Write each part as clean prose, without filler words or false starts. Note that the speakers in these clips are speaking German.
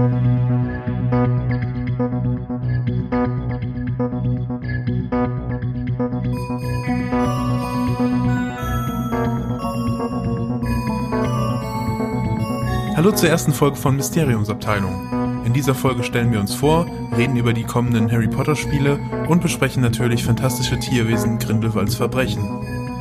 Hallo zur ersten Folge von Mysteriumsabteilung. In dieser Folge stellen wir uns vor, reden über die kommenden Harry Potter Spiele und besprechen natürlich fantastische Tierwesen Grindelwalds Verbrechen.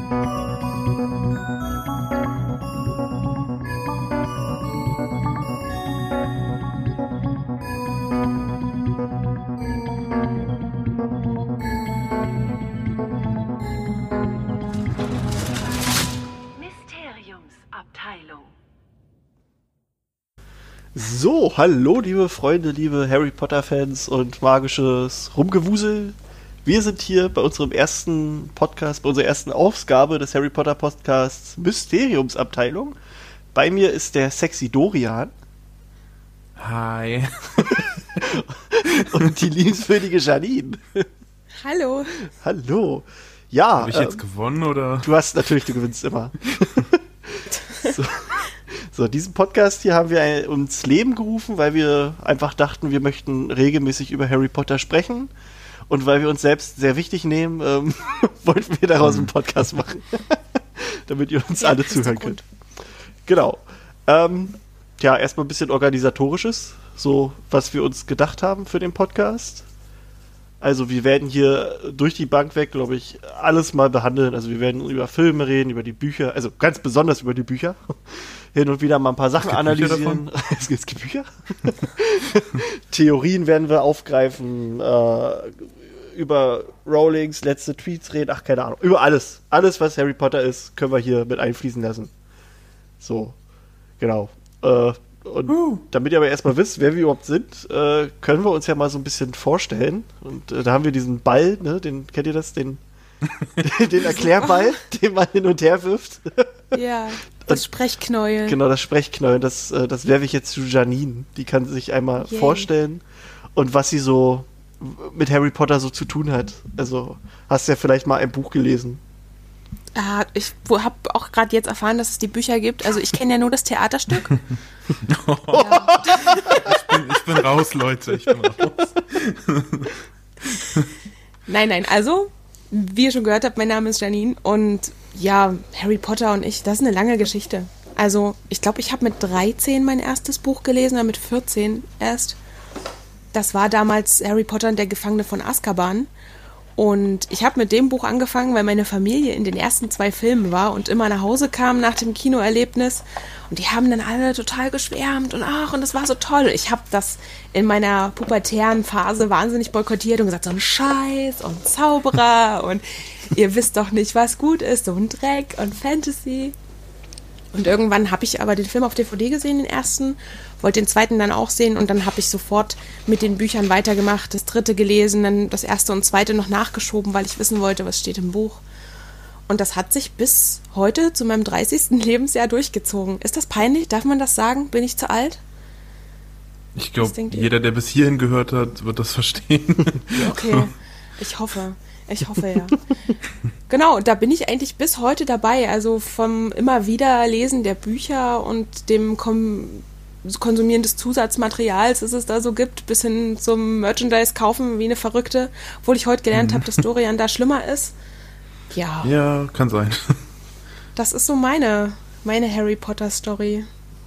So, hallo liebe Freunde, liebe Harry Potter Fans und magisches Rumgewusel. Wir sind hier bei unserem ersten Podcast, bei unserer ersten Ausgabe des Harry Potter Podcasts Mysteriumsabteilung. Bei mir ist der sexy Dorian. Hi. Und die liebenswürdige Janine. Hallo. Hallo. Ja. Habe ich jetzt gewonnen, oder? Du gewinnst immer. So, diesen Podcast hier haben wir ins Leben gerufen, weil wir einfach dachten, wir möchten regelmäßig über Harry Potter sprechen. Und weil wir uns selbst sehr wichtig nehmen, wollten wir daraus einen Podcast machen. Damit ihr uns alle zuhören könnt. Genau. Erstmal ein bisschen Organisatorisches, so was wir uns gedacht haben für den Podcast. Also wir werden hier durch die Bank weg, glaube ich, alles mal behandeln. Also wir werden über Filme reden, über die Bücher, also ganz besonders über die Bücher. Hin und wieder mal ein paar Sachen analysieren. Es gibt Bücher. Theorien werden wir aufgreifen, über Rowlings letzte Tweets reden, keine Ahnung. Über alles. Alles, was Harry Potter ist, können wir hier mit einfließen lassen. So, genau. Und damit ihr aber erstmal wisst, wer wir überhaupt sind, können wir uns ja mal so ein bisschen vorstellen. Und da haben wir diesen Ball, ne, kennt ihr das? Den Erklärball, den man hin und her wirft. Ja, das Sprechknäuel. Genau, das Sprechknäuel, das werfe ich jetzt zu Janine. Die kann sich einmal vorstellen und was sie so mit Harry Potter so zu tun hat. Also, hast du ja vielleicht mal ein Buch gelesen. Ich habe auch gerade jetzt erfahren, dass es die Bücher gibt. Also ich kenne ja nur das Theaterstück. Ja. Ich bin raus, Leute. Ich bin raus. Nein, also, wie ihr schon gehört habt, mein Name ist Janine und ja, Harry Potter und ich, das ist eine lange Geschichte. Also, ich glaube, ich habe mit 13 mein erstes Buch gelesen, oder mit 14 erst. Das war damals Harry Potter und der Gefangene von Azkaban. Und ich habe mit dem Buch angefangen, weil meine Familie in den ersten 2 Filmen war und immer nach Hause kam nach dem Kinoerlebnis. Und die haben dann alle total geschwärmt und das war so toll. Und ich habe das in meiner pubertären Phase wahnsinnig boykottiert und gesagt, so ein Scheiß und Zauberer und ihr wisst doch nicht, was gut ist, so ein Dreck und Fantasy. Und irgendwann habe ich aber den Film auf DVD gesehen, den ersten, wollte den zweiten dann auch sehen und dann habe ich sofort mit den Büchern weitergemacht, das dritte gelesen, dann das erste und zweite noch nachgeschoben, weil ich wissen wollte, was steht im Buch. Und das hat sich bis heute zu meinem 30. Lebensjahr durchgezogen. Ist das peinlich? Darf man das sagen? Bin ich zu alt? Ich glaube, jeder, der bis hierhin gehört hat, wird das verstehen. Okay, ich hoffe, ja. Genau, da bin ich eigentlich bis heute dabei. Also vom immer wieder Lesen der Bücher und dem Konsumieren des Zusatzmaterials, das es da so gibt, bis hin zum Merchandise kaufen wie eine Verrückte. Obwohl ich heute gelernt habe, dass Dorian da schlimmer ist. Ja. Ja, kann sein. Das ist so meine Harry Potter Story.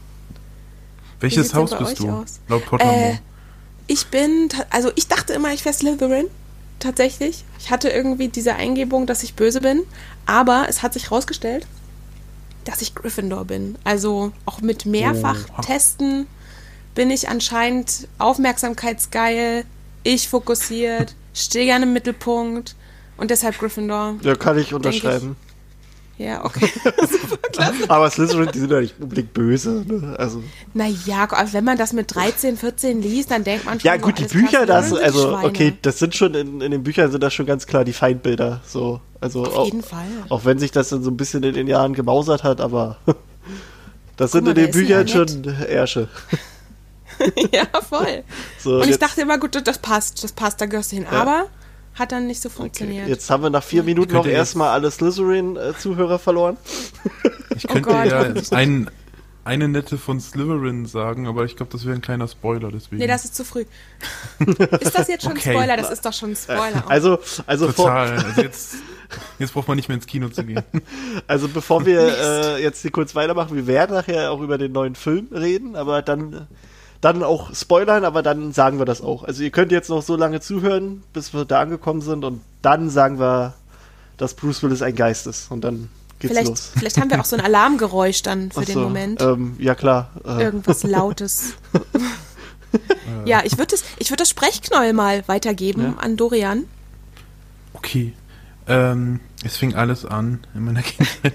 Welches Haus bist du? Laut Pottermore. Ich dachte immer, ich wäre Slytherin. Tatsächlich. Ich hatte irgendwie diese Eingebung, dass ich böse bin, aber es hat sich rausgestellt, dass ich Gryffindor bin. Also auch mit Mehrfach-Testen bin ich anscheinend aufmerksamkeitsgeil, ich fokussiert, stehe gerne im Mittelpunkt und deshalb Gryffindor. Ja, kann ich unterschreiben. Ja, okay. Super, klasse. Aber Slytherin, die sind ja nicht unbedingt böse. Ne? Also. Naja, wenn man das mit 13, 14 liest, dann denkt man schon, ja gut, die Bücher, das sind schon, in den Büchern sind das schon ganz klar die Feindbilder. So, also auf jeden Fall. Auch wenn sich das dann so ein bisschen in den Jahren gemausert hat, aber das sind in den Büchern schon Ärsche. Ja, voll. So, und ich dachte immer, gut, das passt, da gehörst du hin. Ja. Aber hat dann nicht so funktioniert. Okay. Jetzt haben wir nach 4 Minuten noch erstmal alle Slytherin-Zuhörer verloren. Ich könnte einen eine nette von Slytherin sagen, aber ich glaube, das wäre ein kleiner Spoiler, deswegen. Nee, das ist zu früh. Ist das jetzt schon Okay. Spoiler? Das ist doch schon ein Spoiler. Also Total. Also jetzt braucht man nicht mehr ins Kino zu gehen. Also bevor wir jetzt hier kurz weitermachen, wir werden nachher auch über den neuen Film reden, aber dann auch spoilern, aber dann sagen wir das auch. Also ihr könnt jetzt noch so lange zuhören, bis wir da angekommen sind und dann sagen wir, dass Bruce Willis ein Geist ist und dann geht's los. Vielleicht haben wir auch so ein Alarmgeräusch dann für den Moment. Ja klar. Irgendwas Lautes. Ja, ich würd das Sprechknäuel mal weitergeben an Dorian. Okay. Es fing alles an in meiner Kindheit.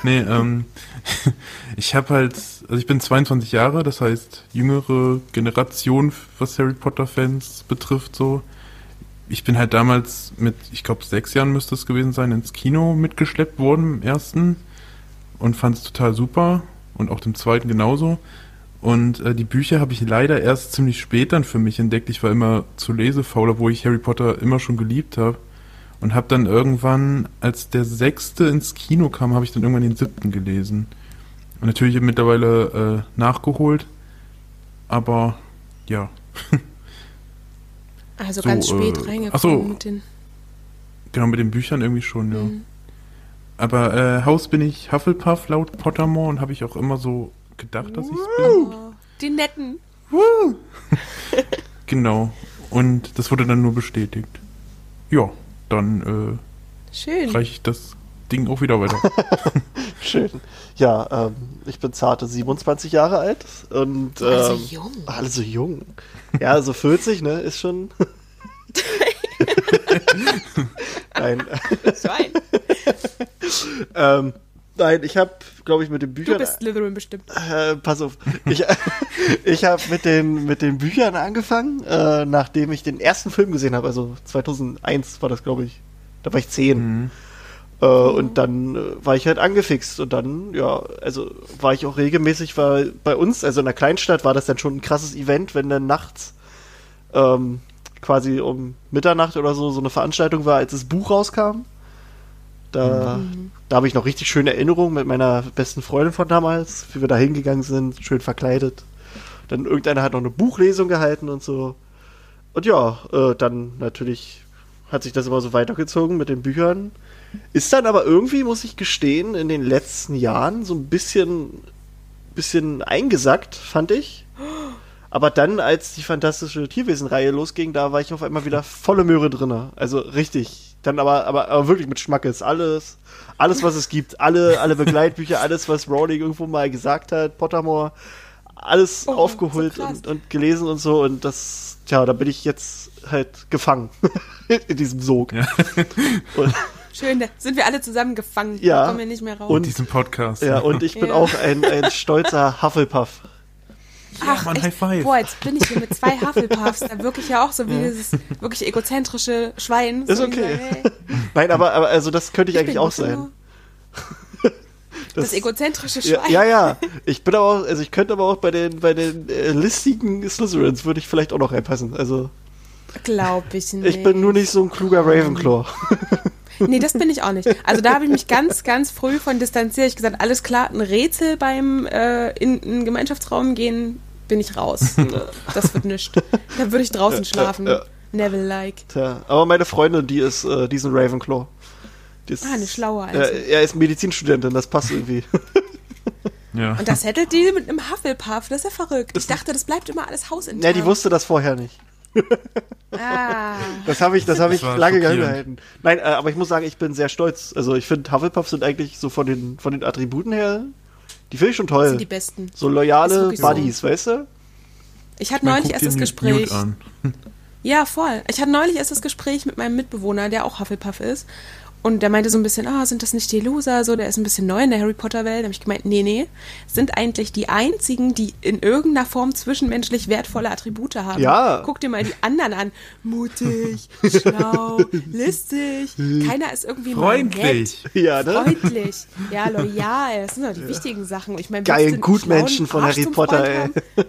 Ich bin 22 Jahre, das heißt jüngere Generation, was Harry Potter-Fans betrifft, so. Ich bin halt damals mit, ich glaube 6 Jahren müsste es gewesen sein, ins Kino mitgeschleppt worden im ersten und fand es total super und auch dem zweiten genauso. Und die Bücher habe ich leider erst ziemlich spät dann für mich entdeckt. Ich war immer zu lesefaul, obwohl ich Harry Potter immer schon geliebt habe. Und habe dann irgendwann, als der 6. ins Kino kam, habe ich dann irgendwann den 7. gelesen. Und natürlich mittlerweile nachgeholt. Aber ja. Also So, ganz spät reingekommen mit den... Genau, mit den Büchern irgendwie schon, ja. Aber Haus bin ich Hufflepuff laut Pottermore und habe ich auch immer so gedacht, dass ich es bin. Oh, die Netten. Genau. Und das wurde dann nur bestätigt. Ja, dann Schön. reiche ich das Ding auch wieder weiter. Schön. Ja, ich bin zarte 27 Jahre alt und Also jung. Also jung. Ja, also 40, ne, ist schon. Nein. Schwein. Nein, ich habe, glaube ich, mit den Büchern. Du bist Slytherin bestimmt. Pass auf. Ich habe mit den Büchern angefangen, nachdem ich den ersten Film gesehen habe. Also 2001 war das, glaube ich. Da war ich 10. Und dann war ich halt angefixt. Und dann, ja, also war ich auch regelmäßig, weil bei uns, also in der Kleinstadt, war das dann schon ein krasses Event, wenn dann nachts quasi um Mitternacht oder so eine Veranstaltung war, als das Buch rauskam. Da habe ich noch richtig schöne Erinnerungen mit meiner besten Freundin von damals, wie wir da hingegangen sind, schön verkleidet. Dann irgendeiner hat noch eine Buchlesung gehalten und so. Und ja, dann natürlich hat sich das immer so weitergezogen mit den Büchern. Ist dann aber irgendwie, muss ich gestehen, in den letzten Jahren so ein bisschen eingesackt, fand ich. Aber dann, als die fantastische Tierwesen-Reihe losging, da war ich auf einmal wieder volle Möhre drinne. Also richtig. Dann aber wirklich mit Schmackes. Alles, was es gibt. Alle Begleitbücher, alles, was Rowling irgendwo mal gesagt hat, Pottermore, alles aufgeholt so und gelesen und so. Und das, da bin ich jetzt halt gefangen. In diesem Sog. Ja. Schön, da sind wir alle zusammen gefangen. Ja. Da kommen wir nicht mehr raus. Und diesem Podcast. Ja, und ich bin auch ein stolzer Hufflepuff. Ach, Mann, echt? High Five. Boah, jetzt bin ich hier mit 2 Hufflepuffs, da wirklich ja auch so wie dieses wirklich egozentrische Schwein. Ist so okay. hey. Nein, aber also das könnte ich eigentlich auch sein. Das egozentrische Schwein. Ja. Ich bin aber auch, also ich könnte aber auch bei den listigen Slytherins würde ich vielleicht auch noch reinpassen. Also Glaub ich nicht. ich bin nur nicht so ein kluger Ravenclaw. Nee, das bin ich auch nicht. Also da habe ich mich ganz, ganz früh von distanziert. Ich gesagt, alles klar, ein Rätsel beim in einen Gemeinschaftsraum gehen, bin ich raus. Das wird nichts. Da würde ich draußen schlafen. Neville-like. Tja, aber meine Freundin, die ist ein Ravenclaw. Eine schlaue also. Er ist Medizinstudentin, das passt irgendwie. Ja. Und das hättelt die mit einem Hufflepuff, das ist ja verrückt. Ich dachte, das bleibt immer alles hausintern. Ja, die wusste das vorher nicht. Das habe ich lange geheim gehalten. Nein, aber ich muss sagen, ich bin sehr stolz. Also ich finde, Hufflepuff sind eigentlich so von den Attributen her, die finde ich schon toll. Das sind die besten. So loyale Buddies, so. Weißt du? Ich hatte neulich erst das Gespräch. An. Ja, voll. Ich hatte neulich erst das Gespräch mit meinem Mitbewohner, der auch Hufflepuff ist. Und der meinte so ein bisschen, sind das nicht die Loser? So, der ist ein bisschen neu in der Harry Potter-Welt. Da habe ich gemeint, nee, sind eigentlich die einzigen, die in irgendeiner Form zwischenmenschlich wertvolle Attribute haben. Ja. Guck dir mal die anderen an. Mutig, schlau, listig. Keiner ist irgendwie freundlich. Nett. Ja, ne? Freundlich. Ja, loyal. Das sind doch die wichtigen Sachen. Ich mein, Geil, Gutmenschen von Harry Potter, ey.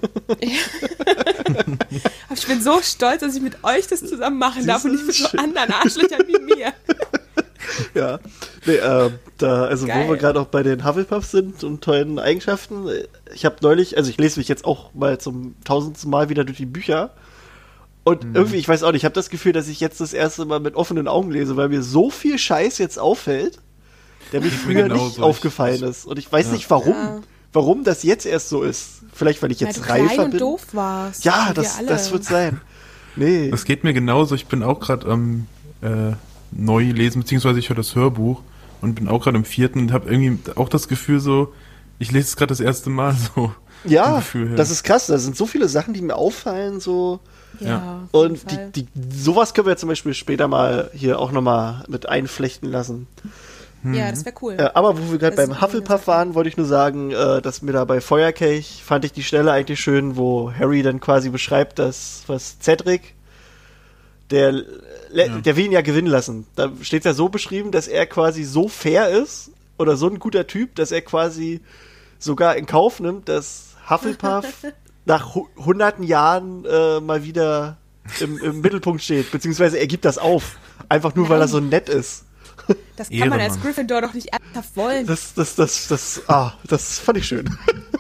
Ich bin so stolz, dass ich mit euch das zusammen machen darf und nicht mit so anderen Arschlöchern wie mir. Ja. Nee, also Geil. wo wir gerade auch bei den Hufflepuffs sind und tollen Eigenschaften. Ich habe neulich, also ich lese mich jetzt auch mal zum 1000. Mal wieder durch die Bücher. Und irgendwie, ich weiß auch nicht, ich habe das Gefühl, dass ich jetzt das erste Mal mit offenen Augen lese, weil mir so viel Scheiß jetzt auffällt, der mir früher nicht aufgefallen ist. Und ich weiß nicht, warum. Ja. Warum das jetzt erst so ist. Vielleicht, weil ich Weil jetzt du reifer klein und bin. doof warst. Ja, wie wir das alle. wird sein. Nee. Das geht mir genauso. Ich bin auch gerade am neu lesen, beziehungsweise ich höre das Hörbuch und bin auch gerade im 4. und habe irgendwie auch das Gefühl so, ich lese es gerade das erste Mal so. Ja, vom Gefühl her. das ist krass. Da sind so viele Sachen, die mir auffallen, so. Ja, Und auf jeden Fall. sowas können wir zum Beispiel später mal hier auch nochmal mit einflechten lassen. Ja, das wäre cool. Aber wo wir gerade Das ist beim eine Hufflepuff Sache. waren, wollte ich nur sagen, dass mir da bei Feuerkelch fand ich die Stelle eigentlich schön, wo Harry dann quasi beschreibt, dass was Cedric, der will ihn ja gewinnen lassen. Da steht ja so beschrieben, dass er quasi so fair ist oder so ein guter Typ, dass er quasi sogar in Kauf nimmt, dass Hufflepuff nach hunderten Jahren mal wieder im Mittelpunkt steht, beziehungsweise er gibt das auf. Einfach nur, weil er so nett ist. Das kann man als Ehrenmann. Gryffindor doch nicht ernsthaft wollen. Das fand ich schön.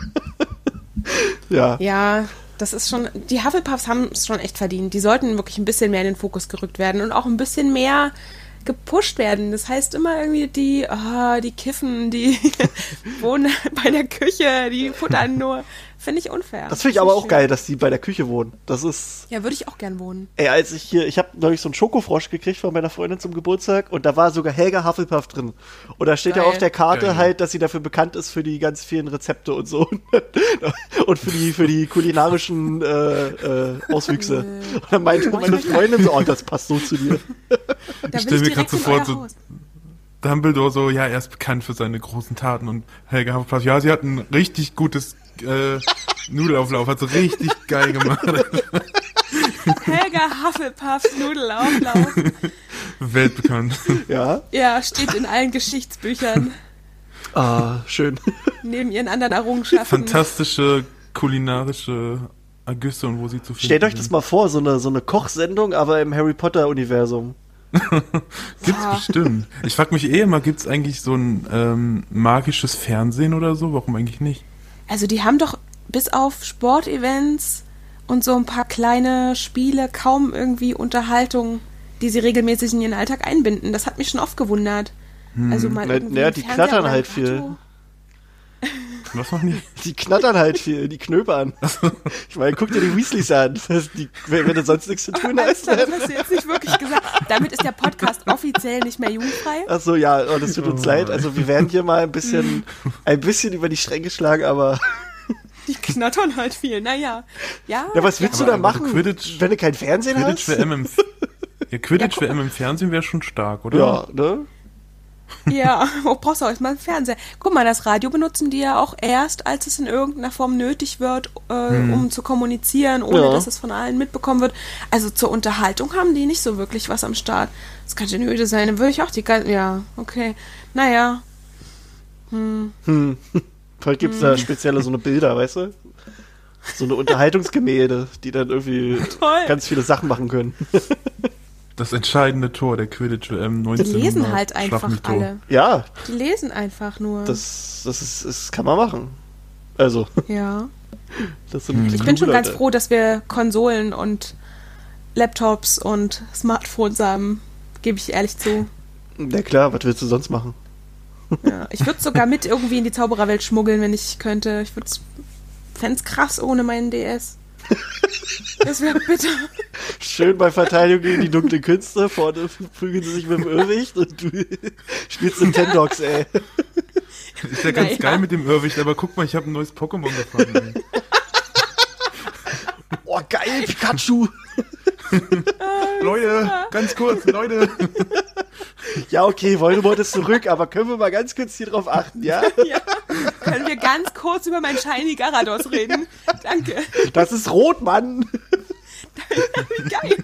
Ja. Ja, das ist schon, die Hufflepuffs haben es schon echt verdient. Die sollten wirklich ein bisschen mehr in den Fokus gerückt werden und auch ein bisschen mehr gepusht werden. Das heißt immer irgendwie, die kiffen, die wohnen bei der Küche, die futtern nur. Finde ich unfair. Das finde ich aber auch schön. geil, dass die bei der Küche wohnen. Das ist, Ja, würde ich auch gern wohnen. ey, ich habe neulich so einen Schokofrosch gekriegt von meiner Freundin zum Geburtstag und da war sogar Helga Hufflepuff drin. Und da steht ja Geil. auf der Karte Geil. halt, dass sie dafür bekannt ist für die ganz vielen Rezepte und so. Und für die kulinarischen Auswüchse. Und dann meinte meine Freundin so, oh, das passt so zu dir. Da stell mir grad in so vor, euer so- Haus. Dumbledore so, ja, er ist bekannt für seine großen Taten und Helga Hufflepuff, ja, sie hat ein richtig gutes Nudelauflauf, hat so richtig geil gemacht. Helga Hufflepuffs Nudelauflauf. Weltbekannt. Ja. Ja, steht in allen Geschichtsbüchern. Ah, schön. Neben ihren anderen Errungenschaften. Fantastische kulinarische Ergüsse und wo sie zu finden Stellt euch das mal vor, so eine Kochsendung, aber im Harry Potter-Universum. Gibt's bestimmt. Ich frag mich immer, gibt's eigentlich so ein magisches Fernsehen oder so? Warum eigentlich nicht? Also die haben doch bis auf Sportevents und so ein paar kleine Spiele kaum irgendwie Unterhaltung, die sie regelmäßig in ihren Alltag einbinden. Das hat mich schon oft gewundert. Also mal irgendwie Naja, im die Fernseher knattern oder im halt viel. Radio. Was noch nicht? Die knattern halt viel, die knöpern. Ich meine, guck dir die Weasleys an. Wenn du sonst nichts zu tun hast. Das hast du jetzt nicht wirklich gesagt. Damit ist der Podcast offiziell nicht mehr jugendfrei. Ach so, ja, oh, das tut uns leid. Also wir werden hier mal ein bisschen über die Stränge schlagen, aber Die knattern halt viel. Naja. Ja, ja, was willst du Aber- da aber machen, Quidditch- wenn du kein Fernsehen Quidditch hast? WM im Quidditch WM im Fernsehen wäre schon stark, oder? Ja, ne? Ja, wo brauchst du auch mal einen Fernseher? Guck mal, das Radio benutzen die ja auch erst, als es in irgendeiner Form nötig wird, um zu kommunizieren, ohne Ja. dass es von allen mitbekommen wird. Also zur Unterhaltung haben die nicht so wirklich was am Start. Das kann schon öde sein, dann würde ich auch die ganze... Ja, okay. Naja. Vielleicht gibt's da spezielle so eine Bilder, weißt du? So eine Unterhaltungsgemälde, die dann irgendwie Toll. ganz viele Sachen machen können. Das entscheidende Tor der Quidditch WM Die 19. lesen halt einfach Schlag mich tot. alle. Ja, Die lesen einfach nur. das kann man machen. Also, ja. das sind Ich bin schon ganz Leute. froh, dass wir Konsolen und Laptops und Smartphones haben. Gebe ich ehrlich zu. Ja klar, was willst du sonst machen? Ja, ich würde sogar mit irgendwie in die Zaubererwelt schmuggeln, wenn ich könnte. Fänd's krass ohne meinen DS. Das wäre bitter. Schön bei Verteidigung gegen die dunklen Künste. Vorne prügeln sie sich mit dem Irrwicht und du spielst Nintendogs, ey. Ist ja ganz Naja. geil mit dem Irrwicht, aber guck mal, ich habe ein neues Pokémon gefangen. ey. Oh, geil, Pikachu. Leute, ganz kurz, Leute. Ja, okay, Voldemort ist zurück, aber können wir mal ganz kurz hier drauf achten, ja? Ja. Können wir ganz kurz über mein Shiny Garados reden? Danke. Das ist rot, Mann. Geil.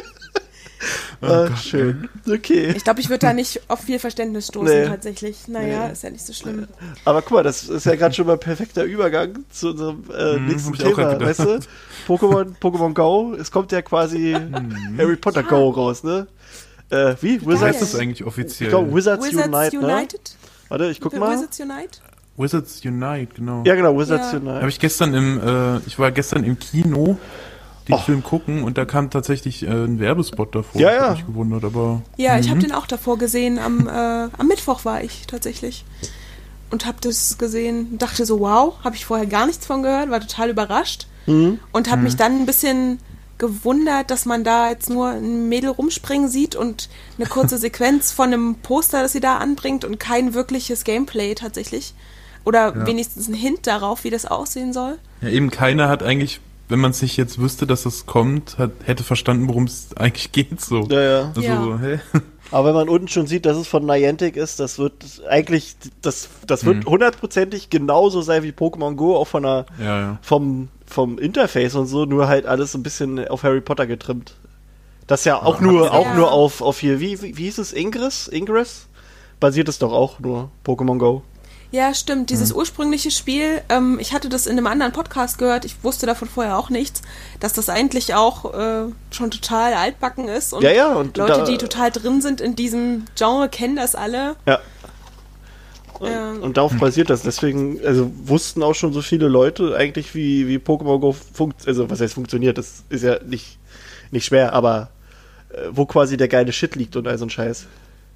Schön. Okay. Ich glaube, ich würde da nicht auf viel Verständnis stoßen, Nee. tatsächlich. Naja, ist ja nicht so schlimm. Aber guck mal, das ist ja gerade schon mal ein perfekter Übergang zu unserem nächsten hab ich auch Thema, grad weißt du? Pokémon Go, es kommt ja quasi Harry Potter Go raus, ne? Wie? Wie Wizards? heißt das eigentlich offiziell? Ich glaube, Wizards Unite, ne? United? Warte, ich guck mal. Wizards Unite? Wizards Unite, genau. Ja, genau, Wizards Ja. Unite. Habe ich ich war gestern im Kino den Film gucken und da kam tatsächlich ein Werbespot davor. Ja, Ich ja. hab mich gewundert, aber... Ja, ich habe den auch davor gesehen. Am Mittwoch war ich tatsächlich. Und habe das gesehen und dachte so, wow, habe ich vorher gar nichts von gehört, war total überrascht. Und habe mich dann ein bisschen gewundert, dass man da jetzt nur ein Mädel rumspringen sieht und eine kurze Sequenz von einem Poster, das sie da anbringt und kein wirkliches Gameplay tatsächlich. Oder wenigstens ein Hint darauf, wie das aussehen soll. Ja, eben keiner hat eigentlich, wenn man es nicht jetzt wüsste, dass es kommt, hätte verstanden, worum es eigentlich geht. So. Ja. Also, Ja. hä? Aber wenn man unten schon sieht, dass es von Niantic ist, das wird eigentlich, das wird hundertprozentig genauso sein wie Pokémon Go, auch Ja. vom Interface und so, nur halt alles ein bisschen auf Harry Potter getrimmt. Das ja auch Ja, nur ja. auf hier, wie hieß es, Ingress? Basiert es doch auch nur, Pokémon Go. Ja, stimmt. Dieses ursprüngliche Spiel, ich hatte das in einem anderen Podcast gehört, ich wusste davon vorher auch nichts, dass das eigentlich auch schon total altbacken ist und, und Leute, da- die total drin sind in diesem Genre, kennen das alle. Ja. Ja. Und darauf basiert das. Deswegen, also wussten auch schon so viele Leute eigentlich, wie Pokémon Go also was heißt funktioniert, das ist ja nicht schwer, aber wo quasi der geile Shit liegt und all so ein Scheiß.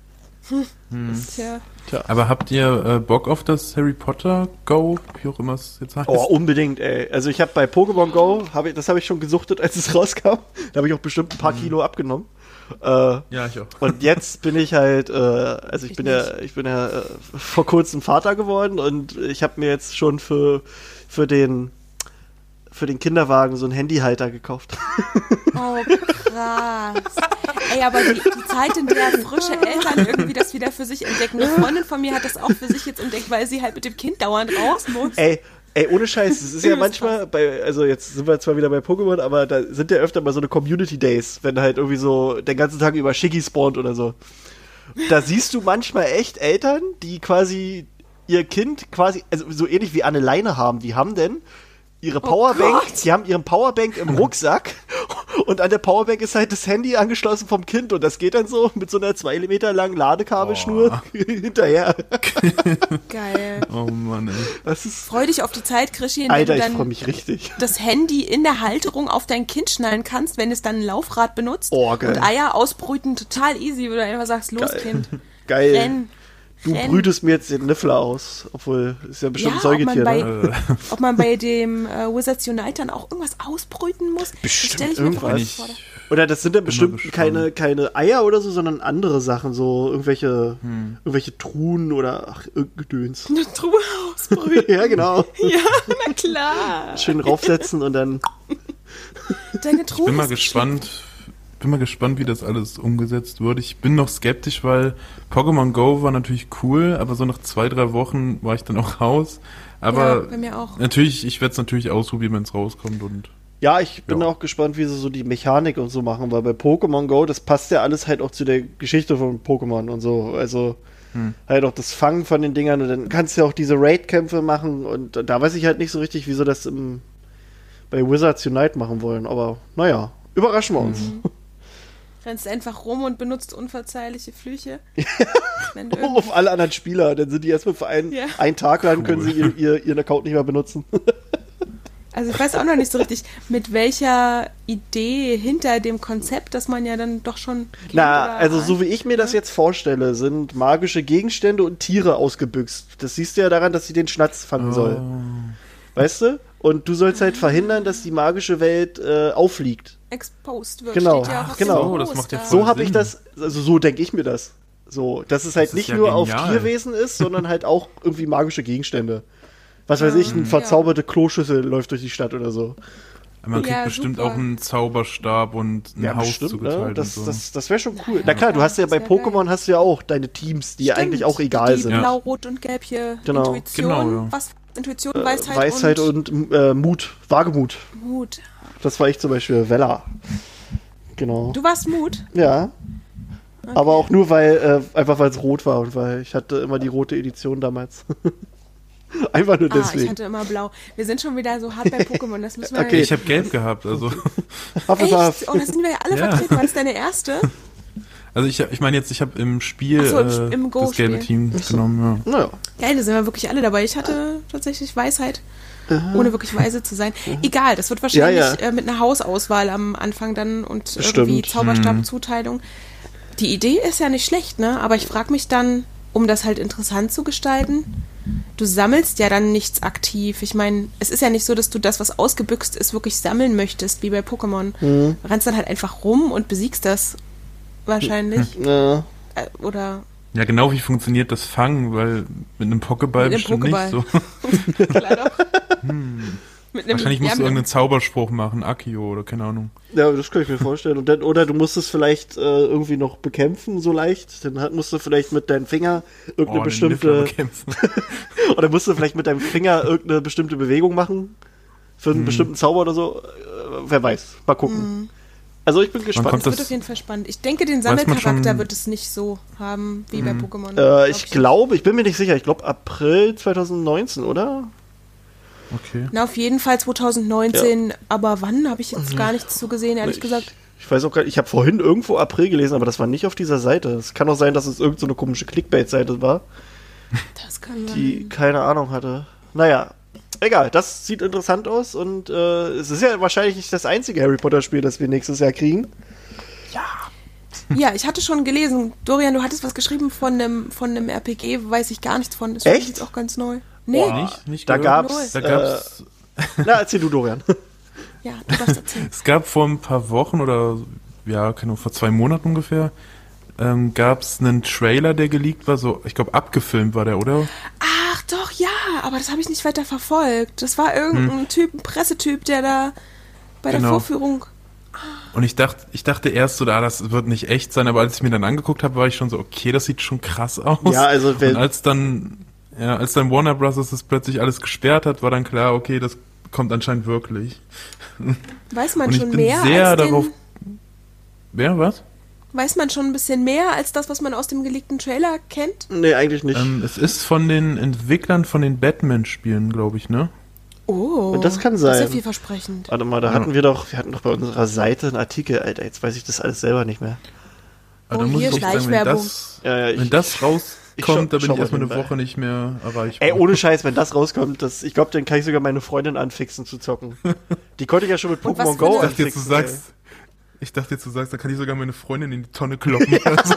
Tja. Aber habt ihr Bock auf das Harry Potter Go, wie auch immer es jetzt heißt? Oh, unbedingt, ey. Also ich habe bei Pokémon Go, das habe ich schon gesuchtet, als es rauskam. Da habe ich auch bestimmt ein paar Kilo abgenommen. Ja, ich auch. Und jetzt bin ich halt, also ich bin ja vor kurzem Vater geworden und ich habe mir jetzt schon für den Kinderwagen so einen Handyhalter gekauft. Oh, krass. Ey, aber die Zeit, in der frische Eltern irgendwie das wieder für sich entdecken. Eine Freundin von mir hat das auch für sich jetzt entdeckt, weil sie halt mit dem Kind dauernd raus muss. Ey, ohne Scheiß, es ist ja manchmal also jetzt sind wir zwar wieder bei Pokémon, aber da sind ja öfter mal so eine Community Days, wenn halt irgendwie so den ganzen Tag über Shiggy spawnt oder so. Da siehst du manchmal echt Eltern, die quasi ihr Kind quasi, also so ähnlich wie Anne Leine haben. Die haben denn ihre Powerbank, die haben ihren Powerbank im Rucksack und an der Powerbank ist halt das Handy angeschlossen vom Kind und das geht dann so mit so einer 2 Meter langen Ladekabelschnur hinterher. Geil. Oh Mann, ey. Das ist, Freu dich auf die Zeit, Krischi, in Alter, der ich du freue dann mich richtig. das Handy in der Halterung auf dein Kind schnallen kannst, wenn es dann ein Laufrad benutzt. Oh, geil. Und Eier ausbrüten total easy, wo du einfach sagst, los, Geil. Kind, Geil. renn. Du Renn. brütest mir jetzt den Niffler aus, obwohl ist ja bestimmt ein Säugetier, ne? Ob man bei dem Wizards Unite dann auch irgendwas ausbrüten muss? Bestimmt das stell ich mir irgendwas. verrückt vor. Oder das sind dann bestimmt gespannt. keine Eier oder so, sondern andere Sachen, so irgendwelche Truhen oder irgendein Gedöns. Eine Truhe ausbrüten. Ja, genau. Ja, na klar. Schön raufsetzen und dann. Deine Truhe Bin mal ist gespannt, wie das alles umgesetzt wird. Ich bin noch skeptisch, weil Pokémon Go war natürlich cool, aber so nach 2-3 Wochen war ich dann auch raus. Aber Ja, bei mir auch. natürlich, ich werde es natürlich ausprobieren, wenn es rauskommt und Ja, ich bin Ja. auch gespannt, wie sie so die Mechanik und so machen, weil bei Pokémon Go, das passt ja alles halt auch zu der Geschichte von Pokémon und so. Also halt auch das Fangen von den Dingern und dann kannst du ja auch diese Raid-Kämpfe machen und da weiß ich halt nicht so richtig, wieso das bei Wizards Unite machen wollen. Aber naja, überraschen wir uns. Rennst einfach rum und benutzt unverzeihliche Flüche. Wenn Auf alle anderen Spieler, dann sind die erstmal für einen Tag lang, können sie ihren Account nicht mehr benutzen. Also ich weiß auch noch nicht so richtig, mit welcher Idee hinter dem Konzept, dass man ja dann doch schon kennt Na, oder also so wie ich mir das jetzt vorstelle, sind magische Gegenstände und Tiere ausgebüxt. Das siehst du ja daran, dass sie den Schnatz fangen soll. Weißt du? Und du sollst halt verhindern, dass die magische Welt auffliegt. exposed wird. Genau, Steht ja auch auf genau. dem Oh, das macht ja Poster. voll So habe ich Sinn. das, also so denke ich mir das. So, dass es halt Das ist nicht ja nur auf genial. Tierwesen ist, sondern halt auch irgendwie magische Gegenstände. Was weiß ich, eine Ja. verzauberte Kloschüssel läuft durch die Stadt oder so. man kriegt Ja, bestimmt super. auch einen Zauberstab und ein Haus bestimmt, zugeteilt Das, und so. das wäre schon cool. Na klar, du hast ja bei das wär Pokémon hast du ja auch deine Teams, die ja Stimmt, eigentlich auch egal die sind. Ja. Blau, Rot und Gelb hier. Genau. Intuition, Genau, ja. was? Intuition, Weisheit, Weisheit und Mut, Wagemut. Mut. Das war ich zum Beispiel, Vella. Genau. Du warst Mut? Ja. Aber auch nur, weil es rot war und weil ich hatte immer die rote Edition damals. Einfach nur Ah, ich deswegen. hatte immer blau. Wir sind schon wieder so hart bei Pokémon, das müssen wir... Okay. Ich habe gelb gehabt, also Hufflepuff. Echt? Oh, da sind wir ja alle Ja. vertreten. War das deine erste? Also ich meine jetzt, ich habe im Spiel Ach so, im das gelbe Team genommen, ja. Naja. Geil, da sind wir wirklich alle dabei. Ich hatte tatsächlich Weisheit, ohne wirklich weise zu sein. Egal, das wird wahrscheinlich mit einer Hausauswahl am Anfang dann und irgendwie Zauberstabzuteilung. Die Idee ist ja nicht schlecht, ne? Aber ich frage mich dann, um das halt interessant zu gestalten, du sammelst ja dann nichts aktiv. Ich meine, es ist ja nicht so, dass du das, was ausgebüxt ist, wirklich sammeln möchtest, wie bei Pokémon. Du rennst dann halt einfach rum und besiegst das wahrscheinlich. Ja. Oder... Ja, genau, wie funktioniert das Fangen? Weil mit einem Pokéball bestimmt nicht so. Klar doch. Wahrscheinlich musst du irgendeinen Zauberspruch machen, Akio oder keine Ahnung. Ja, das kann ich mir vorstellen. Und dann, oder du musst es vielleicht irgendwie noch bekämpfen, so leicht. Dann musst du vielleicht mit deinem Finger irgendeine bestimmte... oder musst du vielleicht mit deinem Finger irgendeine bestimmte Bewegung machen. Für einen bestimmten Zauber oder so. Wer weiß. Mal gucken. Also ich bin gespannt. Das wird auf jeden Fall spannend. Ich denke, den Sammelcharakter wird es nicht so haben wie bei Pokémon. Ich bin mir nicht sicher. Ich glaube April 2019, oder? Okay. Na, auf jeden Fall 2019. Ja. Aber wann, habe ich jetzt gar nichts zu gesehen, ehrlich gesagt. Ich weiß auch gar nicht. Ich habe vorhin irgendwo April gelesen, aber das war nicht auf dieser Seite. Es kann auch sein, dass es irgend so eine komische Clickbait-Seite war. Das kann sein. Die keine Ahnung hatte. Naja. Egal, das sieht interessant aus und es ist ja wahrscheinlich nicht das einzige Harry Potter Spiel, das wir nächstes Jahr kriegen. Ja, ich hatte schon gelesen, Dorian, du hattest was geschrieben von einem RPG, weiß ich gar nichts von. Das ist jetzt auch ganz neu. Nee. Boah, nicht da gab's na, erzähl du, Dorian. Ja, du darfst erzählen. Es gab vor ein paar Wochen oder, ja, keine Ahnung, vor 2 Monaten ungefähr, gab es einen Trailer, der geleakt war, so, ich glaube, abgefilmt war der, oder? Ach doch, ja, aber das habe ich nicht weiter verfolgt. Das war irgendein Typ, ein Pressetyp, der da bei der Vorführung... Und ich dachte erst so, das wird nicht echt sein, aber als ich mir dann angeguckt habe, war ich schon so, okay, das sieht schon krass aus. Ja, also und als dann Warner Bros. Das plötzlich alles gesperrt hat, war dann klar, okay, das kommt anscheinend wirklich. Weiß man und schon ich bin mehr sehr als darauf... Wer, was? Weiß man schon ein bisschen mehr als das, was man aus dem geleakten Trailer kennt? Nee, eigentlich nicht. Es ist von den Entwicklern von den Batman-Spielen, glaube ich, ne? Oh, das kann sein. Das ist ja vielversprechend. Warte mal, wir hatten doch bei unserer Seite einen Artikel, Alter, jetzt weiß ich das alles selber nicht mehr. Aber dann muss hier ich Schleichwerbung. Wenn das rauskommt, da bin ich erstmal eine Woche nicht mehr erreichbar. Ey, ohne Scheiß, wenn das rauskommt, ich glaube, dann kann ich sogar meine Freundin anfixen zu zocken. Die konnte ich ja schon mit Pokémon Go anfixen. Ich dachte jetzt, du sagst, da kann ich sogar meine Freundin in die Tonne kloppen. Also.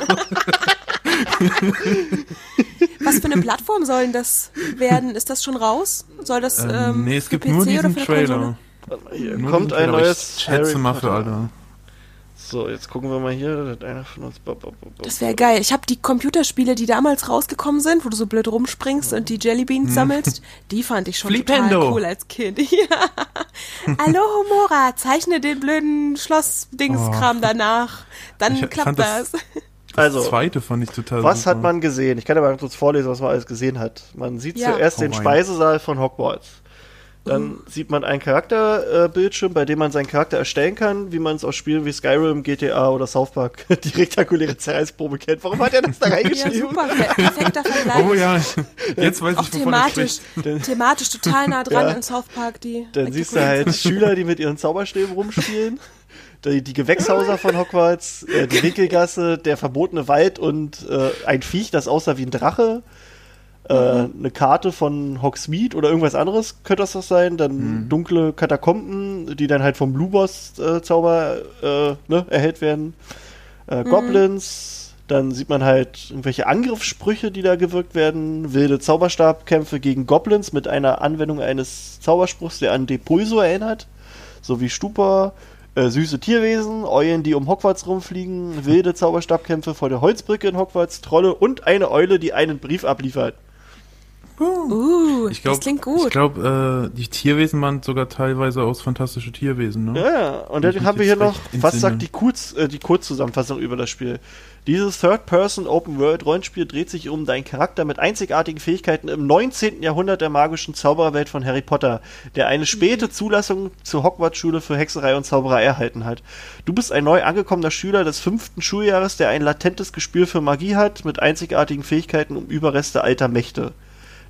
Was für eine Plattform soll denn das werden? Ist das schon raus? Soll das nee, es gibt PC nur diesen oder für Trailer. Hier kommt ein neues Ich schätze mal für alle. So, jetzt gucken wir mal hier. Einer von uns. Das wäre geil. Ich habe die Computerspiele, die damals rausgekommen sind, wo du so blöd rumspringst und die Jellybeans sammelst, die fand ich schon total cool als Kind. Ja. Hallo Homora, zeichne den blöden Schloss-Dingskram danach. Dann klappt das. Also, das zweite fand ich total was super. hat man gesehen? Ich kann aber kurz vorlesen, was man alles gesehen hat. Man sieht zuerst den Speisesaal von Hogwarts. Dann sieht man einen Charakterbildschirm, bei dem man seinen Charakter erstellen kann, wie man es aus Spielen wie Skyrim, GTA oder South Park die rektakuläre Zerreißprobe kennt. Warum hat er das da reingeschrieben? Ja, super, perfekter Vergleich. Oh ja, jetzt weiß auch ich, wovon er spricht. Thematisch total nah dran in South Park. Dann siehst du halt Schüler, die mit ihren Zauberstäben rumspielen, die Gewächshäuser von Hogwarts, die Winkelgasse, der verbotene Wald und ein Viech, das aussah wie ein Drache. Eine Karte von Hogsmeade oder irgendwas anderes könnte das sein. Dann dunkle Katakomben, die dann halt vom Blue Boss Zauber erhellt werden. Goblins. Dann sieht man halt irgendwelche Angriffssprüche, die da gewirkt werden. Wilde Zauberstabkämpfe gegen Goblins mit einer Anwendung eines Zauberspruchs, der an Depulso erinnert. So wie Stupor. Süße Tierwesen, Eulen, die um Hogwarts rumfliegen, wilde Zauberstabkämpfe vor der Holzbrücke in Hogwarts, Trolle und eine Eule, die einen Brief abliefert. Das klingt gut. Ich glaube, die Tierwesen waren sogar teilweise aus Fantastische Tierwesen, ne? Ja, und dann haben wir hier noch, was sagt die Kurzzusammenfassung über das Spiel? Dieses Third-Person-Open-World-Rollenspiel dreht sich um deinen Charakter mit einzigartigen Fähigkeiten im 19. Jahrhundert der magischen Zaubererwelt von Harry Potter, der eine späte Zulassung zur Hogwarts-Schule für Hexerei und Zauberei erhalten hat. Du bist ein neu angekommener Schüler des 5. Schuljahres, der ein latentes Gespür für Magie hat, mit einzigartigen Fähigkeiten um Überreste alter Mächte.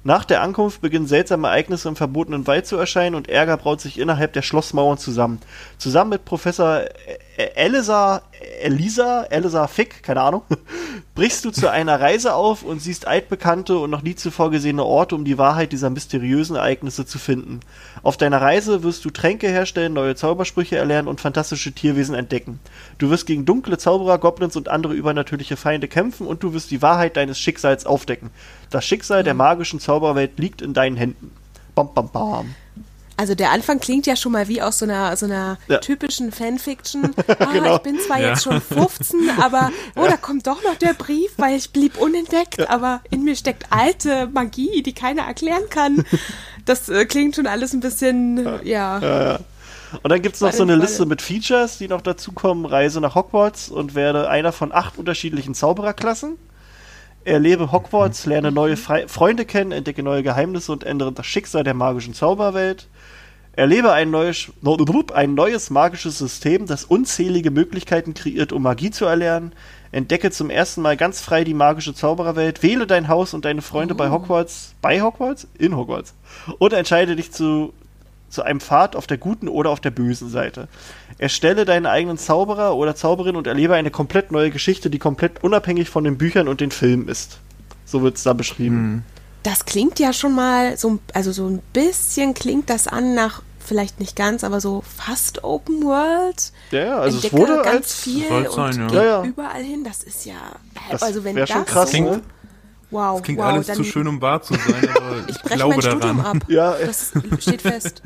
Nach der Ankunft beginnen seltsame Ereignisse im verbotenen Wald zu erscheinen und Ärger braut sich innerhalb der Schlossmauern zusammen. Zusammen mit Professor Elisa Fick, keine Ahnung, brichst du zu einer Reise auf und siehst altbekannte und noch nie zuvor gesehene Orte, um die Wahrheit dieser mysteriösen Ereignisse zu finden. Auf deiner Reise wirst du Tränke herstellen, neue Zaubersprüche erlernen und fantastische Tierwesen entdecken. Du wirst gegen dunkle Zauberer, Goblins und andere übernatürliche Feinde kämpfen und du wirst die Wahrheit deines Schicksals aufdecken. Das Schicksal der magischen Zauberwelt liegt in deinen Händen. Bam, bam, bam. Also der Anfang klingt ja schon mal wie aus so einer typischen Fanfiction. Genau. Ich bin zwar jetzt schon 15, aber da kommt doch noch der Brief, weil ich blieb unentdeckt, aber in mir steckt alte Magie, die keiner erklären kann. Das klingt schon alles ein bisschen, ja. Und dann gibt es noch so eine Liste mit Features, die noch dazukommen. Reise nach Hogwarts und werde einer von 8 unterschiedlichen Zaubererklassen. Erlebe Hogwarts, lerne neue Freunde kennen, entdecke neue Geheimnisse und ändere das Schicksal der magischen Zauberwelt. Erlebe ein neues magisches System, das unzählige Möglichkeiten kreiert, um Magie zu erlernen. Entdecke zum ersten Mal ganz frei die magische Zaubererwelt. Wähle dein Haus und deine Freunde in Hogwarts. Und entscheide dich zu einem Pfad auf der guten oder auf der bösen Seite. Erstelle deinen eigenen Zauberer oder Zauberin und erlebe eine komplett neue Geschichte, die komplett unabhängig von den Büchern und den Filmen ist. So wird es da beschrieben. Das klingt ja schon mal so ein bisschen klingt das an nach, vielleicht nicht ganz, aber so fast Open World. Ja, also Entdecke es wurde ganz als viel sein, und ja. geht überall hin. Das ist ja, das also wenn wäre das schon krass, so, ne? Wow, Das klingt alles dann zu schön, um wahr zu sein, aber ich breche glaube mein Studium daran. ab. Ja. Das steht fest.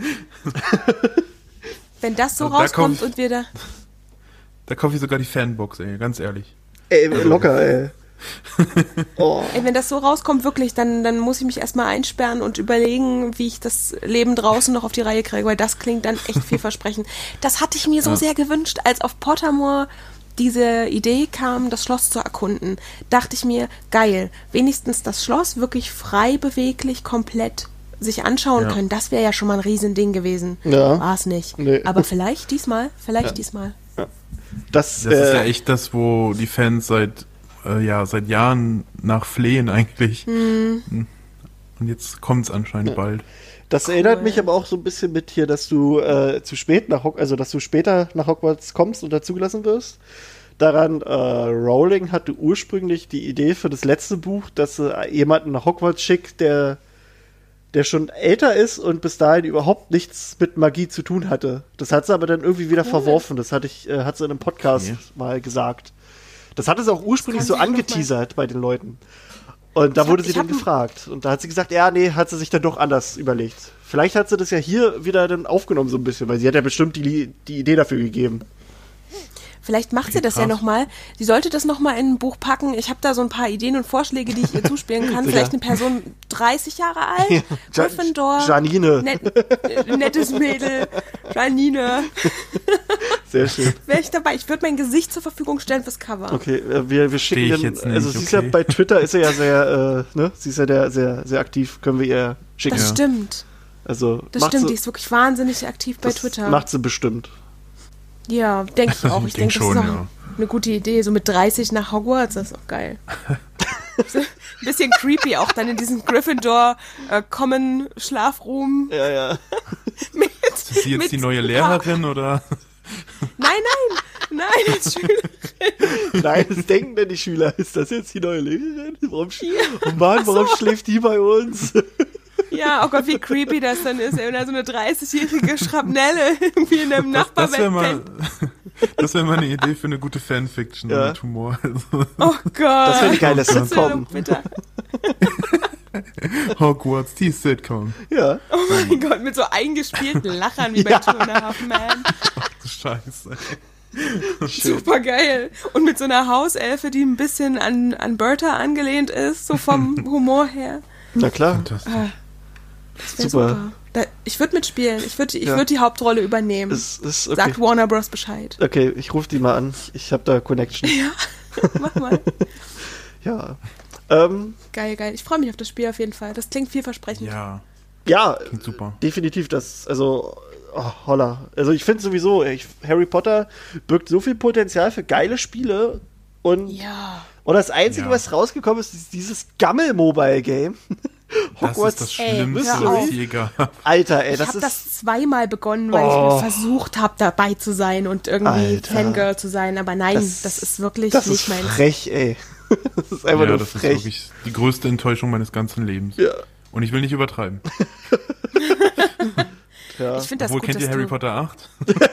Wenn das so Also da rauskommt und wir da... Da kaufe ich sogar die Fanbox, ey, ganz ehrlich. Ey, locker, ey. Oh. Ey, wenn das so rauskommt, wirklich, dann muss ich mich erstmal einsperren und überlegen, wie ich das Leben draußen noch auf die Reihe kriege, weil das klingt dann echt vielversprechend. Das hatte ich mir so sehr gewünscht, als auf Pottermore diese Idee kam, das Schloss zu erkunden. Dachte ich mir, geil, wenigstens das Schloss wirklich frei beweglich, komplett sich anschauen können. Das wäre ja schon mal ein Riesending gewesen. Ja. War es nicht. Nee. Aber vielleicht diesmal. Das ist ja echt das, wo die Fans seit Jahren nachflehen eigentlich. Und jetzt kommt es anscheinend bald. Das erinnert mich aber auch so ein bisschen mit hier, dass du dass du später nach Hogwarts kommst und dazugelassen wirst. Daran, Rowling hatte ursprünglich die Idee für das letzte Buch, dass sie jemanden nach Hogwarts schickt, der schon älter ist und bis dahin überhaupt nichts mit Magie zu tun hatte. Das hat sie aber dann irgendwie wieder verworfen. Das hat sie in einem Podcast mal gesagt. Das hatte sie auch ursprünglich so angeteasert bei den Leuten. Und da wurde sie dann gefragt. Und da hat sie gesagt, hat sie sich dann doch anders überlegt. Vielleicht hat sie das ja hier wieder dann aufgenommen so ein bisschen, weil sie hat ja bestimmt die Idee dafür gegeben. Vielleicht macht sie das ja nochmal. Sie sollte das nochmal in ein Buch packen. Ich habe da so ein paar Ideen und Vorschläge, die ich ihr zuspielen kann. Vielleicht eine Person 30 Jahre alt, Gryffindor. Janine. Nettes Mädel. Janine. Sehr schön. Wäre ich dabei. Ich würde mein Gesicht zur Verfügung stellen fürs Cover. Okay, wir schicken ich jetzt nicht, also sie ist ja bei Twitter, ist sie ja sehr, sie ist ja sehr, sehr aktiv, können wir ihr schicken. Das stimmt. Also, das stimmt, die ist wirklich wahnsinnig aktiv bei Twitter. Macht sie bestimmt. Ja, denke ich auch. Ich denke, das ist auch ja. eine gute Idee. So mit 30 nach Hogwarts, das ist auch geil. So, ein bisschen creepy auch dann in diesem Gryffindor Common Schlafroom. Ja. Ist sie jetzt die neue Lehrerin oder? Nein, als Schülerin. Nein, das denken denn die Schüler. Ist das jetzt die neue Lehrerin? Warum schläft die bei uns? Ja, oh Gott, wie creepy das dann ist, ey, wenn da so eine 30-jährige Schrapnelle irgendwie in einem Nachbarbett pennt. Das wäre mal eine Idee für eine gute Fanfiction mit Humor. Oh Gott. Das wäre eine geile Sitcom. Hogwarts, die Sitcom. Ja. Oh mein Gott, mit so eingespielten Lachern wie bei Two and a Half Men. Ach du Scheiße. Super geil. Und mit so einer Hauselfe, die ein bisschen an Bertha angelehnt ist, so vom Humor her. Na klar. Das wäre super. Ich würde mitspielen. Ich würde die Hauptrolle übernehmen. Ist okay. Sagt Warner Bros. Bescheid. Okay, ich rufe die mal an. Ich habe da Connection. Ja, mach mal. Ja. Geil. Ich freue mich auf das Spiel auf jeden Fall. Das klingt vielversprechend. Ja, klingt super. Definitiv. Holla. Also ich finde sowieso, Harry Potter birgt so viel Potenzial für geile Spiele und das Einzige, was rausgekommen ist dieses Gammel-Mobile-Game. Das ist das Schlimmste, hör was auf. es je gab. Alter, ey, Ich das habe ist... das zweimal begonnen, weil ich mir versucht habe, dabei zu sein und irgendwie Alter. Fangirl zu sein. Aber nein, das ist wirklich das nicht ist mein... frech, ey. Das ist einfach nur Das ist frech. wirklich die größte Enttäuschung meines ganzen Lebens. Ja. Und ich will nicht übertreiben. Ja. Ich finde das Obwohl, gut, kennt ihr dass Harry du... Potter 8?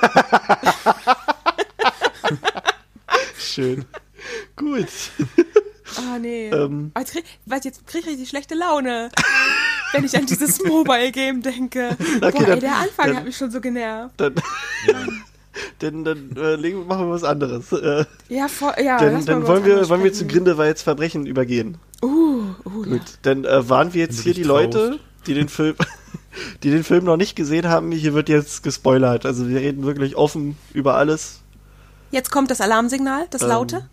Schön. Gut. Ah, nee. Ähm. Jetzt krieg ich richtig schlechte Laune, wenn ich an dieses Mobile-Game denke. Okay, Boah, der Anfang hat mich schon so genervt. Dann, dann machen wir was anderes. Ja, Dann wollen wir zu Grindelwalds Verbrechen übergehen. Gut, ja. dann waren wir jetzt Wenn hier du die dich Leute, traust. die den Film noch nicht gesehen haben. Hier wird jetzt gespoilert. Also wir reden wirklich offen über alles. Jetzt kommt das Alarmsignal, das laute.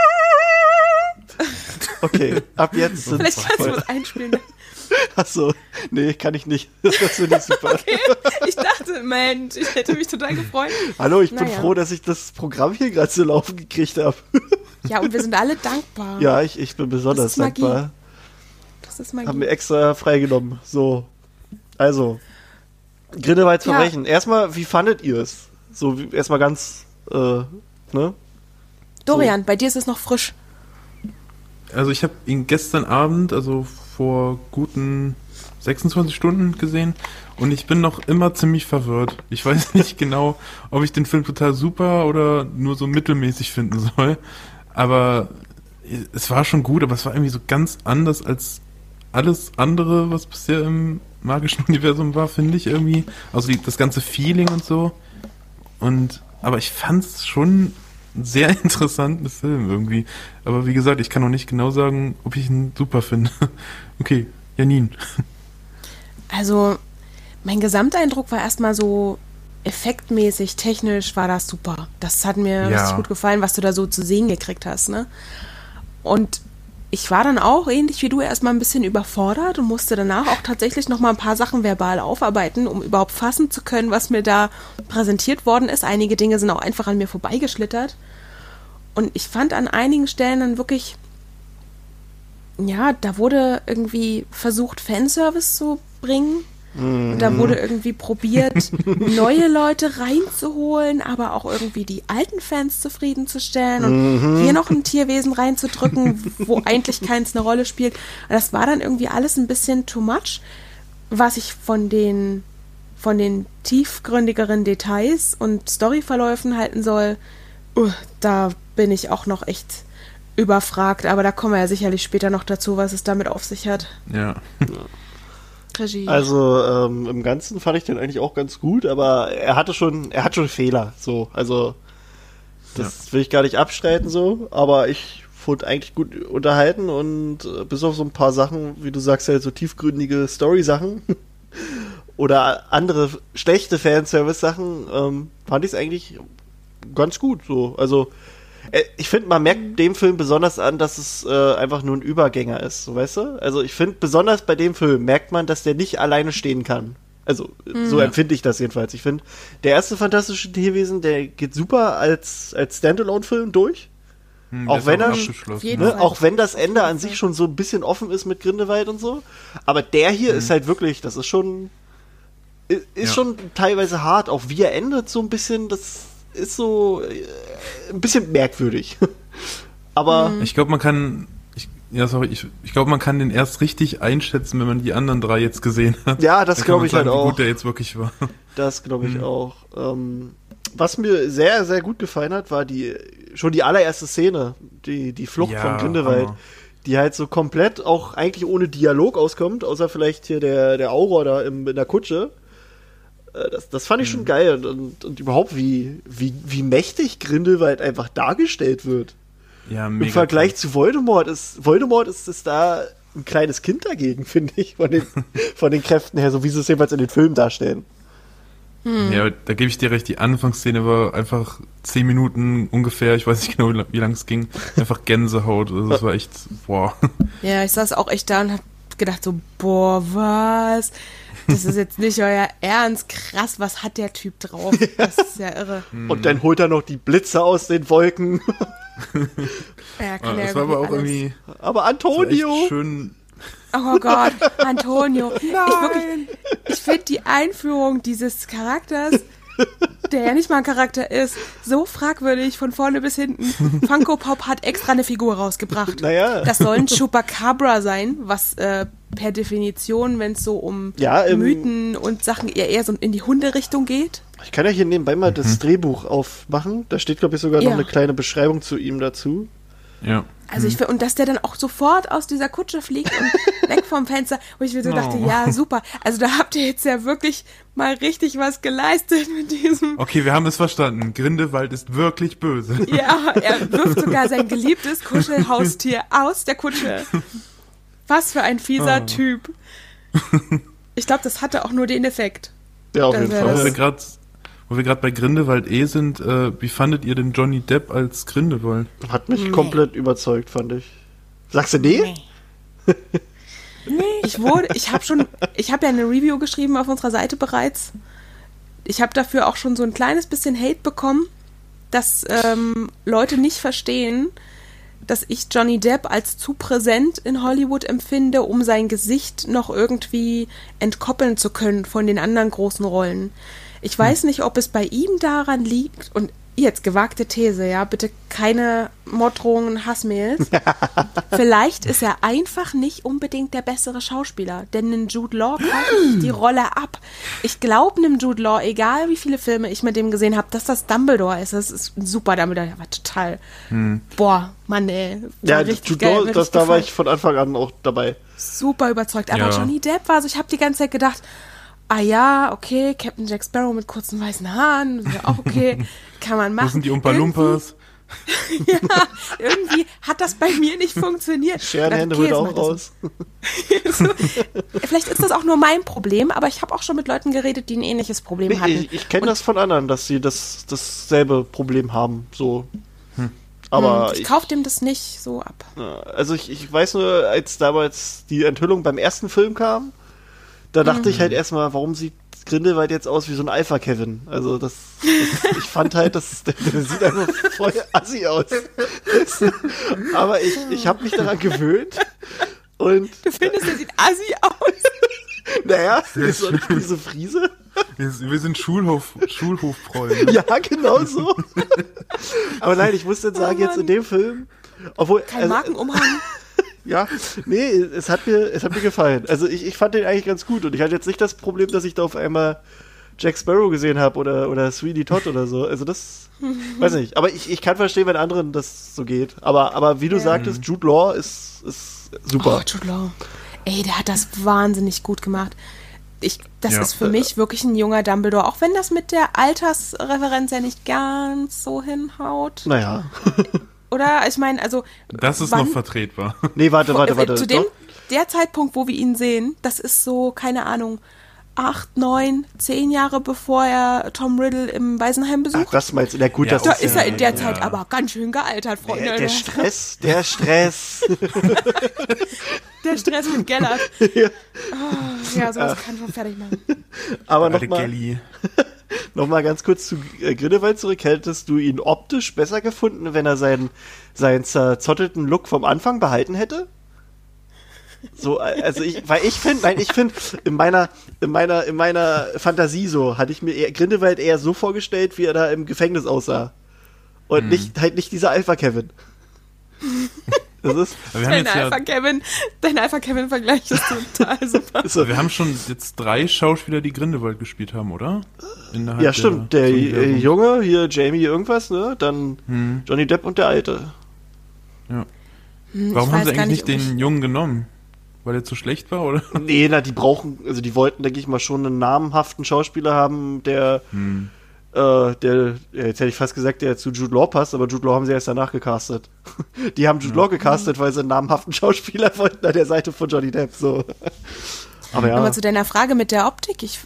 Okay, ab jetzt sind Vielleicht kannst du was einspielen. Achso, nee, kann ich nicht. Das finde ich super. Okay. Ich dachte, Mensch, ich hätte mich total gefreut. Hallo, ich bin Naja. froh, dass ich das Programm hier gerade zu laufen gekriegt habe. Ja, und wir sind alle dankbar. Ja, ich bin besonders Das ist Magie. dankbar. Das ist Magie. Haben wir extra freigenommen. So, also, Grindelwalds Ja. Verbrechen. Erstmal, wie fandet ihr es? So, erstmal ganz, ne? Dorian, bei dir ist es noch frisch. Also ich habe ihn gestern Abend, also vor guten 26 Stunden gesehen und ich bin noch immer ziemlich verwirrt. Ich weiß nicht genau, ob ich den Film total super oder nur so mittelmäßig finden soll. Aber es war schon gut, aber es war irgendwie so ganz anders als alles andere, was bisher im magischen Universum war, finde ich irgendwie. Also das ganze Feeling und so. Aber ich fand es schon einen sehr interessanten Film irgendwie. Aber wie gesagt, ich kann noch nicht genau sagen, ob ich ihn super finde. Okay, Janine. Also, mein Gesamteindruck war erstmal so effektmäßig, technisch war das super. Das hat mir Ja. richtig gut gefallen, was du da so zu sehen gekriegt hast, ne? Und ich war dann auch, ähnlich wie du, erstmal ein bisschen überfordert und musste danach auch tatsächlich nochmal ein paar Sachen verbal aufarbeiten, um überhaupt fassen zu können, was mir da präsentiert worden ist. Einige Dinge sind auch einfach an mir vorbeigeschlittert. Und ich fand an einigen Stellen dann wirklich, ja, da wurde irgendwie versucht, Fanservice zu bringen. Und da wurde irgendwie probiert, neue Leute reinzuholen, aber auch irgendwie die alten Fans zufriedenzustellen und hier noch ein Tierwesen reinzudrücken, wo eigentlich keins eine Rolle spielt. Das war dann irgendwie alles ein bisschen too much, was ich von den tiefgründigeren Details und Storyverläufen halten soll. Da bin ich auch noch echt überfragt, aber da kommen wir ja sicherlich später noch dazu, was es damit auf sich hat. Ja. Regie. Also im Ganzen fand ich den eigentlich auch ganz gut, aber er hat schon Fehler. So, also das will ich gar nicht abstreiten so, aber ich wurde eigentlich gut unterhalten und bis auf so ein paar Sachen, wie du sagst, halt so tiefgründige Story-Sachen oder andere schlechte Fanservice-Sachen, fand ich es eigentlich ganz gut. So, also ich finde, man merkt dem Film besonders an, dass es einfach nur ein Übergänger ist, so, weißt du? Also ich finde, besonders bei dem Film merkt man, dass der nicht alleine stehen kann. Also so empfinde ich das jedenfalls. Ich finde, der erste Fantastische Tierwesen, der geht super als Standalone-Film durch. Auch wenn er, abgeschlossen. Fall. auch wenn das Ende an sich schon so ein bisschen offen ist mit Grindelwald und so. Aber der hier ist halt wirklich, das ist schon schon teilweise hart. Auch wie er endet so ein bisschen, das ist so ein bisschen merkwürdig. Aber Ich glaube, man kann den erst richtig einschätzen, wenn man die anderen drei jetzt gesehen hat. ja, das Dann kann glaube man ich halt sagen, wie auch. gut der jetzt wirklich war. Das glaube ich auch. Was mir sehr, sehr gut gefallen hat, war schon die allererste Szene, die Flucht Ja, von Grindelwald, Hammer. die halt so komplett auch eigentlich ohne Dialog auskommt, außer vielleicht hier der Auror da in der Kutsche. Das fand ich schon geil und überhaupt, wie mächtig Grindelwald einfach dargestellt wird. Ja, mega. Im Vergleich zu Voldemort ist da ein kleines Kind dagegen, finde ich, von den Kräften her, so wie sie es jedenfalls in den Filmen darstellen. Ja, da gebe ich dir recht, die Anfangsszene war einfach 10 Minuten ungefähr, ich weiß nicht genau, wie lang es ging, einfach Gänsehaut, also das war echt, boah. Ja, ich saß auch echt da und hab gedacht so, boah, was? Das ist jetzt nicht euer Ernst. Krass, was hat der Typ drauf? Das ist ja irre. Und dann holt er noch die Blitze aus den Wolken. Ja, kann Das ja war aber auch alles. irgendwie Aber so Antonio! echt schön, Oh Gott, Antonio. Ich finde die Einführung dieses Charakters, der ja nicht mal ein Charakter ist, so fragwürdig von vorne bis hinten. Funko Pop hat extra eine Figur rausgebracht. Naja. Das soll ein Chupacabra sein, was per Definition, wenn es so um Mythen und Sachen eher so in die Hunderichtung geht. Ich kann ja hier nebenbei mal das Drehbuch aufmachen. Da steht, glaube ich, sogar noch eine kleine Beschreibung zu ihm dazu. Ja. Also und dass der dann auch sofort aus dieser Kutsche fliegt und weg vom Fenster, wo ich mir so dachte, ja, super. Also da habt ihr jetzt ja wirklich mal richtig was geleistet mit diesem. Okay, wir haben es verstanden. Grindelwald ist wirklich böse. Ja, er wirft sogar sein geliebtes Kuschelhaustier aus der Kutsche. Was für ein fieser Typ. Ich glaube, das hatte auch nur den Effekt. Ja, auf jeden Fall. Wo wir gerade bei Grindelwald sind, wie fandet ihr denn Johnny Depp als Grindelwald? Hat mich komplett überzeugt, fand ich. Sagst du nee? Ich habe ja eine Review geschrieben auf unserer Seite bereits. Ich habe dafür auch schon so ein kleines bisschen Hate bekommen, dass Leute nicht verstehen, dass ich Johnny Depp als zu präsent in Hollywood empfinde, um sein Gesicht noch irgendwie entkoppeln zu können von den anderen großen Rollen. Ich weiß nicht, ob es bei ihm daran liegt, und jetzt gewagte These, ja, bitte keine Morddrohungen, Hassmails. Vielleicht ist er einfach nicht unbedingt der bessere Schauspieler, denn in Jude Law kaufe ich die Rolle ab. Ich glaube einem Jude Law, egal wie viele Filme ich mit dem gesehen habe, dass das Dumbledore ist. Das ist ein super Dumbledore, der war total, boah, Mann, ey. Ja, Jude Law, da war ich von Anfang an auch dabei. Super überzeugt, aber Johnny Depp war so, ich habe die ganze Zeit gedacht, ah ja, okay, Captain Jack Sparrow mit kurzen weißen Haaren, ist ja auch okay, kann man machen. Wo sind die Umpa Lumpas? Ja, irgendwie hat das bei mir nicht funktioniert. Scherenhände holt auch raus. So, vielleicht ist das auch nur mein Problem, aber ich habe auch schon mit Leuten geredet, die ein ähnliches Problem hatten. Ich kenne das von anderen, dass sie dasselbe Problem haben, so. Aber ich kaufe dem das nicht so ab. Also ich weiß nur, als damals die Enthüllung beim ersten Film kam, da dachte ich halt erstmal, warum sieht Grindelwald jetzt aus wie so ein Alpha-Kevin? Also ich fand halt, der sieht einfach voll assi aus. Aber ich habe mich daran gewöhnt. Und du findest, der sieht assi aus? Naja, ist doch nicht diese Friese. Wir sind Schulhofprollen. Ne? Ja, genau so. Aber nein, ich muss dann sagen, jetzt in dem Film, obwohl... Kein Markenumhang. Ja, nee, es hat mir gefallen. Also ich fand den eigentlich ganz gut und ich hatte jetzt nicht das Problem, dass ich da auf einmal Jack Sparrow gesehen habe oder Sweeney Todd oder so. Also das, weiß nicht. Aber ich kann verstehen, wenn anderen das so geht. Aber wie du sagtest, Jude Law ist super. Oh, Jude Law. Ey, der hat das wahnsinnig gut gemacht. Das ist für mich wirklich ein junger Dumbledore, auch wenn das mit der Altersreferenz ja nicht ganz so hinhaut. Naja. Oder? Ich meine, also... Das ist noch vertretbar. Nee, warte. Zu der Zeitpunkt, wo wir ihn sehen, das ist so, keine Ahnung, 8, 9, 10 Jahre bevor er Tom Riddle im Waisenheim besucht. Ach, das meinst du? Na gut, da ist er in der Zeit aber ganz schön gealtert, Freunde. Der Stress. Der Stress mit Gellert. Ja, sowas kann schon fertig machen. Aber nochmal ganz kurz zu Grindelwald zurück. Hättest du ihn optisch besser gefunden, wenn er seinen zerzottelten Look vom Anfang behalten hätte? So, also ich finde, in meiner Fantasie so, hatte ich mir Grindelwald eher so vorgestellt, wie er da im Gefängnis aussah. Und nicht dieser Alpha-Kevin. Das ist dein Alpha-Kevin-Vergleich ist total super. So. Wir haben schon jetzt 3 Schauspieler, die Grindelwald gespielt haben, oder? Ja, stimmt. Der Junge, hier Jamie irgendwas, ne? Dann Johnny Depp und der Alte. Ja. Warum haben sie eigentlich nicht den Jungen genommen? Weil er zu schlecht war, oder? Nee, die wollten, denke ich mal, schon einen namhaften Schauspieler haben, der jetzt hätte ich fast gesagt, der zu Jude Law passt, aber Jude Law haben sie erst danach gecastet. Die haben Jude Law gecastet, weil sie einen namhaften Schauspieler wollten an der Seite von Johnny Depp, so. Aber ja. Aber zu deiner Frage mit der Optik, ich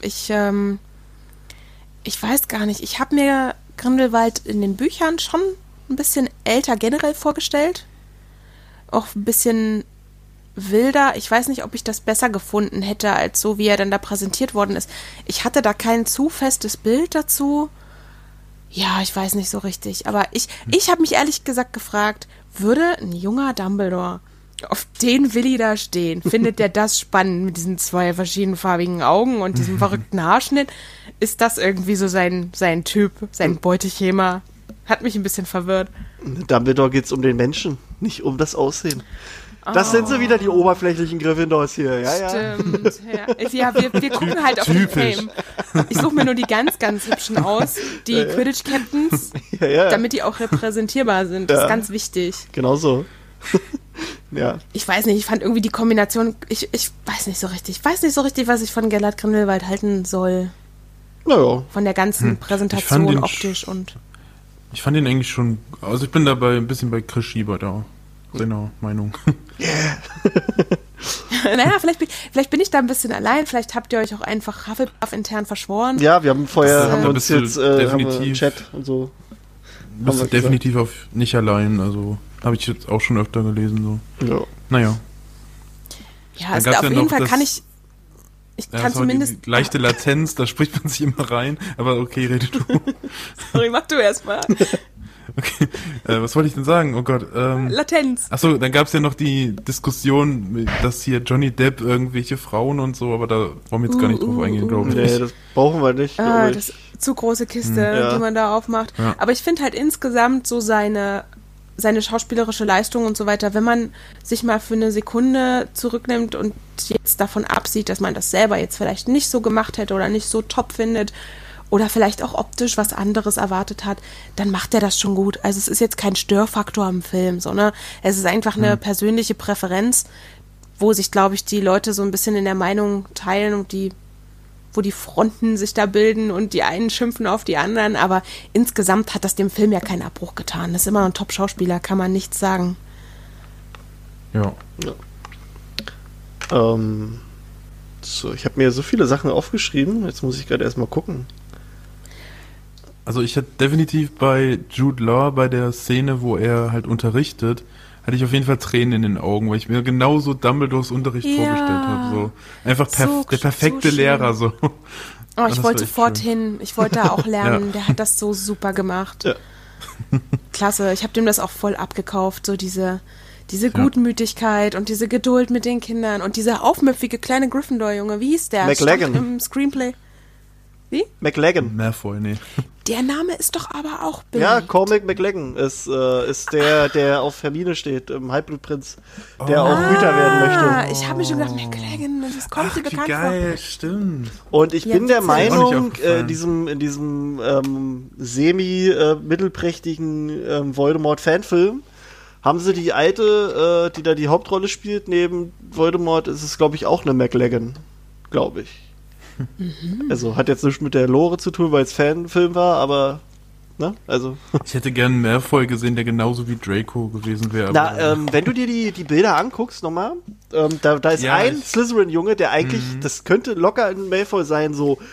weiß gar nicht, ich habe mir Grindelwald in den Büchern schon ein bisschen älter generell vorgestellt. Auch ein bisschen wilder. Ich weiß nicht, ob ich das besser gefunden hätte, als so, wie er dann da präsentiert worden ist. Ich hatte da kein zu festes Bild dazu. Ja, ich weiß nicht so richtig. Aber ich habe mich ehrlich gesagt gefragt, würde ein junger Dumbledore Auf den will ich da stehen. Findet der das spannend mit diesen 2 verschiedenfarbigen Augen und diesem verrückten Haarschnitt? Ist das irgendwie so sein Typ, sein Beuteschema? Hat mich ein bisschen verwirrt. Dumbledore geht's um den Menschen, nicht um das Aussehen. Das sind so wieder die oberflächlichen Gryffindors hier. Ja, stimmt. Ja, wir gucken halt auf den Film. Ich suche mir nur die ganz, ganz hübschen aus, die Quidditch-Captains, damit die auch repräsentierbar sind. Das ist ganz wichtig. Genau so. Ja. Ich weiß nicht, ich fand irgendwie die Kombination, ich weiß nicht so richtig. Ich weiß nicht so richtig, was ich von Gellert Grindelwald halten soll. Naja. Von der ganzen Präsentation optisch und... Ich fand ihn eigentlich schon, also ich bin dabei ein bisschen bei Chris Schieber da. Seiner Meinung. Yeah. Naja, vielleicht bin ich da ein bisschen allein, vielleicht habt ihr euch auch einfach Hufflepuff intern verschworen. Ja, wir haben vorher haben uns jetzt definitiv Chat und so. Bist du definitiv nicht allein, also habe ich jetzt auch schon öfter gelesen. So. Ja. Naja. Ja, also auf jeden Fall kann ich kann zumindest... Die leichte Latenz, da spricht man sich immer rein, aber okay, rede du. Sorry, mach du erst mal. Okay, was wollte ich denn sagen? Oh Gott. Latenz. Achso, dann gab es ja noch die Diskussion, dass hier Johnny Depp irgendwelche Frauen und so, aber da wollen wir jetzt gar nicht drauf eingehen, glaube ich. Nee, das brauchen wir nicht. Das ist zu große Kiste, die man da aufmacht. Ja. Aber ich finde halt insgesamt so seine schauspielerische Leistung und so weiter, wenn man sich mal für eine Sekunde zurücknimmt und jetzt davon absieht, dass man das selber jetzt vielleicht nicht so gemacht hätte oder nicht so top findet oder vielleicht auch optisch was anderes erwartet hat, dann macht er das schon gut. Also es ist jetzt kein Störfaktor im Film, sondern es ist einfach eine persönliche Präferenz, wo sich, glaube ich, die Leute so ein bisschen in der Meinung teilen und wo die Fronten sich da bilden und die einen schimpfen auf die anderen, aber insgesamt hat das dem Film ja keinen Abbruch getan. Das ist immer noch ein Top-Schauspieler, kann man nichts sagen. Ja. So, ich habe mir so viele Sachen aufgeschrieben, jetzt muss ich gerade erstmal gucken. Also ich hätte definitiv bei Jude Law, bei der Szene, wo er halt unterrichtet, hatte ich auf jeden Fall Tränen in den Augen, weil ich mir genauso Dumbledores Unterricht vorgestellt habe. So. Einfach der perfekte so Lehrer. So. Oh, ich wollte sofort hin. Ich wollte da auch lernen. Der hat das so super gemacht. Ja. Klasse. Ich habe dem das auch voll abgekauft. So diese Gutmütigkeit und diese Geduld mit den Kindern und dieser aufmüpfige kleine Gryffindor-Junge. Wie hieß der? McLaggen. Im Screenplay. Wie? McLaggen. Malfoy, nee. Der Name ist doch aber auch beliebt. Ja, Cormac McLaggen ist der auf Hermine steht, im Halbblutprinz, der auch Hüter werden möchte. Ich habe mir schon gedacht, McLaggen, das kommt dir bekannt geil, stimmt. Und ich bin der Meinung, in diesem semi-mittelprächtigen Voldemort-Fanfilm haben sie die alte, die da die Hauptrolle spielt, neben Voldemort, ist es, glaube ich, auch eine McLaggen, glaube ich. Also hat jetzt nichts mit der Lore zu tun, weil es Fanfilm war, aber ne, also. Ich hätte gern einen Malfoy gesehen, der genauso wie Draco gewesen wäre. Wenn du dir die Bilder anguckst nochmal, da ist ein Slytherin-Junge, der eigentlich, das könnte locker ein Malfoy sein,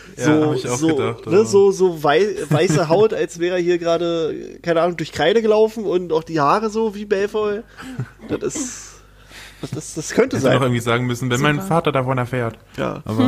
weiße Haut, als wäre er hier gerade, keine Ahnung, durch Kreide gelaufen und auch die Haare so wie Malfoy. Das könnte sein. Ich hätte noch irgendwie sagen müssen, wenn mein Vater davon erfährt. Ja. Aber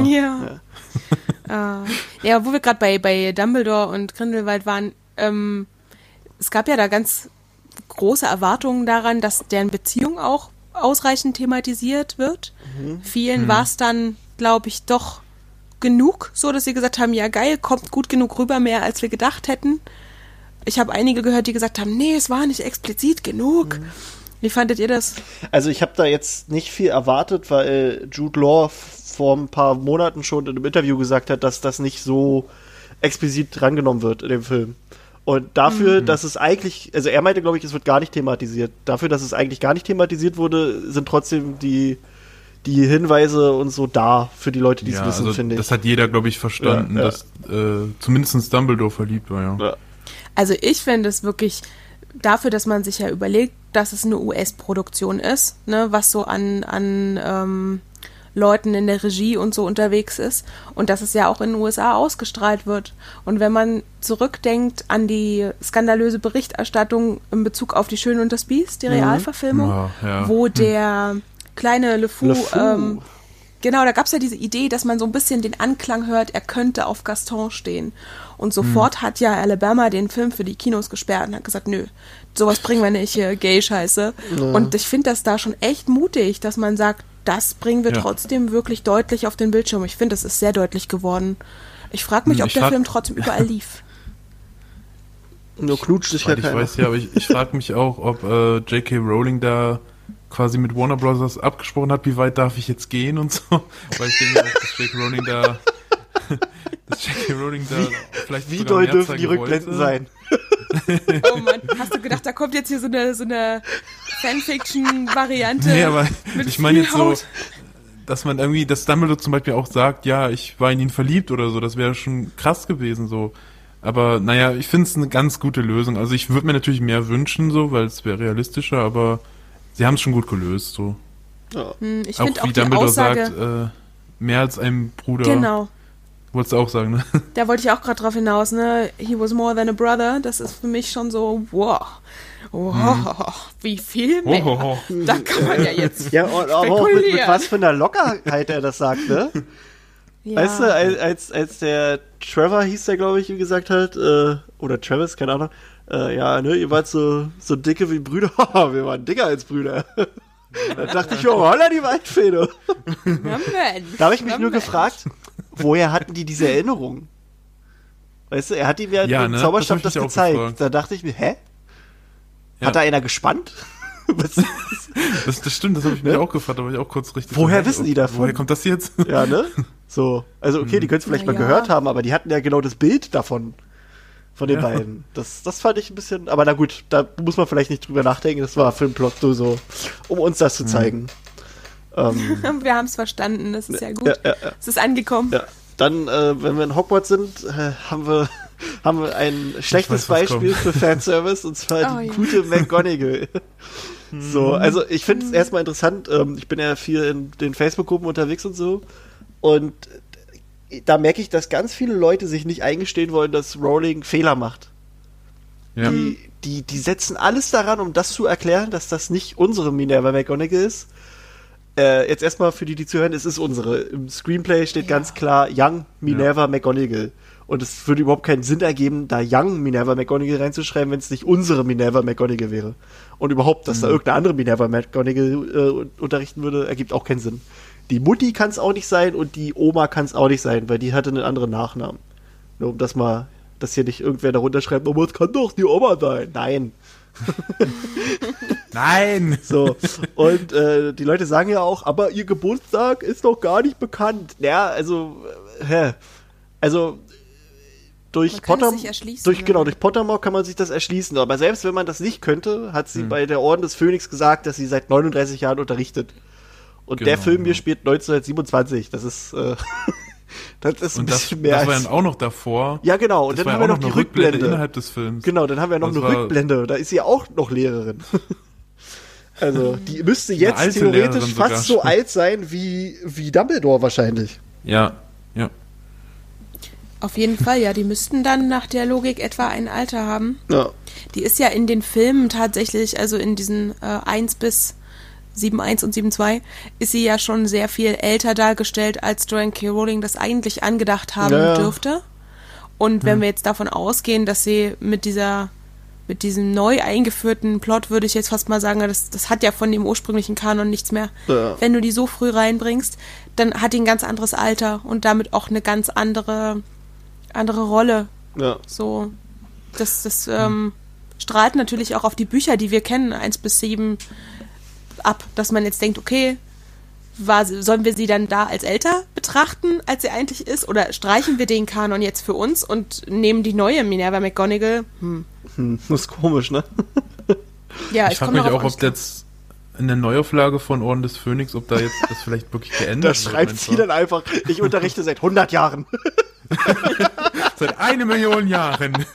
wo wir gerade bei Dumbledore und Grindelwald waren, es gab ja da ganz große Erwartungen daran, dass deren Beziehung auch ausreichend thematisiert wird. Vielen war es dann, glaube ich, doch genug, so dass sie gesagt haben, ja geil, kommt gut genug rüber, mehr als wir gedacht hätten. Ich habe einige gehört, die gesagt haben, nee, es war nicht explizit genug. Wie fandet ihr das? Also ich habe da jetzt nicht viel erwartet, weil Jude Law vor ein paar Monaten schon in einem Interview gesagt hat, dass das nicht so explizit drangenommen wird in dem Film. Und dafür, dass es eigentlich, also er meinte, glaube ich, es wird gar nicht thematisiert. Dafür, dass es eigentlich gar nicht thematisiert wurde, sind trotzdem die Hinweise und so da für die Leute, die es wissen, finde ich. Das hat jeder, glaube ich, verstanden, dass zumindest Dumbledore verliebt war, ja. Also ich finde es wirklich dafür, dass man sich ja überlegt, dass es eine US-Produktion ist, ne, was so an Leuten in der Regie und so unterwegs ist und dass es ja auch in den USA ausgestrahlt wird. Und wenn man zurückdenkt an die skandalöse Berichterstattung in Bezug auf Die Schöne und das Biest, die Realverfilmung, wo der kleine LeFou Genau, da gab es ja diese Idee, dass man so ein bisschen den Anklang hört, er könnte auf Gaston stehen. Und sofort hat ja Alabama den Film für die Kinos gesperrt und hat gesagt, nö, sowas bringen wir nicht, Gay-Scheiße. Ja. Und ich finde das da schon echt mutig, dass man sagt, das bringen wir trotzdem wirklich deutlich auf den Bildschirm. Ich finde, das ist sehr deutlich geworden. Ich frage mich, ob der Film trotzdem überall lief. Nur knutscht sich ja keiner. Ich weiß ja, aber ich frage mich auch, ob J.K. Rowling da quasi mit Warner Bros. Abgesprochen hat, wie weit darf ich jetzt gehen und so. Weil ich denke auch, dass J.K. Rowling da vielleicht wie doll dürfen die Rückblenden sein? Oh Mann, hast du gedacht, da kommt jetzt hier so eine Fanfiction-Variante? Nee, aber ich meine jetzt so, dass man irgendwie, dass Dumbledore zum Beispiel auch sagt, ja, ich war in ihn verliebt oder so, das wäre schon krass gewesen so. Aber naja, ich finde es eine ganz gute Lösung. Also ich würde mir natürlich mehr wünschen, so, weil es wäre realistischer, aber sie haben es schon gut gelöst, so. Ja. Ich finde auch wie die Dumbledore Aussage, sagt, mehr als ein Bruder. genau. Wolltest du auch sagen, ne? Da wollte ich auch gerade drauf hinaus, ne? He was more than a brother. Das ist für mich schon so, wow. Wie viel mehr. Da kann man ja jetzt ja, aber auch mit was für einer Lockerheit er das sagt, ne? Ja. Weißt du, als der Trevor hieß der, glaube ich, wie gesagt hat, oder Travis, keine Ahnung, ja, ne, ihr wart so dicke wie Brüder. Wir waren dicker als Brüder. Da dachte ich, oh, holla die Waldfähne. Da habe ich mich nur gefragt, woher hatten die diese Erinnerung? Weißt du, er hat ihm ja mit dem Zauberstab das gezeigt. Da dachte ich mir, hä? Ja. Hat da einer gespannt? Das stimmt, das habe ich mir auch gefragt, aber ich auch kurz richtig. Woher wissen die davon? Woher kommt das jetzt? Ja, ne? So, also okay, die können es vielleicht mal gehört haben, aber die hatten ja genau das Bild davon. Von den beiden. Das fand ich ein bisschen, aber na gut, da muss man vielleicht nicht drüber nachdenken, das war Filmplot nur so, um uns das zu zeigen. Wir haben es verstanden, das ist ja gut. Es ist angekommen. Ja. Dann, wenn wir in Hogwarts sind, haben wir ein schlechtes Beispiel für Fanservice, und zwar die gute McGonagall. So, also ich finde es erstmal interessant, ich bin ja viel in den Facebook-Gruppen unterwegs und so, und da merke ich, dass ganz viele Leute sich nicht eingestehen wollen, dass Rowling Fehler macht. Ja. Die setzen alles daran, um das zu erklären, dass das nicht unsere Minerva McGonagall ist. Jetzt erstmal für die zuhören, es ist unsere. Im Screenplay steht ganz klar Young Minerva McGonagall. Und es würde überhaupt keinen Sinn ergeben, da Young Minerva McGonagall reinzuschreiben, wenn es nicht unsere Minerva McGonagall wäre. Und überhaupt, dass da irgendeine andere Minerva McGonagall unterrichten würde, ergibt auch keinen Sinn. Die Mutti kann es auch nicht sein und die Oma kann es auch nicht sein, weil die hatte einen anderen Nachnamen. Nur um das mal, dass hier nicht irgendwer darunter schreibt, aber es kann doch die Oma sein. Nein. Nein! So, und die Leute sagen ja auch, aber ihr Geburtstag ist doch gar nicht bekannt. Ja, also, durch Pottermore kann man sich das erschließen. Aber selbst wenn man das nicht könnte, hat sie bei der Orden des Phönix gesagt, dass sie seit 39 Jahren unterrichtet. Und der Film hier spielt 1927. Das ist ein bisschen mehr. Das war dann auch noch davor. Ja, genau. Und dann haben wir noch die Rückblende innerhalb des Films. Genau, dann haben wir noch eine Rückblende. Da ist sie auch noch Lehrerin. Also, die müsste jetzt theoretisch fast so alt sein wie Dumbledore wahrscheinlich. Ja. Auf jeden Fall, ja. Die müssten dann nach der Logik etwa ein Alter haben. Ja. Die ist ja in den Filmen tatsächlich, also in diesen 1 bis 7.1 und 7.2, ist sie ja schon sehr viel älter dargestellt, als Joanne K. Rowling das eigentlich angedacht haben dürfte. Und wenn wir jetzt davon ausgehen, dass sie mit diesem neu eingeführten Plot, würde ich jetzt fast mal sagen, das hat ja von dem ursprünglichen Kanon nichts mehr. Ja. Wenn du die so früh reinbringst, dann hat die ein ganz anderes Alter und damit auch eine ganz andere Rolle. Ja. So, das strahlt natürlich auch auf die Bücher, die wir kennen, 1 bis 7 ab, dass man jetzt denkt, okay, sollen wir sie dann da als älter betrachten, als sie eigentlich ist, oder streichen wir den Kanon jetzt für uns und nehmen die neue Minerva McGonagall? Das ist komisch, ne? Ja, ich frage mich auch, ob jetzt in der Neuauflage von Orden des Phönix, ob da jetzt das vielleicht wirklich geändert wird. Da schreibt sie dann einfach, ich unterrichte seit 100 Jahren. Seit 1 Million Jahren.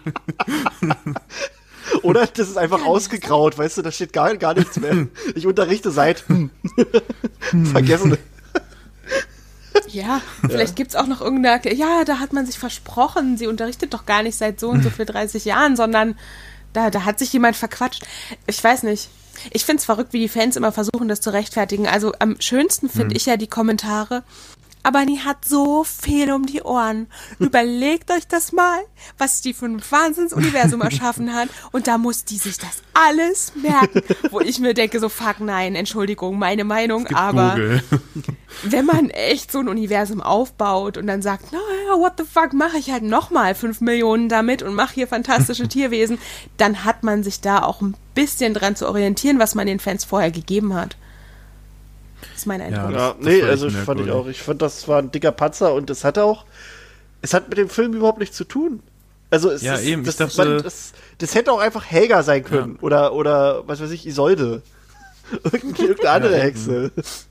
Oder das ist einfach ausgegraut, weißt du, da steht gar nichts mehr. Ich unterrichte seit vergessen. Ja, vielleicht gibt's auch noch irgendeine, da hat man sich versprochen, sie unterrichtet doch gar nicht seit so und so viel 30 Jahren, sondern da hat sich jemand verquatscht. Ich weiß nicht. Ich find's verrückt, wie die Fans immer versuchen, das zu rechtfertigen. Also am schönsten finde ich ja die Kommentare. Aber die hat so viel um die Ohren. Überlegt euch das mal, was die für ein Wahnsinnsuniversum erschaffen hat. Und da muss die sich das alles merken. Wo ich mir denke, so fuck nein, Entschuldigung, meine Meinung. Aber Google. wenn man echt so ein Universum aufbaut und dann sagt, naja, what the fuck, mache ich halt nochmal 5 Millionen damit und mache hier fantastische Tierwesen, dann hat man sich da auch ein bisschen dran zu orientieren, was man den Fans vorher gegeben hat. Das ist mein Eindruck. Ja, das nee, war also echt fand ich merkwürdig. auch. Ich fand, das war ein dicker Panzer und es hat mit dem Film überhaupt nichts zu tun. Also es Ja, ist, eben, das, ich dachte- das hätte auch einfach Helga sein können. Oder was weiß ich, Isolde. Irgendeine andere Hexe.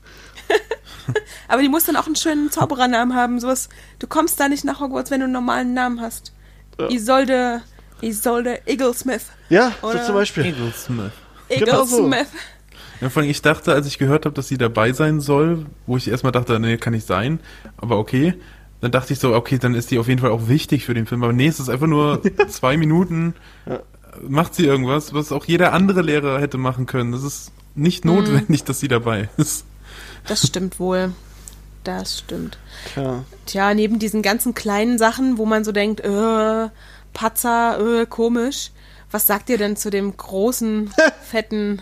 Aber die muss dann auch einen schönen Zauberernamen haben. Sowas, du kommst da nicht nach Hogwarts, wenn du einen normalen Namen hast. Ja. Isolde Igglesmith. Ja, Oder- so zum Beispiel. Eaglesmith. Genau so. Igglesmith. Ja, vor allem, ich dachte, als ich gehört habe, dass sie dabei sein soll, wo ich erstmal dachte, nee, kann nicht sein, aber okay. Dann dachte ich so, okay, dann ist die auf jeden Fall auch wichtig für den Film. Aber nee, es ist einfach nur 2 Minuten, macht sie irgendwas, was auch jeder andere Lehrer hätte machen können. Das ist nicht notwendig, dass sie dabei ist. Das stimmt wohl. Das stimmt. Ja. Tja, neben diesen ganzen kleinen Sachen, wo man so denkt, Patzer, komisch. Was sagt ihr denn zu dem großen, fetten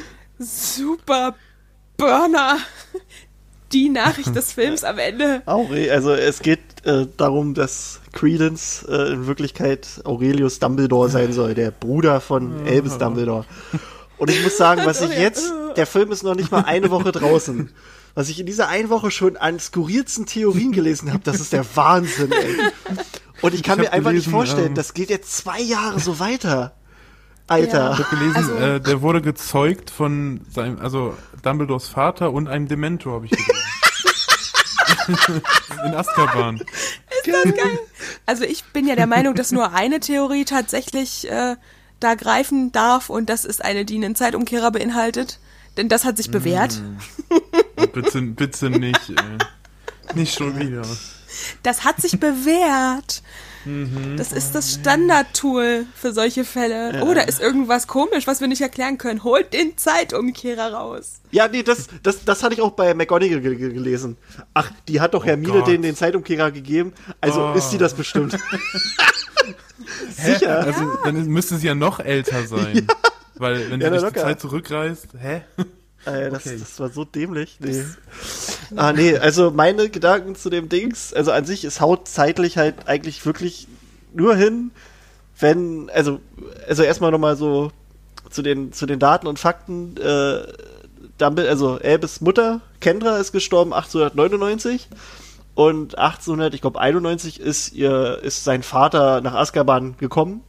Super Burner? Die Nachricht des Films am Ende. Also es geht darum, dass Credence in Wirklichkeit Aurelius Dumbledore sein soll, der Bruder von Albus Dumbledore. Und ich muss sagen, der Film ist noch nicht mal eine Woche draußen. Was ich in dieser einen Woche schon an skurrilsten Theorien gelesen habe, das ist der Wahnsinn, ey. Und ich kann Ich mir hab einfach nicht gelesen, vorstellen, das geht jetzt 2 Jahre so weiter. Alter. Ich habe gelesen, Also- der wurde gezeugt von seinem, also Dumbledores Vater und einem Dementor, habe ich gelesen. In Azkaban. Ist das geil? Also ich bin ja der Meinung, dass nur eine Theorie tatsächlich da greifen darf und das ist eine, die einen Zeitumkehrer beinhaltet. Denn das hat sich bewährt. Bitte nicht, ey. Nicht schon wieder. Das hat sich bewährt. Das ist das Standardtool für solche Fälle. Ja. Oh, da ist irgendwas komisch, was wir nicht erklären können. Holt den Zeitumkehrer raus. Ja, nee, das hatte ich auch bei McGonagall gelesen. Ach, die hat doch Hermine Gott. den Zeitumkehrer gegeben, also ist sie das bestimmt. Sicher. Also dann müsste sie ja noch älter sein. Weil wenn sie Ja, durch na die locker. Zeit zurückreist, hä? Okay. Das war so dämlich. Nee. Nee, also meine Gedanken zu dem Dings, also an sich, es haut zeitlich halt eigentlich wirklich nur hin, wenn, also erstmal nochmal so zu den Daten und Fakten, also Albus Mutter, Kendra, ist gestorben 1899 und 1891 ist sein Vater nach Azkaban gekommen.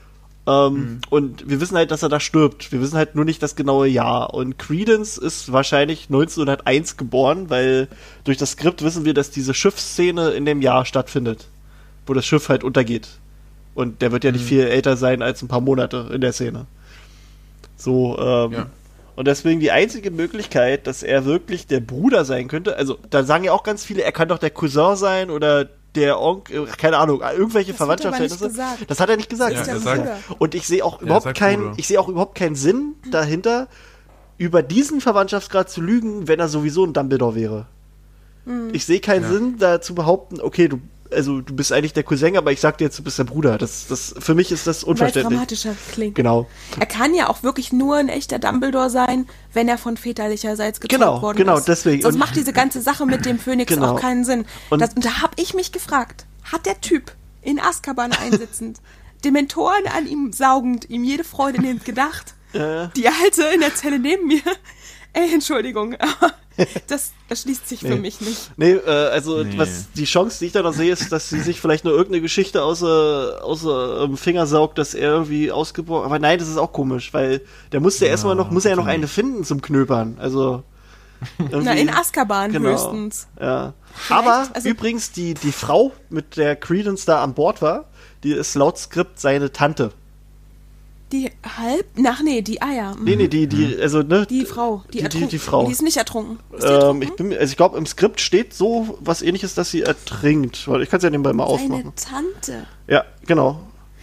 Und wir wissen halt, dass er da stirbt. Wir wissen halt nur nicht das genaue Jahr. Und Credence ist wahrscheinlich 1901 geboren, weil durch das Skript wissen wir, dass diese Schiffsszene in dem Jahr stattfindet, wo das Schiff halt untergeht. Und der wird ja nicht viel älter sein als ein paar Monate in der Szene. So, Ja. Und deswegen die einzige Möglichkeit, dass er wirklich der Bruder sein könnte, also da sagen ja auch ganz viele, er kann doch der Cousin sein oder der Onkel, keine Ahnung, irgendwelche Das hat er aber nicht Verwandtschaftsverhältnisse. gesagt. Das hat er nicht gesagt. Ja, ist ja er ein sagt, Bruder. Und ich sehe auch sagt Bruder. überhaupt keinen Sinn dahinter, über diesen Verwandtschaftsgrad zu lügen, wenn er sowieso ein Dumbledore wäre. Ich sehe keinen Ja. Sinn, da zu behaupten, okay, du bist eigentlich der Cousin, aber ich sag dir jetzt, du bist der Bruder. Für mich ist das Weil es unverständlich. dramatischer klingt. Genau. Er kann ja auch wirklich nur ein echter Dumbledore sein, wenn er von väterlicherseits gezeugt worden Genau, ist. deswegen. Sonst Und- macht diese ganze Sache mit dem Phönix Genau. auch keinen Sinn. Und- Und da habe ich mich gefragt, hat der Typ in Azkaban einsitzend, Dementoren an ihm saugend, ihm jede Freude nehmend gedacht, die Alte in der Zelle neben mir, Entschuldigung, aber das erschließt sich für mich nicht. Nee, Nee. was die Chance, die ich da noch sehe, ist, dass sie sich vielleicht nur irgendeine Geschichte außer Finger saugt, dass er irgendwie ausgeboren. Aber nein, das ist auch komisch, weil der muss ja noch eine finden zum Knöpern. Also Na, in Azkaban Genau. höchstens. Ja. Aber also- übrigens, die Frau, mit der Credence da an Bord war, die ist laut Skript seine Tante. Die die Eier. Nee, Die Frau, die ertrunken. die Frau. Die ist nicht ertrunken. Ist die ertrunken? Ich glaube, im Skript steht so was Ähnliches, dass sie ertrinkt. Weil ich kann es ja nebenbei mal Seine aufmachen. Tante. Ja, genau.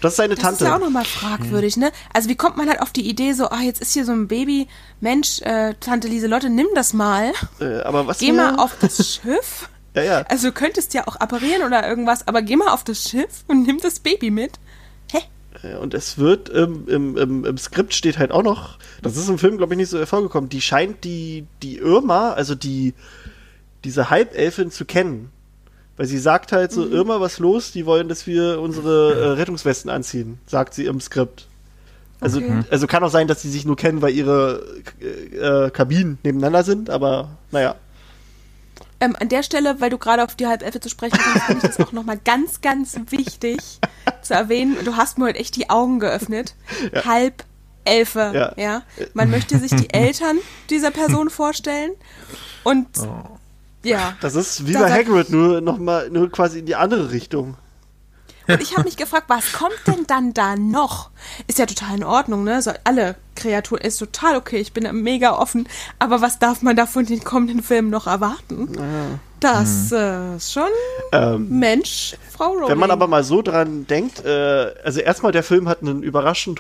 Das ist seine Das Tante. ist ja auch nochmal fragwürdig, ne? Also wie kommt man halt auf die Idee so, jetzt ist hier so ein Baby, Mensch, Tante Lieselotte, nimm das mal. Aber was Geh mal auf das Schiff. Ja. Also du könntest ja auch apparieren oder irgendwas, aber geh mal auf das Schiff und nimm das Baby mit. Hä? Und es wird im Skript steht halt auch noch, das ist im Film, glaube ich, nicht so hervorgekommen, die scheint die Irma, also diese Halbelfin zu kennen. Weil sie sagt halt so, Irma, was los? Die wollen, dass wir unsere Rettungswesten anziehen, sagt sie im Skript. Also, also kann auch sein, dass sie sich nur kennen, weil ihre Kabinen nebeneinander sind, aber naja. An der Stelle, weil du gerade auf die Halbelfe zu sprechen kommst, finde ich das auch nochmal ganz, ganz wichtig zu erwähnen. Du hast mir heute echt die Augen geöffnet. Ja. Halbelfe, ja. Man möchte sich die Eltern dieser Person vorstellen und ja. Das ist wie bei Hagrid, nur quasi in die andere Richtung. Und ich habe mich gefragt, was kommt denn dann da noch? Ist ja total in Ordnung, ne? So, alle Kreaturen ist total okay, ich bin da mega offen. Aber was darf man da von den kommenden Filmen noch erwarten? Das ist schon Mensch, Frau Rowling. Wenn man aber mal so dran denkt, also erstmal der Film hat eine überraschend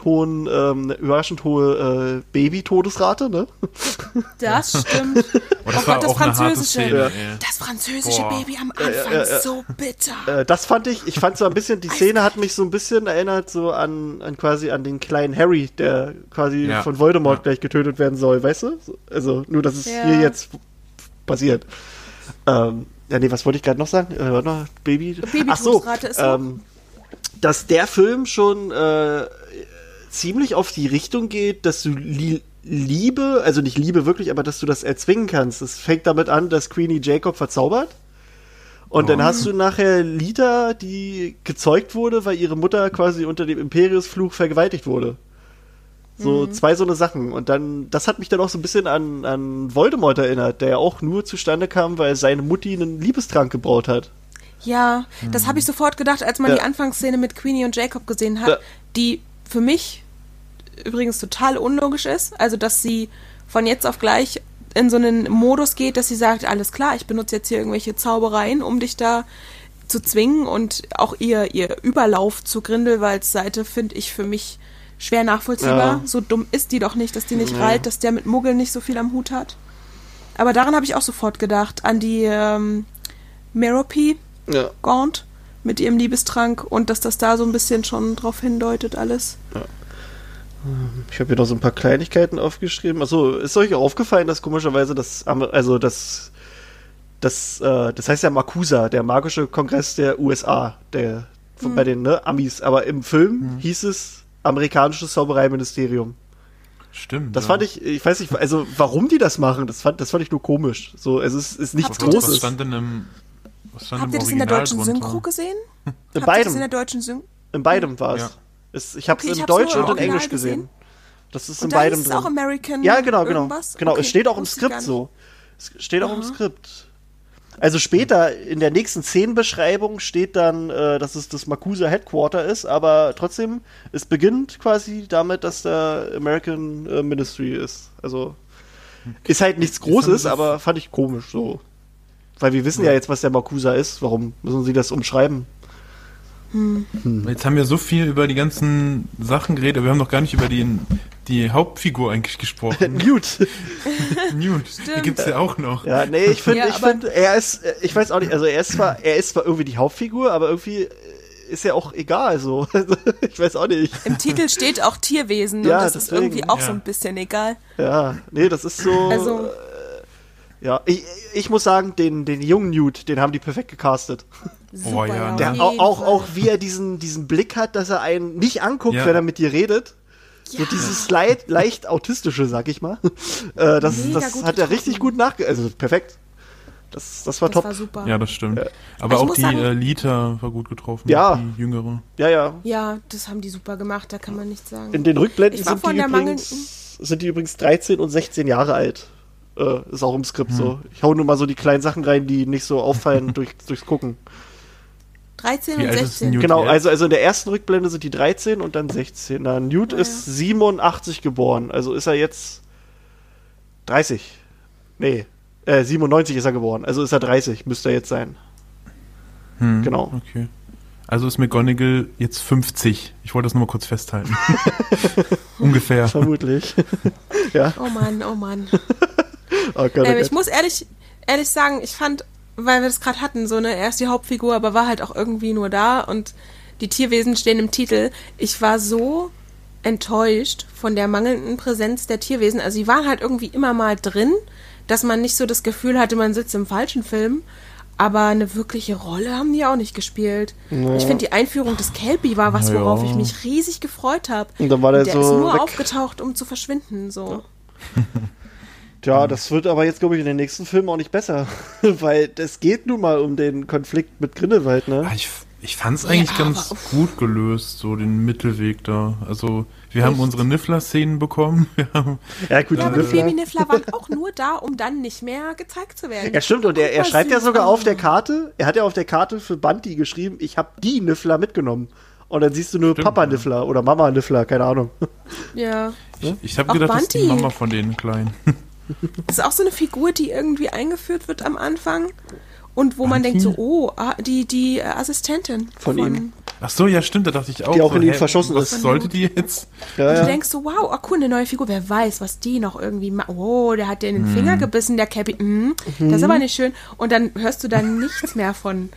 hohe Baby-Todesrate, ne? Das stimmt. Das war das auch eine harte französische, Szene. das französische Baby am Anfang, so bitter. Das fand ich so ein bisschen, die Szene hat mich so ein bisschen erinnert so an quasi an den kleinen Harry, der quasi von Voldemort gleich getötet werden soll, weißt du? Also nur, dass es hier jetzt passiert. Was wollte ich gerade noch sagen? Baby. Ach so, ist dass der Film schon ziemlich auf die Richtung geht, dass du Liebe, also nicht Liebe wirklich, aber dass du das erzwingen kannst. Es fängt damit an, dass Queenie Jacob verzaubert. Und dann hast du nachher Lita, die gezeugt wurde, weil ihre Mutter quasi unter dem Imperiusfluch vergewaltigt wurde. So zwei so eine Sachen. Und dann, das hat mich dann auch so ein bisschen an Voldemort erinnert, der ja auch nur zustande kam, weil seine Mutti einen Liebestrank gebraut hat. Ja, das habe ich sofort gedacht, als man die Anfangsszene mit Queenie und Jacob gesehen hat, die für mich übrigens total unlogisch ist. Also, dass sie von jetzt auf gleich in so einen Modus geht, dass sie sagt, alles klar, ich benutze jetzt hier irgendwelche Zaubereien, um dich da zu zwingen, und auch ihr Überlauf zu Grindelwalds Seite finde ich für mich schwer nachvollziehbar. So dumm ist die doch nicht, dass die nicht rallt, dass der mit Muggeln nicht so viel am Hut hat. Aber daran habe ich auch sofort gedacht, an die Merope Gaunt mit ihrem Liebestrank, und dass das da so ein bisschen schon drauf hindeutet alles. Ja. Ich habe hier noch so ein paar Kleinigkeiten aufgeschrieben. Achso, ist euch auch aufgefallen, dass komischerweise das heißt ja MACUSA, der magische Kongress der USA, bei den Amis, aber im Film hieß es amerikanisches Zaubereiministerium. Stimmt. Das fand ich weiß nicht, also warum die das machen, das fand ich nur komisch. So, es ist nichts Großes. Was stand im Habt ihr das in der deutschen Synchro gesehen? In beidem. In der deutschen Synchro? In beidem war es. Ja. Ich habe es in Deutsch und in Englisch gesehen. Das ist und in beidem ist drin. Auch American. Ja, genau. Irgendwas? Genau, okay, es steht auch im Skript so. Es steht auch im Skript. Also später in der nächsten Szenenbeschreibung steht dann, dass es das MACUSA Headquarter ist, aber trotzdem, es beginnt quasi damit, dass der American Ministry ist. Also ist halt nichts Großes, aber fand ich komisch so. Weil wir wissen ja jetzt, was der MACUSA ist. Warum müssen sie das umschreiben? Jetzt haben wir so viel über die ganzen Sachen geredet, aber wir haben noch gar nicht über die Hauptfigur eigentlich gesprochen. Newt. Newt, die gibt's ja auch noch. Ja, nee, ich finde, er ist, ich weiß auch nicht, also er ist zwar irgendwie die Hauptfigur, aber irgendwie ist er auch egal, so. Ich weiß auch nicht. Im Titel steht auch Tierwesen, und das ist irgendwie auch so ein bisschen egal. Ja, nee, das ist so. Also, ja, ich muss sagen, den jungen Newt, den haben die perfekt gecastet. Super, ja. Der auch wie er diesen Blick hat, dass er einen nicht anguckt, wenn er mit dir redet. Ja. So dieses leicht autistische, sag ich mal. Das hat er richtig gut also perfekt. Das war top. Das war super. Ja, das stimmt. Aber auch die Lita war gut getroffen. Ja. Die jüngere. Ja. Ja, das haben die super gemacht, da kann man nichts sagen. In den Rückblenden sind die übrigens 13 und 16 Jahre alt. Ist auch im Skript so. Ich hau nur mal so die kleinen Sachen rein, die nicht so auffallen durchs Gucken. 13 und 16. Genau, also in der ersten Rückblende sind die 13 und dann 16. Na, Newt ist 87 geboren, also ist er jetzt 30. Nee, 97 ist er geboren, also ist er 30, müsste er jetzt sein. Genau. Okay. Also ist McGonagall jetzt 50. Ich wollte das nur mal kurz festhalten. Ungefähr. Vermutlich. Ja. Oh Mann. Oh Gott, Ich muss ehrlich sagen, ich fand, weil wir das gerade hatten, so eine, er ist die Hauptfigur, aber war halt auch irgendwie nur da und die Tierwesen stehen im Titel. Ich war so enttäuscht von der mangelnden Präsenz der Tierwesen. Also die waren halt irgendwie immer mal drin, dass man nicht so das Gefühl hatte, man sitzt im falschen Film. Aber eine wirkliche Rolle haben die auch nicht gespielt. Ja. Ich finde, die Einführung des Kelpie war was, worauf ich mich riesig gefreut habe. Und dann war der so ist nur weg. aufgetaucht, um zu verschwinden. So. Tja, das wird aber jetzt, glaube ich, in den nächsten Filmen auch nicht besser. Weil es geht nun mal um den Konflikt mit Grindelwald, ne? Ich fand es eigentlich ganz gut gelöst, so den Mittelweg da. Also, wir haben unsere Niffler-Szenen bekommen. Ja, gut, aber die Baby-Niffler waren auch nur da, um dann nicht mehr gezeigt zu werden. Ja, stimmt. Und er schreibt ja sogar auf der Karte, er hat ja auf der Karte für Bunty geschrieben, ich habe die Niffler mitgenommen. Und dann siehst du nur Papa-Niffler oder Mama-Niffler, keine Ahnung. Ja. Ich habe gedacht, Bunty. das ist die Mama von den Kleinen. Das ist auch so eine Figur, die irgendwie eingeführt wird am Anfang. Und wo man denkt so, die Assistentin von ihm. Ach so, ja stimmt, da dachte ich auch. Die auch in ihn verschossen ist. Was sollte die jetzt? Ja, und du denkst so, wow, cool, eine neue Figur, wer weiß, was die noch irgendwie macht. Oh, der hat dir in den Finger gebissen, der Cappy. Das ist aber nicht schön. Und dann hörst du dann nichts mehr von.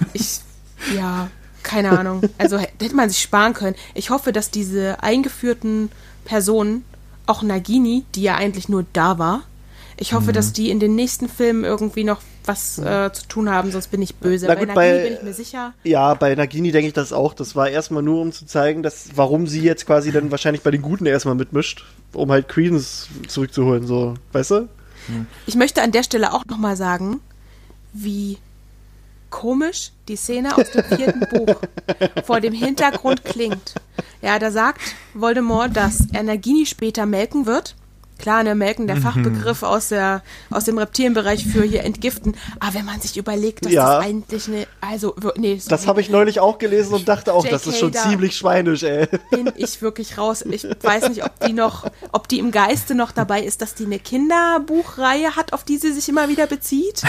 Keine Ahnung. Also hätte man sich sparen können. Ich hoffe, dass diese eingeführten Personen, auch Nagini, die ja eigentlich nur da war, ich hoffe, dass die in den nächsten Filmen irgendwie noch was zu tun haben, sonst bin ich böse. Na gut, bei Nagini bin ich mir sicher. Ja, bei Nagini denke ich das auch. Das war erstmal nur, um zu zeigen, warum sie jetzt quasi dann wahrscheinlich bei den Guten erstmal mitmischt, um halt Credence zurückzuholen, so, weißt du? Ich möchte an der Stelle auch nochmal sagen, wie komisch die Szene aus dem 4. Buch vor dem Hintergrund klingt. Ja, da sagt Voldemort, dass er Nagini später melken wird. Klar, ne, melken, der Fachbegriff aus dem Reptilienbereich für hier entgiften. Aber wenn man sich überlegt, dass das eigentlich das habe ich neulich auch gelesen und dachte auch, das ist schon ziemlich schweinisch, ey. Bin ich wirklich raus. Ich weiß nicht, ob die im Geiste noch dabei ist, dass die eine Kinderbuchreihe hat, auf die sie sich immer wieder bezieht.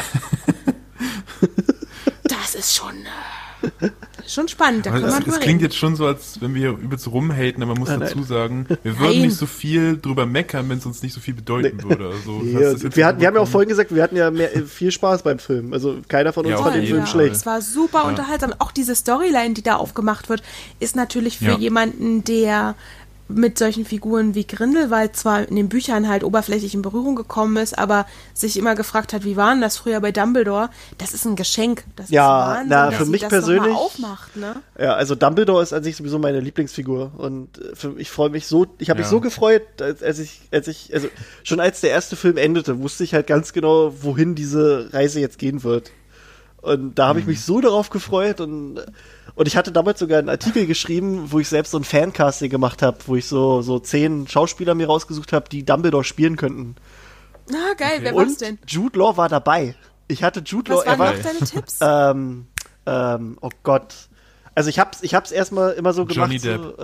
Das ist schon spannend. Da kann man es klingt jetzt schon so, als wenn wir hier übelst rumhaten, aber man muss dazu sagen, wir würden nicht so viel drüber meckern, wenn es uns nicht so viel bedeuten würde. Also, wir haben ja auch vorhin gesagt, wir hatten ja viel Spaß beim Film. Also keiner von uns fand den Film schlecht. Es war super unterhaltsam. Auch diese Storyline, die da aufgemacht wird, ist natürlich für jemanden, der mit solchen Figuren wie Grindelwald zwar in den Büchern halt oberflächlich in Berührung gekommen ist, aber sich immer gefragt hat, wie war denn das früher bei Dumbledore? Das ist ein Geschenk. Das ist Wahnsinn, dass für mich das persönlich noch mal aufmacht, ne? Ja, also Dumbledore ist an sich sowieso meine Lieblingsfigur und ich freue mich so, ich habe mich so gefreut, also schon als der erste Film endete, wusste ich halt ganz genau, wohin diese Reise jetzt gehen wird. Und da habe ich mich so darauf gefreut und ich hatte damals sogar einen Artikel geschrieben, wo ich selbst so ein Fancasting gemacht habe, wo ich so 10 Schauspieler mir rausgesucht habe, die Dumbledore spielen könnten. Ah, geil, wer war's denn? Jude Law war dabei. Ich hatte Jude Law. Was waren noch deine Tipps? Oh Gott. Also ich hab's erstmal immer so gemacht. Johnny Depp.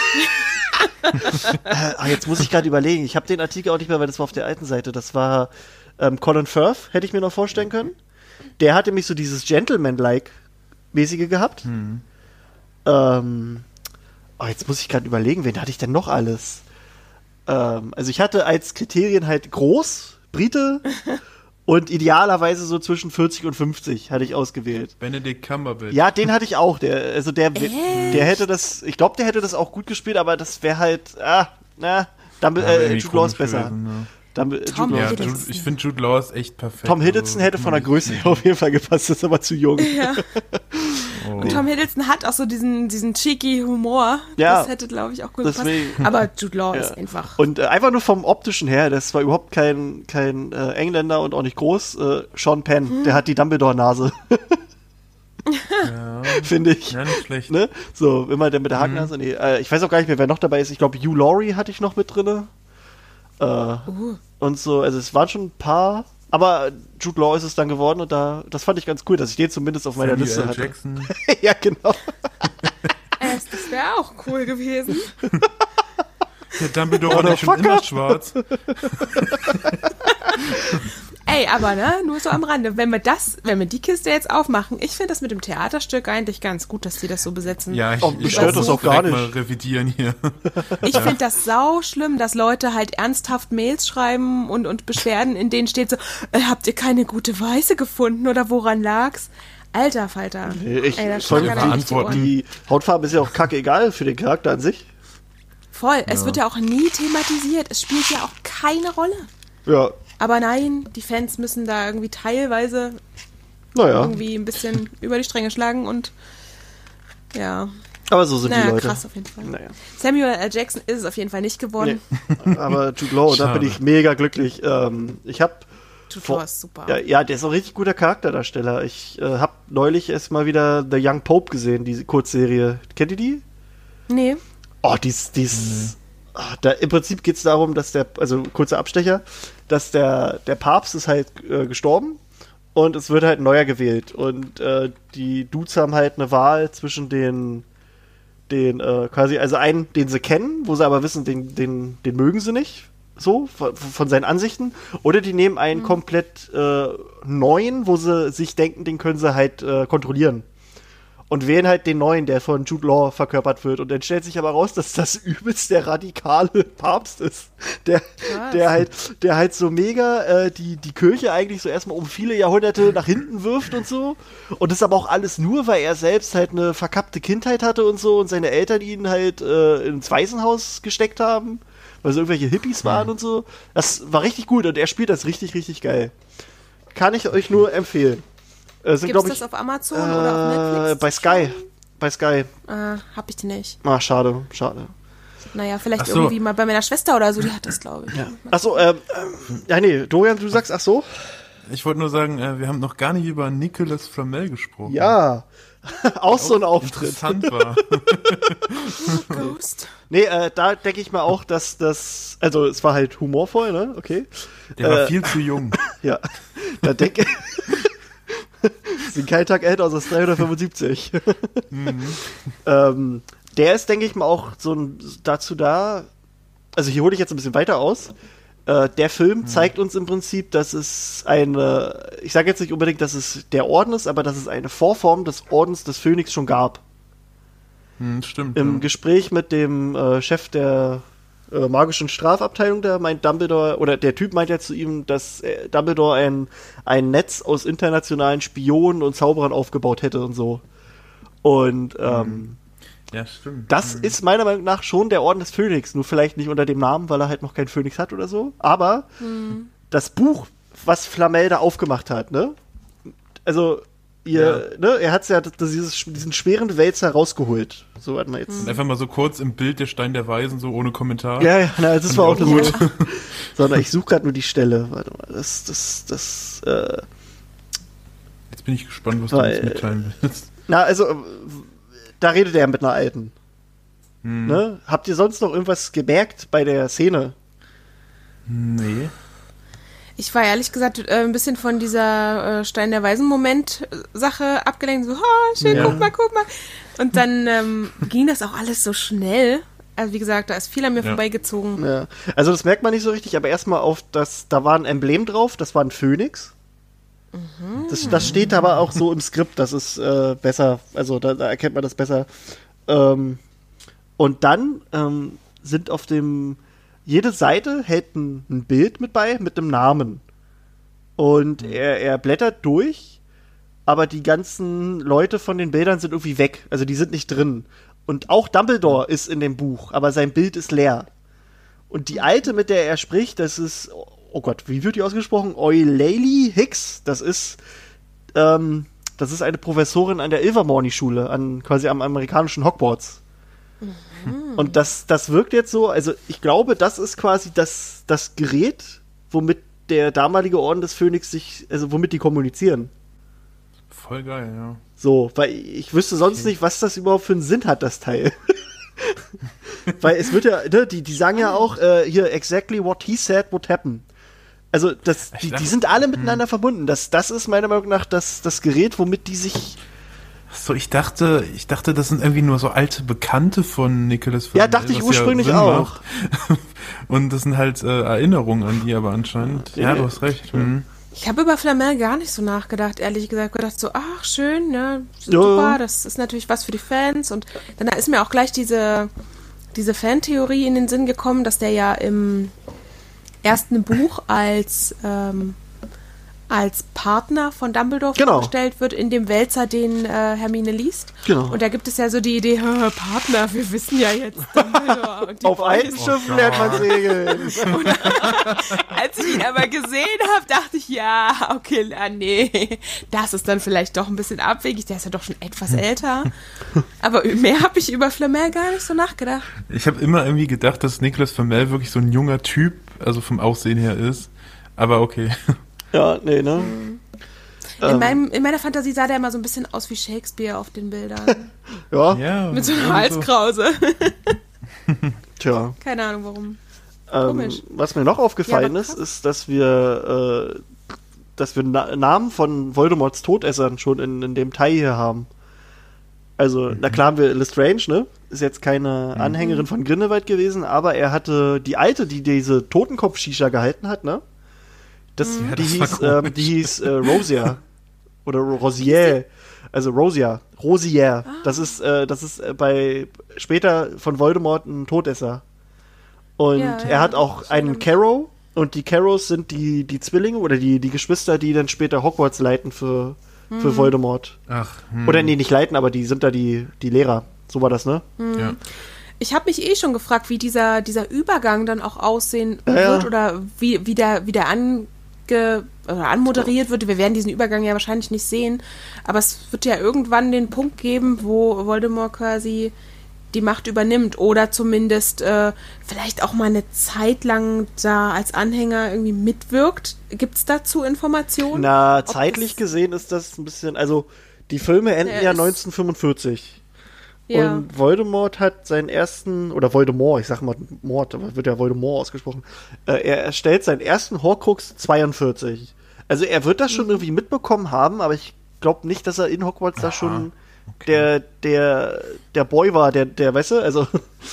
Jetzt muss ich gerade überlegen. Ich habe den Artikel auch nicht mehr, weil das war auf der alten Seite. Das war Colin Firth, hätte ich mir noch vorstellen können. Der hatte mich so dieses Gentleman-like-mäßige gehabt. Jetzt muss ich gerade überlegen, wen hatte ich denn noch alles? Also ich hatte als Kriterien halt groß, Brite und idealerweise so zwischen 40 und 50 hatte ich ausgewählt. Benedict Cumberbatch. Ja, den hatte ich auch. Der hätte das, ich glaube, der hätte das auch gut gespielt, aber das wäre halt, Jude Law ist besser. Ich finde Jude Law ist echt perfekt. Tom Hiddleston hätte von der Größe her auf jeden Fall gepasst, ist aber zu jung. Ja. Und Tom Hiddleston hat auch so diesen cheeky Humor. Ja. Das hätte, glaube ich, auch gut gepasst. Aber Jude Law ist einfach... Und einfach nur vom Optischen her, das war überhaupt kein Engländer und auch nicht groß. Sean Penn, der hat die Dumbledore-Nase. Finde ich. Ja, nicht schlecht. Ne? So, immer der mit der Hakennase. Nee, ich weiß auch gar nicht mehr, wer noch dabei ist. Ich glaube, Hugh Laurie hatte ich noch mit drinne. Und so, also es waren schon ein paar, aber Jude Law ist es dann geworden und das fand ich ganz cool, dass ich den zumindest auf meiner Liste hatte. Jackson. Ja, genau. Das wäre auch cool gewesen. Der Dumbledore war schon immer schwarz. Ey, aber nur so am Rande. Wenn wir die Kiste jetzt aufmachen, ich finde das mit dem Theaterstück eigentlich ganz gut, dass die das so besetzen. Ja, mich stört das auch gar nicht. Mal revidieren hier. Ich finde das sau schlimm, dass Leute halt ernsthaft Mails schreiben und Beschwerden, in denen steht so, habt ihr keine gute Weiße gefunden oder woran lag's? Alter Falter. Die Hautfarbe ist ja auch kackegal für den Charakter an sich. Voll, es wird ja auch nie thematisiert. Es spielt ja auch keine Rolle. Ja. Aber nein, die Fans müssen da irgendwie teilweise irgendwie ein bisschen über die Stränge schlagen und ja. Aber so sind die Leute. Krass auf jeden Fall. Samuel L. Jackson ist es auf jeden Fall nicht geworden. Nee. Aber Jude Law, da bin ich mega glücklich. Ich habe Jude Law ist super. Ja, der ist auch ein richtig guter Charakterdarsteller. Ich habe neulich erst mal wieder The Young Pope gesehen, diese Kurzserie. Kennt ihr die? Nee. Oh, da im Prinzip geht es darum, dass also kurzer Abstecher, dass der Papst ist halt gestorben und es wird halt ein neuer gewählt. Und die Dudes haben halt eine Wahl zwischen den quasi, also einen, den sie kennen, wo sie aber wissen, den mögen sie nicht, so, von seinen Ansichten, oder die nehmen einen komplett neuen, wo sie sich denken, den können sie halt kontrollieren. Und wählen halt den neuen, der von Jude Law verkörpert wird. Und dann stellt sich aber raus, dass das übelst der radikale Papst ist. Der halt so mega die Kirche eigentlich so erstmal um viele Jahrhunderte nach hinten wirft und so. Und das aber auch alles nur, weil er selbst halt eine verkappte Kindheit hatte und so und seine Eltern ihn halt ins Waisenhaus gesteckt haben, weil sie irgendwelche Hippies waren und so. Das war richtig gut und er spielt das richtig, richtig geil. Kann ich euch nur empfehlen. Gibt es das auf Amazon oder auf Netflix? Bei Sky. Hab ich die nicht. Ach, schade. Naja, vielleicht irgendwie mal bei meiner Schwester oder so, die hat das, glaube ich. Ja. Achso, Dorian, du sagst ach so? Ich wollte nur sagen, wir haben noch gar nicht über Nicolas Flamel gesprochen. Ja, auch so ein Auftritt. Interessant war. Ghost. Nee, da denke ich mal auch, dass das, also es war halt humorvoll, ne? Okay. Der war viel zu jung. Ja, da denke ich... Sind kein Tag älter als 375. Der ist, denke ich mal, auch so dazu da, also hier hole ich jetzt ein bisschen weiter aus. Der Film zeigt uns im Prinzip, dass es ich sage jetzt nicht unbedingt, dass es der Orden ist, aber dass es eine Vorform des Ordens des Phönix schon gab. Stimmt. Im Gespräch mit dem Chef der magischen Strafabteilung, da meint Dumbledore, oder der Typ meint ja zu ihm, dass Dumbledore ein Netz aus internationalen Spionen und Zauberern aufgebaut hätte und so. Und ja, stimmt. Das ist meiner Meinung nach schon der Orden des Phönix, nur vielleicht nicht unter dem Namen, weil er halt noch keinen Phönix hat oder so. Aber das Buch, was Flamel da aufgemacht hat, ne? Also ne, er hat ja diesen schweren Wälzer rausgeholt. So hat man jetzt. Einfach mal so kurz im Bild der Stein der Weisen, so ohne Kommentar. Ja, das war auch gut. Sondern ich suche gerade nur die Stelle. Warte mal, Jetzt bin ich gespannt, was du uns mitteilen willst. Na, also, da redet er mit einer Alten. Ne? Habt ihr sonst noch irgendwas gemerkt bei der Szene? Nee. Ich war ehrlich gesagt ein bisschen von dieser Stein der Weisen-Moment-Sache abgelenkt. So, schön, guck mal. Und dann ging das auch alles so schnell. Also wie gesagt, da ist viel an mir vorbeigezogen. Ja. Also das merkt man nicht so richtig, aber erstmal da war ein Emblem drauf, das war ein Phönix. Das steht aber auch so im Skript, das ist besser, also da erkennt man das besser. Und dann sind auf jede Seite hält ein Bild mit bei, mit einem Namen. Und er blättert durch, aber die ganzen Leute von den Bildern sind irgendwie weg. Also die sind nicht drin. Und auch Dumbledore ist in dem Buch, aber sein Bild ist leer. Und die Alte, mit der er spricht, das ist, oh Gott, wie wird die ausgesprochen? Eulalie Hicks. Das ist eine Professorin an der Ilvermorny-Schule, quasi am amerikanischen Hogwarts. Und das wirkt jetzt so, also ich glaube, das ist quasi das Gerät, womit der damalige Orden des Phönix womit die kommunizieren. Voll geil, ja. So, weil ich wüsste sonst nicht, was das überhaupt für einen Sinn hat, das Teil. Weil es wird ja, ne, die sagen ja auch, hier, exactly what he said would happen. Also, die sind alle miteinander verbunden. Das ist meiner Meinung nach das Gerät, womit die sich... So, ich dachte, das sind irgendwie nur so alte Bekannte von Nicolas Flamel. Ja, dachte ich ursprünglich auch. Und das sind halt Erinnerungen an die, aber anscheinend. Ja, du hast recht. Ich habe über Flamel gar nicht so nachgedacht, ehrlich gesagt. Gedacht so, ach, schön, ne, super, das ist natürlich was für die Fans. Und dann ist mir auch gleich diese Fantheorie in den Sinn gekommen, dass der ja im ersten Buch als Partner von Dumbledore vorgestellt wird, in dem Wälzer, den Hermine liest. Genau. Und da gibt es ja so die Idee, Partner, wir wissen ja jetzt Dumbledore. Und auf alten Schiffen lernt man segeln. Und als ich ihn aber gesehen habe, dachte ich, ja, okay, nee, das ist dann vielleicht doch ein bisschen abwegig. Der ist ja doch schon etwas älter. Aber mehr habe ich über Flamel gar nicht so nachgedacht. Ich habe immer irgendwie gedacht, dass Nicolas Flamel wirklich so ein junger Typ, also vom Aussehen her ist. Aber okay. Ja, nee, ne? In meiner Fantasie sah der immer so ein bisschen aus wie Shakespeare auf den Bildern. Ja. Mit so einer Halskrause. Tja. Keine Ahnung warum. Komisch. Was mir noch aufgefallen ist, dass wir Namen von Voldemorts Todessern schon in dem Teil hier haben. Also, na klar haben wir Lestrange, ne? Ist jetzt keine Anhängerin von Grindelwald gewesen, aber er hatte die Alte, die diese Totenkopf-Shisha gehalten hat, ne? Die hieß Rosia. Oder Rosier. Also Rosier. Das ist bei später von Voldemort ein Todesser. Und er hat auch einen Carrow. Und die Carrows sind die Zwillinge oder die Geschwister, die dann später Hogwarts leiten für Voldemort. Ach. Oder nee, nicht leiten, aber die sind da die Lehrer. So war das, ne? Ja. Ich habe mich schon gefragt, wie dieser Übergang dann auch aussehen wird oder wie der anmoderiert wird. Wir werden diesen Übergang ja wahrscheinlich nicht sehen, aber es wird ja irgendwann den Punkt geben, wo Voldemort quasi die Macht übernimmt oder zumindest vielleicht auch mal eine Zeit lang da als Anhänger irgendwie mitwirkt. Gibt es dazu Informationen? Na, zeitlich gesehen ist das ein bisschen, also die Filme enden ja 1945. Ja. Und Voldemort hat seinen ersten, oder Voldemort, ich sag mal Mord, aber wird ja Voldemort ausgesprochen, er erstellt seinen ersten Horcrux 42. Also er wird das schon irgendwie mitbekommen haben, aber ich glaube nicht, dass er in Hogwarts da schon der Boy war, der weißt du, also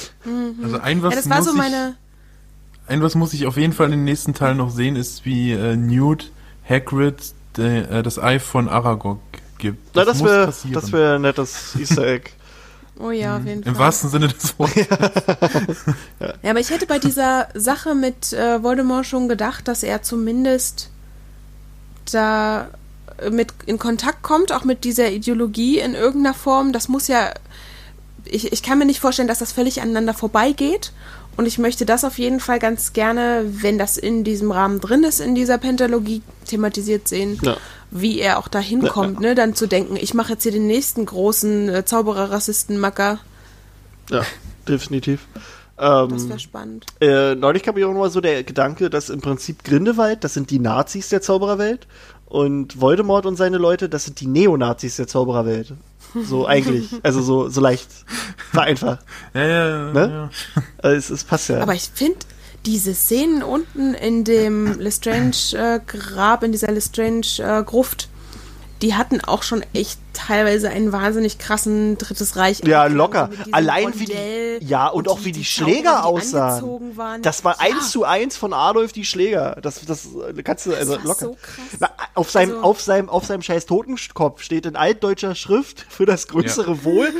was muss ich auf jeden Fall in den nächsten Teilen noch sehen, ist wie Newt Hagrid das Ei von Aragog gibt. Das wäre ein nettes Easter Egg. Oh ja, auf jeden Fall. Im wahrsten Sinne des Wortes. Ja, aber ich hätte bei dieser Sache mit Voldemort schon gedacht, dass er zumindest da mit in Kontakt kommt, auch mit dieser Ideologie in irgendeiner Form. Das muss ja, ich kann mir nicht vorstellen, dass das völlig aneinander vorbeigeht. Und ich möchte das auf jeden Fall ganz gerne, wenn das in diesem Rahmen drin ist, in dieser Pentalogie thematisiert sehen, wie er auch da hinkommt, ne? Dann zu denken, ich mache jetzt hier den nächsten großen Zauberer-Rassisten-Macker. Ja, definitiv. Das wäre spannend. Neulich kam mir auch nochmal so der Gedanke, dass im Prinzip Grindelwald, das sind die Nazis der Zaubererwelt und Voldemort und seine Leute, das sind die Neonazis der Zaubererwelt. So eigentlich. Also so leicht vereinfacht. Ja. Ne? Also es passt ja. Aber ich finde, diese Szenen unten in dem Lestrange-Grab, in dieser Lestrange-Gruft, die hatten auch schon echt teilweise einen wahnsinnig krassen Drittes Reich. Ja, locker. So allein Rondell, wie und wie die Schläger aussahen. Das war 1:1 von Adolf die Schläger. Das kannst du also locker. So krass. Auf seinem scheiß Totenkopf steht in altdeutscher Schrift für das größere Wohl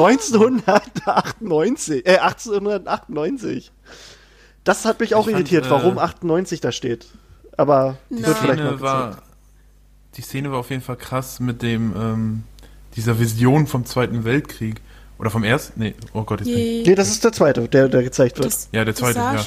1898. Das hat mich auch irritiert, warum 98 da steht. Aber wird vielleicht noch gezeigt. Die Szene war auf jeden Fall krass mit dem dieser Vision vom Zweiten Weltkrieg. Oder vom Ersten? Nee, oh Gott, jetzt bin ich... Nee, das ist der zweite, der gezeigt wird. Der zweite, ja.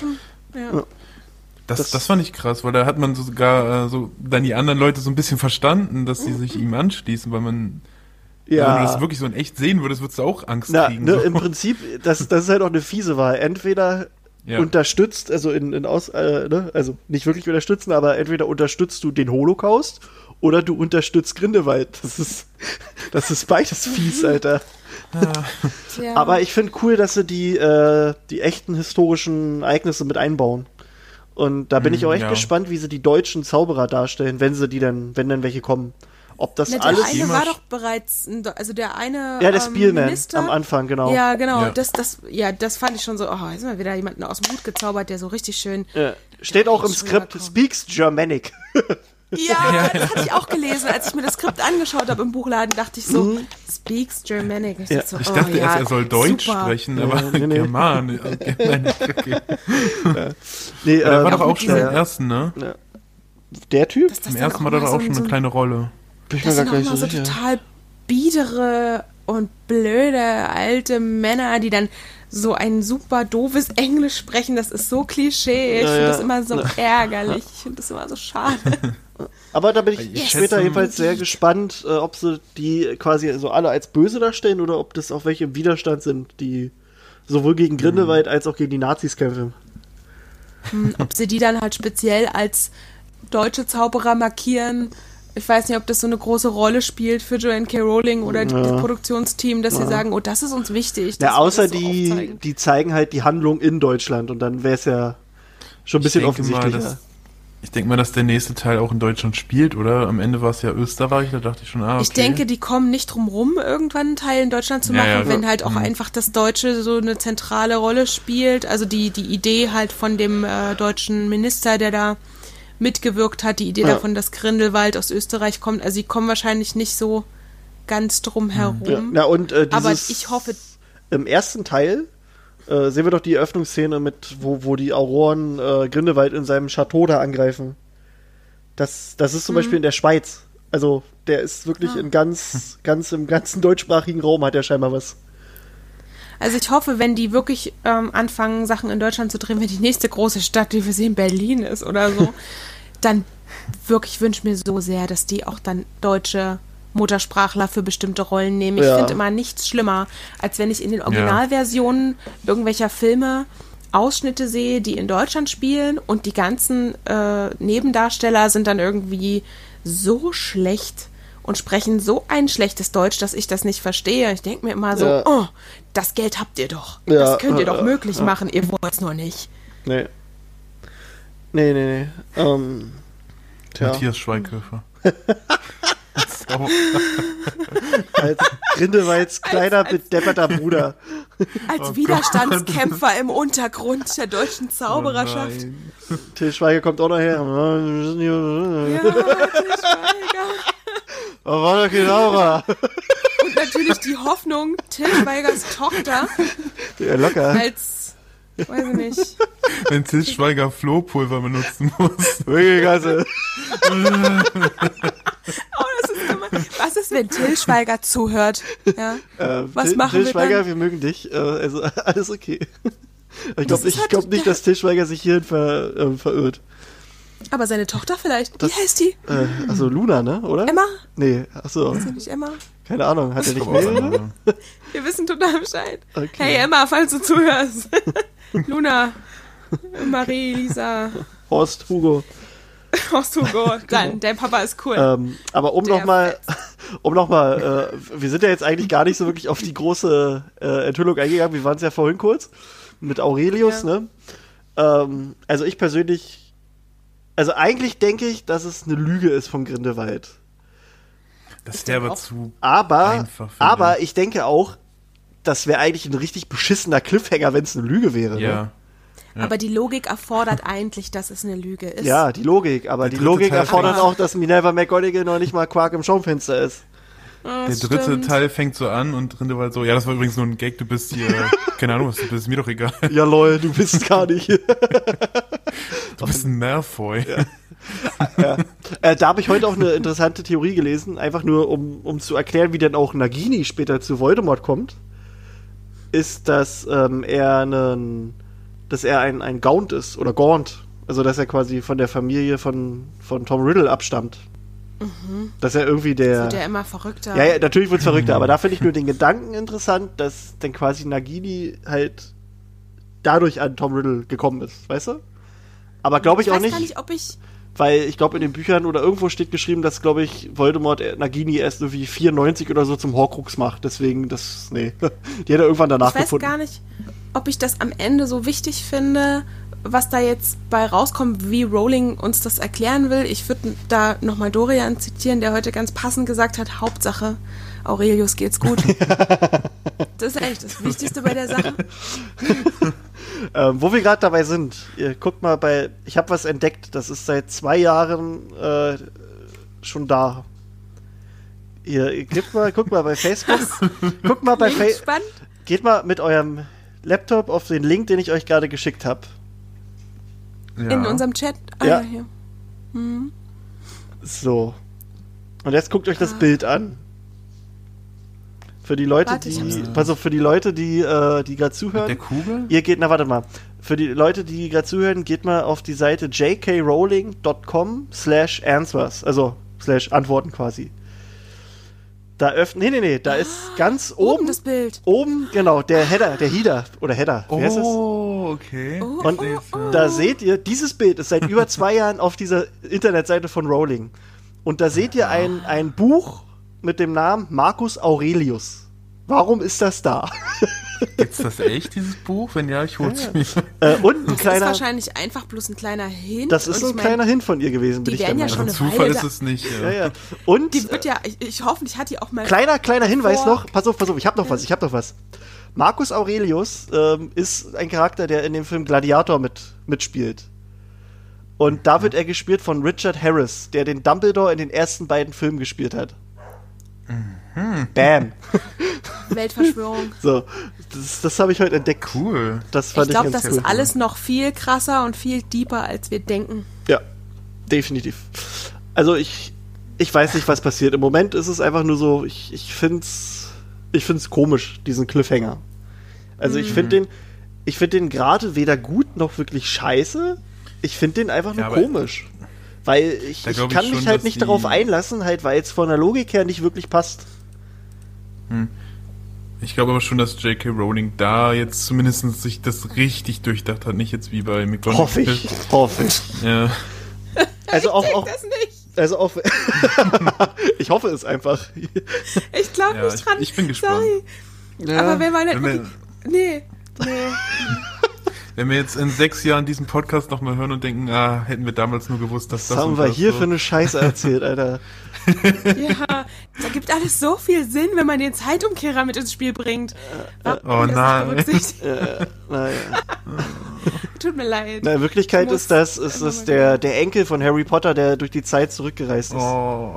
Das fand ich krass, weil da hat man sogar dann die anderen Leute so ein bisschen verstanden, dass sie sich ihm anschließen, weil man... Ja. Wenn du das wirklich so in echt sehen würdest, würdest du auch Angst kriegen. Ne, so. Im Prinzip, das ist halt auch eine fiese Wahl. Entweder unterstützt, also also nicht wirklich unterstützen, aber entweder unterstützt du den Holocaust oder du unterstützt Grindelwald. Das ist beides fies, Alter. Ja. Aber ich finde cool, dass sie die echten historischen Ereignisse mit einbauen. Und da bin ich auch echt gespannt, wie sie die deutschen Zauberer darstellen, wenn dann welche kommen. Ob das alles... Der eine war doch bereits, also der eine der Spielman am Anfang, genau. Ja, genau. Ja. Das fand ich schon so, jetzt haben wir wieder jemanden aus dem Hut gezaubert, der so richtig schön... Steht auch im Skript, speaks Germanic. Ja, das hatte ich auch gelesen. Als ich mir das Skript angeschaut habe im Buchladen, dachte ich so, speaks Germanic. Ich dachte erst, er soll Deutsch sprechen, aber German. Okay. Nee, der war doch auch schon im ersten, ne? Ja. Der Typ? Im ersten Mal hat er auch schon eine kleine Rolle. Bin ich mir gar nicht so sicher. Total biedere und blöde alte Männer, die dann so ein super doofes Englisch sprechen, das ist so Klischee. Ich finde das immer so ärgerlich. Ich finde das immer so schade. Aber da bin ich später jedenfalls sehr gespannt, ob sie die quasi so alle als böse darstellen oder ob das auch welche im Widerstand sind, die sowohl gegen Grindelwald als auch gegen die Nazis kämpfen. Ob sie die dann halt speziell als deutsche Zauberer markieren. Ich weiß nicht, ob das so eine große Rolle spielt für Joanne K. Rowling oder das Produktionsteam, dass sie sagen, oh, das ist uns wichtig. Ja, außer die zeigen halt die Handlung in Deutschland und dann wäre es ja schon ein bisschen offensichtlicher. Ich denke mal, dass der nächste Teil auch in Deutschland spielt, oder? Am Ende war es ja Österreich, da dachte ich schon, okay. Ich denke, die kommen nicht drum rum, irgendwann einen Teil in Deutschland zu machen, wenn halt auch einfach das Deutsche so eine zentrale Rolle spielt. Also die Idee halt von dem deutschen Minister, der da mitgewirkt hat, die Idee davon, dass Grindelwald aus Österreich kommt. Also sie kommen wahrscheinlich nicht so ganz drum herum. Ja, und aber ich hoffe... Im ersten Teil sehen wir doch die Eröffnungsszene mit, wo die Auroren Grindelwald in seinem Chateau da angreifen. Das ist zum Beispiel in der Schweiz. Also der ist wirklich ganz im ganzen deutschsprachigen Raum hat er scheinbar was. Also ich hoffe, wenn die wirklich anfangen, Sachen in Deutschland zu drehen, wenn die nächste große Stadt, die wir sehen, Berlin ist oder so, dann wirklich wünsche ich mir so sehr, dass die auch dann deutsche Muttersprachler für bestimmte Rollen nehmen. Ich finde immer nichts schlimmer, als wenn ich in den Originalversionen irgendwelcher Filme Ausschnitte sehe, die in Deutschland spielen und die ganzen Nebendarsteller sind dann irgendwie so schlecht und sprechen so ein schlechtes Deutsch, dass ich das nicht verstehe. Ich denke mir immer so, oh, das Geld habt ihr doch. Das könnt ihr doch möglich machen. Ihr wollt es nur nicht. Nee. Matthias Schweighöfer. Als Grindelwalds kleiner, bedepperter Bruder. Als Widerstandskämpfer im Untergrund der deutschen Zaubererschaft. Til Schweiger kommt auch noch her. Ja, Til Schweiger. Oh, war doch genauer. Und natürlich die Hoffnung, Til Schweigers Tochter ja, locker. als, weiß ich nicht. Wenn Til Schweiger Flohpulver benutzen muss. Wirklich, also. Oh, das ist immer. Was ist, wenn Til Schweiger zuhört? Ja. Was machen Til wir Schweiger, dann? Wir mögen dich. Also alles okay. Ich glaube nicht, dass Til Schweiger sich hierhin verirrt. Aber seine Tochter vielleicht. Wie heißt die? Also Luna, ne? Oder? Emma? Nee, achso. Ist sie nicht Emma? Keine Ahnung, hat er nicht mehr? Wir wissen total Bescheid. Okay. Hey Emma, falls du zuhörst. Luna, Marie, Lisa. Horst, Hugo. Horst Hugo, dann, dein Papa ist cool. Aber um nochmal, wir sind ja jetzt eigentlich gar nicht so wirklich auf die große Enthüllung eingegangen, wir waren es ja vorhin kurz, mit Aurelius, ne? Also ich persönlich, also eigentlich denke ich, dass es eine Lüge ist von Grindelwald. Das wäre aber zu einfach. Aber ich denke auch, das wäre eigentlich ein richtig beschissener Cliffhanger, wenn es eine Lüge wäre. Ja. Ne? Ja. Aber die Logik erfordert eigentlich, dass es eine Lüge ist. Ja, die Logik. Aber die Logik erfordert auch, dass Minerva McGonagall noch nicht mal Quark im Schaufenster ist. Der dritte Teil fängt so an und Grindelwald so, ja, das war übrigens nur ein Gag, du bist hier, keine Ahnung, was du bist, mir doch egal. Ja, lol, du bist gar nicht. Du bist ein Malfoy. Ja. Da habe ich heute auch eine interessante Theorie gelesen, einfach nur, um zu erklären, wie denn auch Nagini später zu Voldemort kommt, ist, dass er ein Gaunt ist, oder Gaunt, also dass er quasi von der Familie von Tom Riddle abstammt. Mhm. Dass er irgendwie der... Wird ja immer verrückter. Ja, natürlich wird es verrückter, aber da finde ich nur den Gedanken interessant, dass dann quasi Nagini halt dadurch an Tom Riddle gekommen ist, weißt du? Aber glaube ich auch nicht. Ich weiß gar nicht, ob ich... Weil ich glaube, in den Büchern oder irgendwo steht geschrieben, dass, glaube ich, Voldemort Nagini erst irgendwie 94 oder so zum Horcrux macht. Deswegen, die hat er irgendwann danach gefunden. Ich weiß gar nicht, ob ich das am Ende so wichtig finde, was da jetzt bei rauskommt, wie Rowling uns das erklären will. Ich würde da nochmal Dorian zitieren, der heute ganz passend gesagt hat, Hauptsache, Aurelius geht's gut. Das ist eigentlich das Wichtigste bei der Sache. Wo wir gerade dabei sind, ihr guckt mal ich habe was entdeckt, das ist seit 2 Jahren schon da. Ihr guckt mal bei Facebook. Guckt mal bei Facebook. Geht mal mit eurem Laptop auf den Link, den ich euch gerade geschickt habe. Ja. In unserem Chat. Ja. Hier. So. Und jetzt guckt euch das Bild an. Für die Leute, für die Leute, die gerade zuhören. Mit der Kugel? Ihr geht, warte mal. Für die Leute, die gerade zuhören, geht mal auf die Seite jkrowling.com/answers, also /Antworten quasi. Da da ist ganz oben das Bild. Oben, genau, der Header. Wie heißt das? Okay. Und da seht ihr, dieses Bild ist seit über 2 Jahren auf dieser Internetseite von Rowling. Und da seht ihr ein Buch mit dem Namen Marcus Aurelius. Warum ist das da? Gibt's das echt, dieses Buch? Wenn ja, ich hol's mir. Und ein kleiner. Das ist wahrscheinlich einfach bloß ein kleiner Hint. Das ist so ein kleiner Hint von ihr gewesen, bin ich der Meinung. Ja schon eine Zufall Weile ist es nicht. Ja. Und die wird ich hoffentlich hat die auch mal. Kleiner Hinweis noch. Pass auf, ich hab noch was. Marcus Aurelius ist ein Charakter, der in dem Film Gladiator mitspielt. Und da wird er gespielt von Richard Harris, der den Dumbledore in den ersten beiden Filmen gespielt hat. Bam. Weltverschwörung. So, das habe ich heute entdeckt. Cool. Das fand ich glaube, das cool. ist alles noch viel krasser und viel deeper, als wir denken. Ja, definitiv. Also ich weiß nicht, was passiert. Im Moment ist es einfach nur so, ich find's komisch, diesen Cliffhanger. Also ich finde den gerade weder gut noch wirklich scheiße. Ich finde den einfach nur komisch. Weil ich kann mich halt nicht darauf einlassen, halt, weil es von der Logik her nicht wirklich passt. Ich glaube aber schon, dass J.K. Rowling da jetzt zumindest sich das richtig durchdacht hat, nicht jetzt wie bei McGonagall. Hoffe ich. Ja. Also auch das nicht. Also auch ich hoffe es einfach. Ich glaube nicht dran. Ich bin gespannt. Sorry. Ja. Aber wenn man Nee. Wenn wir jetzt in 6 Jahren diesen Podcast nochmal hören und denken, hätten wir damals nur gewusst, dass das haben wir hier für eine Scheiße erzählt, Alter. Ja, da gibt alles so viel Sinn, wenn man den Zeitumkehrer mit ins Spiel bringt. Oh nein. Naja. Tut mir leid. Na, in Wirklichkeit ist das der Enkel von Harry Potter, der durch die Zeit zurückgereist ist.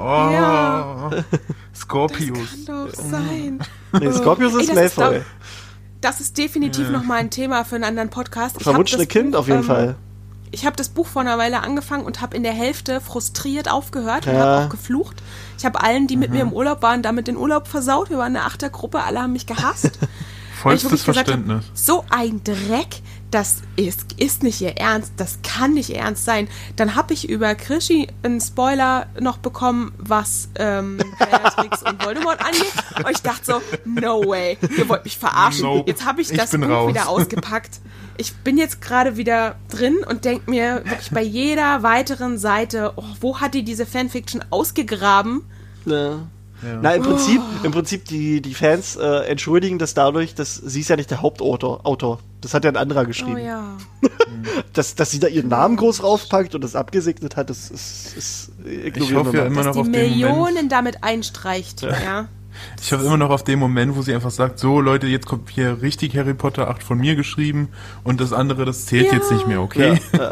Ja. Scorpius. Das kann doch sein. Nee, Scorpius ist Malfoy. Das ist definitiv nochmal ein Thema für einen anderen Podcast. Verwunschene Kind auf jeden Fall. Ich habe das Buch vor einer Weile angefangen und habe in der Hälfte frustriert aufgehört und habe auch geflucht. Ich habe allen, die mit mir im Urlaub waren, damit den Urlaub versaut. Wir waren eine 8er-Gruppe, alle haben mich gehasst. Vollstes Verständnis. So ein Dreck, das ist nicht ihr Ernst, das kann nicht ihr Ernst sein. Dann habe ich über Krischi einen Spoiler noch bekommen, was Bellatrix und Voldemort angeht. Und ich dachte so, no way, ihr wollt mich verarschen. Nope. Jetzt habe ich das Buch wieder ausgepackt. Ich bin jetzt gerade wieder drin und denke mir wirklich bei jeder weiteren Seite, wo hat die diese Fanfiction ausgegraben? Ja. Na, im Prinzip die Fans entschuldigen das dadurch, dass sie ist ja nicht der Hauptautor. Das hat ja ein anderer geschrieben. Oh ja. Dass sie da ihren Namen groß raufpackt und das abgesegnet hat, das ist ich hoffe ja immer noch auf den Moment. Millionen damit einstreicht, ja. Ich hoffe immer noch auf den Moment, wo sie einfach sagt, so Leute, jetzt kommt hier richtig Harry Potter 8 von mir geschrieben und das andere, das zählt jetzt nicht mehr, okay? Ja.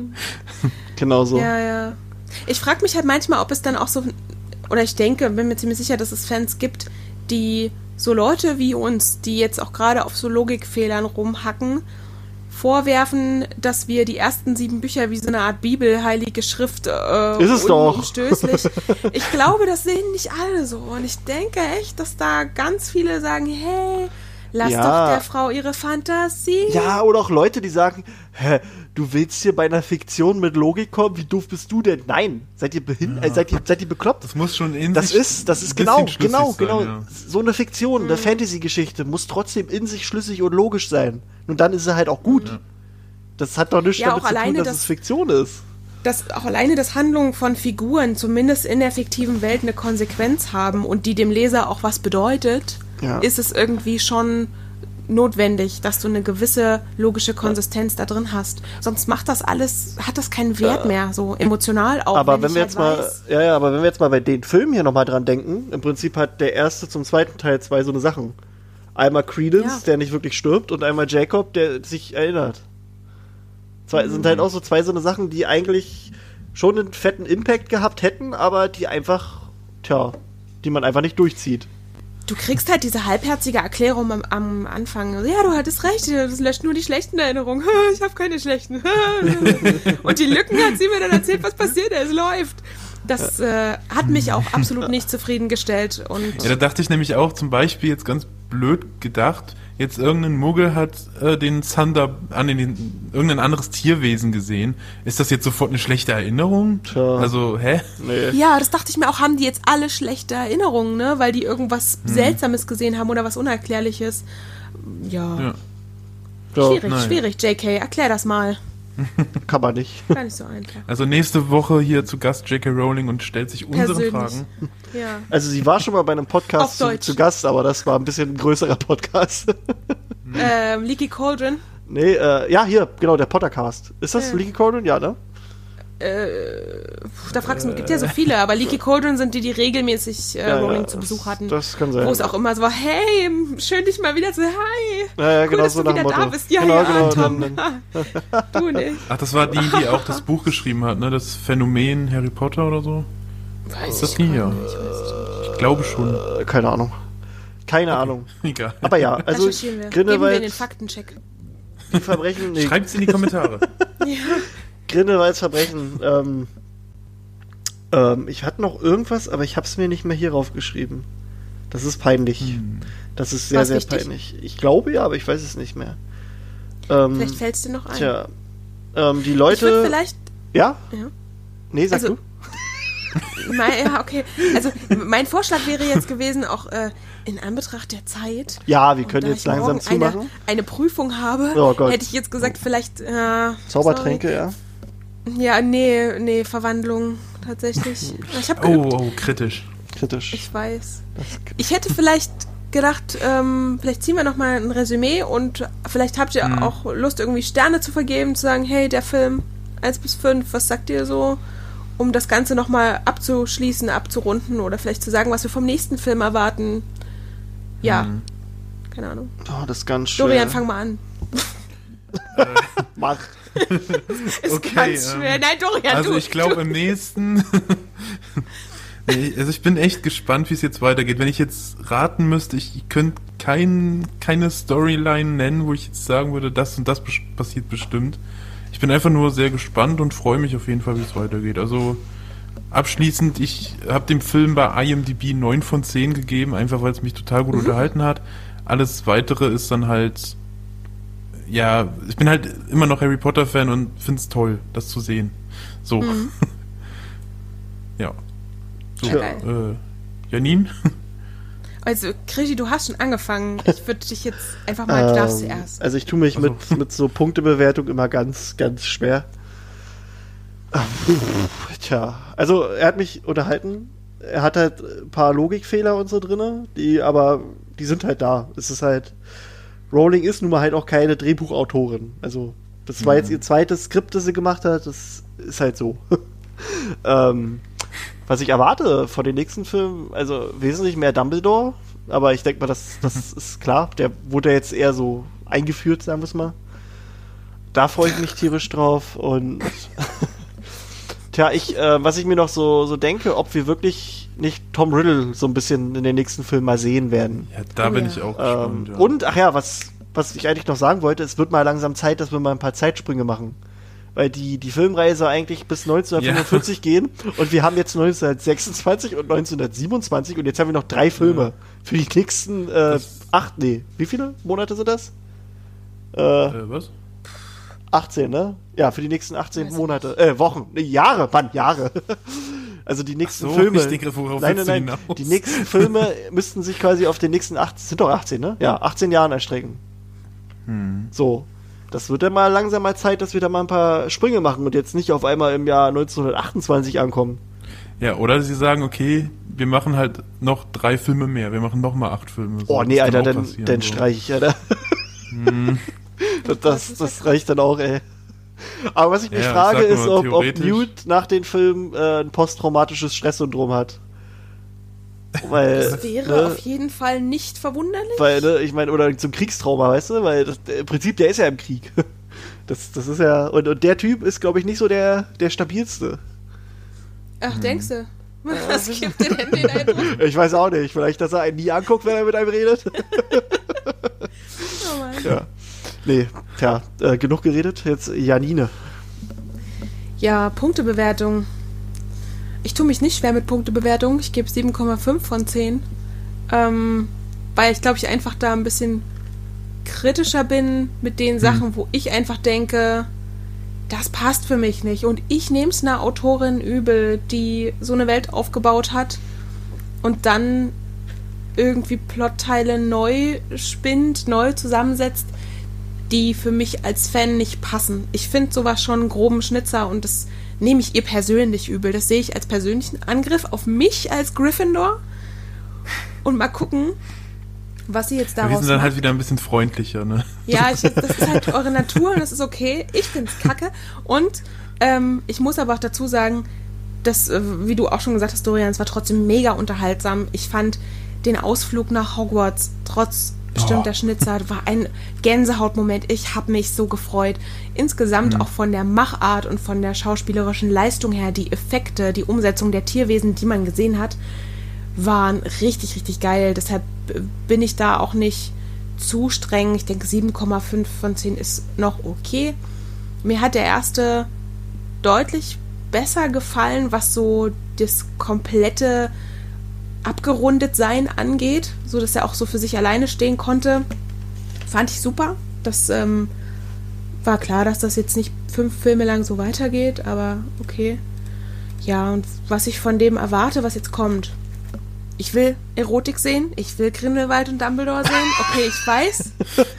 Genau so. Ja. Ich frage mich halt manchmal, ob es dann auch so, oder ich denke, bin mir ziemlich sicher, dass es Fans gibt, die so Leute wie uns, die jetzt auch gerade auf so Logikfehlern rumhacken, vorwerfen, dass wir die ersten 7 Bücher wie so eine Art Bibel, heilige Schrift, ist es doch. Umstößlich. Ich glaube, das sehen nicht alle so. Und ich denke echt, dass da ganz viele sagen, hey, lass doch der Frau ihre Fantasie. Ja, oder auch Leute, die sagen, du willst hier bei einer Fiktion mit Logik kommen? Wie doof bist du denn? Nein, seid ihr behindert? Seid ihr bekloppt? Das muss schon das ist genau. Sein. So eine Fiktion, eine Fantasy-Geschichte muss trotzdem in sich schlüssig und logisch sein. Und dann ist sie halt auch gut. Ja. Das hat doch nichts damit zu tun, dass es Fiktion ist. Dass auch alleine das Handeln von Figuren zumindest in der fiktiven Welt eine Konsequenz haben und die dem Leser auch was bedeutet, ist es irgendwie schon notwendig, dass du eine gewisse logische Konsistenz da drin hast. Sonst hat das keinen Wert mehr, so emotional auch. Aber wenn wir jetzt mal bei den Filmen hier nochmal dran denken, im Prinzip hat der erste zum zweiten Teil 2 so eine Sachen. Einmal Credence, der nicht wirklich stirbt, und einmal Jacob, der sich erinnert. Sind halt auch so zwei so eine Sachen, die eigentlich schon einen fetten Impact gehabt hätten, aber die einfach, die man einfach nicht durchzieht. Du kriegst halt diese halbherzige Erklärung am Anfang. Ja, du hattest recht, das löscht nur die schlechten Erinnerungen. Ich habe keine schlechten. Und die Lücken hat sie mir dann erzählt, was passiert, es läuft. Das hat mich auch absolut nicht zufriedengestellt. Und ja, da dachte ich nämlich auch zum Beispiel jetzt ganz blöd gedacht, jetzt irgendein Muggel hat den Thunder irgendein anderes Tierwesen gesehen. Ist das jetzt sofort eine schlechte Erinnerung? Tja. Also, hä? Nee. ja, das dachte ich mir auch, haben die jetzt alle schlechte Erinnerungen, ne? Weil die irgendwas Seltsames gesehen haben oder was Unerklärliches. Ja. Schwierig, JK, erklär das mal. Kann man nicht. Gar nicht so einfach. Also nächste Woche hier zu Gast J.K. Rowling und stellt sich unsere Persönlich. Fragen. Ja. Also sie war schon mal bei einem Podcast zu Gast, aber das war ein bisschen ein größerer Podcast. Leaky Cauldron. Nee, ja, hier, genau, der Pottercast. Ist das Leaky Cauldron? Ja, ne? Da fragst du, gibt ja so viele, aber Leaky Cauldron sind die regelmäßig Rowling zu Besuch hatten. Das kann sein. Wo es auch immer so war, hey, schön dich mal wieder zu, hi. Ja, cool, genau, dass so du nach dem wieder da Motto. bist. Ja, Genau, Tom. dann. Du nicht. Ach, das war die auch das Buch geschrieben hat, ne? Das Phänomen Harry Potter oder so? Weiß das ich die? gar Ja. nicht, weiß ich Ich glaube schon. Keine Ahnung. Keine Ahnung. Egal. Aber ja, nicht. also Recherchieren wir. Geben wir Grindelwald, den Faktencheck. die Verbrechen, nee, Schreibt's in die Kommentare. Ja. Grindelwalds Verbrechen, ich hatte noch irgendwas, aber ich hab's mir nicht mehr hier raufgeschrieben. Das ist peinlich. Das ist sehr, War's sehr wichtig? peinlich. Ich glaube ja, aber ich weiß es nicht mehr. Vielleicht fällt es dir noch ein. Tja, die Ich Leute... würde vielleicht... Ja? Ja. Nee, sag Also, du. Okay. Also, mein Vorschlag wäre jetzt gewesen, auch in Anbetracht der Zeit... Ja, wir und können da jetzt ich langsam morgen zumachen. eine Prüfung habe, Oh Gott. hätte ich jetzt gesagt, vielleicht... Zaubertränke, ja. sorry. Ja, nee, Verwandlung tatsächlich. Ich habe Oh, kritisch. Kritisch. Ich weiß. Ich hätte vielleicht gedacht, vielleicht ziehen wir nochmal ein Resümee und vielleicht habt ihr auch Lust, irgendwie Sterne zu vergeben, zu sagen, hey, der Film 1 bis 5, was sagt ihr so? Um das Ganze nochmal abzuschließen, abzurunden oder vielleicht zu sagen, was wir vom nächsten Film erwarten. Ja. Keine Ahnung. Oh, das ist ganz schwer. Dorian, fang mal an. Mach. Ist Okay, ganz schwer. Nein, Dorian, Also du. ich glaube im nächsten... Nee, also ich bin echt gespannt, wie es jetzt weitergeht. Wenn ich jetzt raten müsste, ich könnte keine Storyline nennen, wo ich jetzt sagen würde, das und das passiert bestimmt. Ich bin einfach nur sehr gespannt und freue mich auf jeden Fall, wie es weitergeht. Also abschließend, ich habe dem Film bei IMDb 9 von 10 gegeben, einfach weil es mich total gut unterhalten hat. Alles Weitere ist dann halt... Ja, ich bin halt immer noch Harry Potter Fan und finde es toll, das zu sehen. So. Ja. So, Ja, geil. Janine? Also, Krischi, du hast schon angefangen. Ich würde dich jetzt einfach mal, du darfst zuerst. Also ich tue mich mit so Punktebewertung immer ganz, ganz schwer. Tja, also er hat mich unterhalten. Er hat halt ein paar Logikfehler und so drin, die sind halt da. Es ist halt, Rowling ist nun mal halt auch keine Drehbuchautorin. Also das war jetzt ihr zweites Skript, das sie gemacht hat. Das ist halt so. Was ich erwarte von den nächsten Filmen, also wesentlich mehr Dumbledore, aber ich denke mal, das ist klar. Der wurde ja jetzt eher so eingeführt, sagen wir es mal. Da freue ich mich tierisch drauf und tja, was ich mir noch so denke, ob wir wirklich nicht Tom Riddle so ein bisschen in den nächsten Film mal sehen werden. Ja, da bin ich auch gespannt. Ja. Und, ach ja, was ich eigentlich noch sagen wollte, es wird mal langsam Zeit, dass wir mal ein paar Zeitsprünge machen. Weil die Filmreihe soll eigentlich bis 1945 gehen und wir haben jetzt 1926 und 1927 und jetzt haben wir noch 3 Filme für die nächsten wie viele Monate sind das? Was? 18, ne? Ja, für die nächsten 18 Monate. Wochen. Ne, Jahre, Mann, Jahre. Also die nächsten Filme. Ich denke, worauf Nein, willst du nein. hinaus? Die nächsten Filme müssten sich quasi auf den nächsten 18, sind doch 18, ne? Ja, 18 Jahren erstrecken. So. Das wird dann mal langsam mal Zeit, dass wir da mal ein paar Sprünge machen und jetzt nicht auf einmal im Jahr 1928 ankommen. Ja, oder sie sagen, okay, wir machen halt noch 3 Filme mehr. Wir machen noch mal 8 Filme. So, Oh nee, das kann Alter, auch passieren, dann so. streich ich, Alter. Das reicht dann auch, ey. Aber was ich mich Ja, frage, ich sag ist, nur, ob theoretisch. Newt nach den Filmen ein posttraumatisches Stresssyndrom hat. Weil, Das wäre auf jeden Fall nicht verwunderlich. Weil, ich meine, oder zum Kriegstrauma, weißt du? Weil im Prinzip, der ist ja im Krieg. Das ist ja, und der Typ ist, glaube ich, nicht so der stabilste. Ach, denkst du? Was gibt dir denn den Eindruck? Ich weiß auch nicht. Vielleicht, dass er einen nie anguckt, wenn er mit einem redet. Oh Mann. Ja. Nee, genug geredet. Jetzt Janine. Ja, Punktebewertung. Ich tue mich nicht schwer mit Punktebewertung. Ich gebe 7,5 von 10. Weil ich glaube, ich einfach da ein bisschen kritischer bin mit den Sachen, wo ich einfach denke, das passt für mich nicht. Und ich nehme es einer Autorin übel, die so eine Welt aufgebaut hat und dann irgendwie Plotteile neu spinnt, neu zusammensetzt, die für mich als Fan nicht passen. Ich finde sowas schon einen groben Schnitzer und das nehme ich ihr persönlich übel. Das sehe ich als persönlichen Angriff auf mich als Gryffindor. Und mal gucken, was sie jetzt daraus Wir sind dann macht. halt wieder ein bisschen freundlicher, ne? Ja, das ist halt eure Natur und das ist okay. Ich find's kacke. Und ich muss aber auch dazu sagen, dass, wie du auch schon gesagt hast, Dorian, es war trotzdem mega unterhaltsam. Ich fand den Ausflug nach Hogwarts, trotz bestimmter Schnitzer, war ein Gänsehautmoment. Ich habe mich so gefreut. Insgesamt auch von der Machart und von der schauspielerischen Leistung her, die Effekte, die Umsetzung der Tierwesen, die man gesehen hat, waren richtig, richtig geil. Deshalb bin ich da auch nicht zu streng. Ich denke, 7,5 von 10 ist noch okay. Mir hat der erste deutlich besser gefallen, was so das komplette Abgerundetsein angeht, so dass er auch so für sich alleine stehen konnte. Fand ich super. Das war klar, dass das jetzt nicht 5 Filme lang so weitergeht, aber okay. Ja, und was ich von dem erwarte, was jetzt kommt. Ich will Erotik sehen, ich will Grindelwald und Dumbledore sehen. Okay, ich weiß,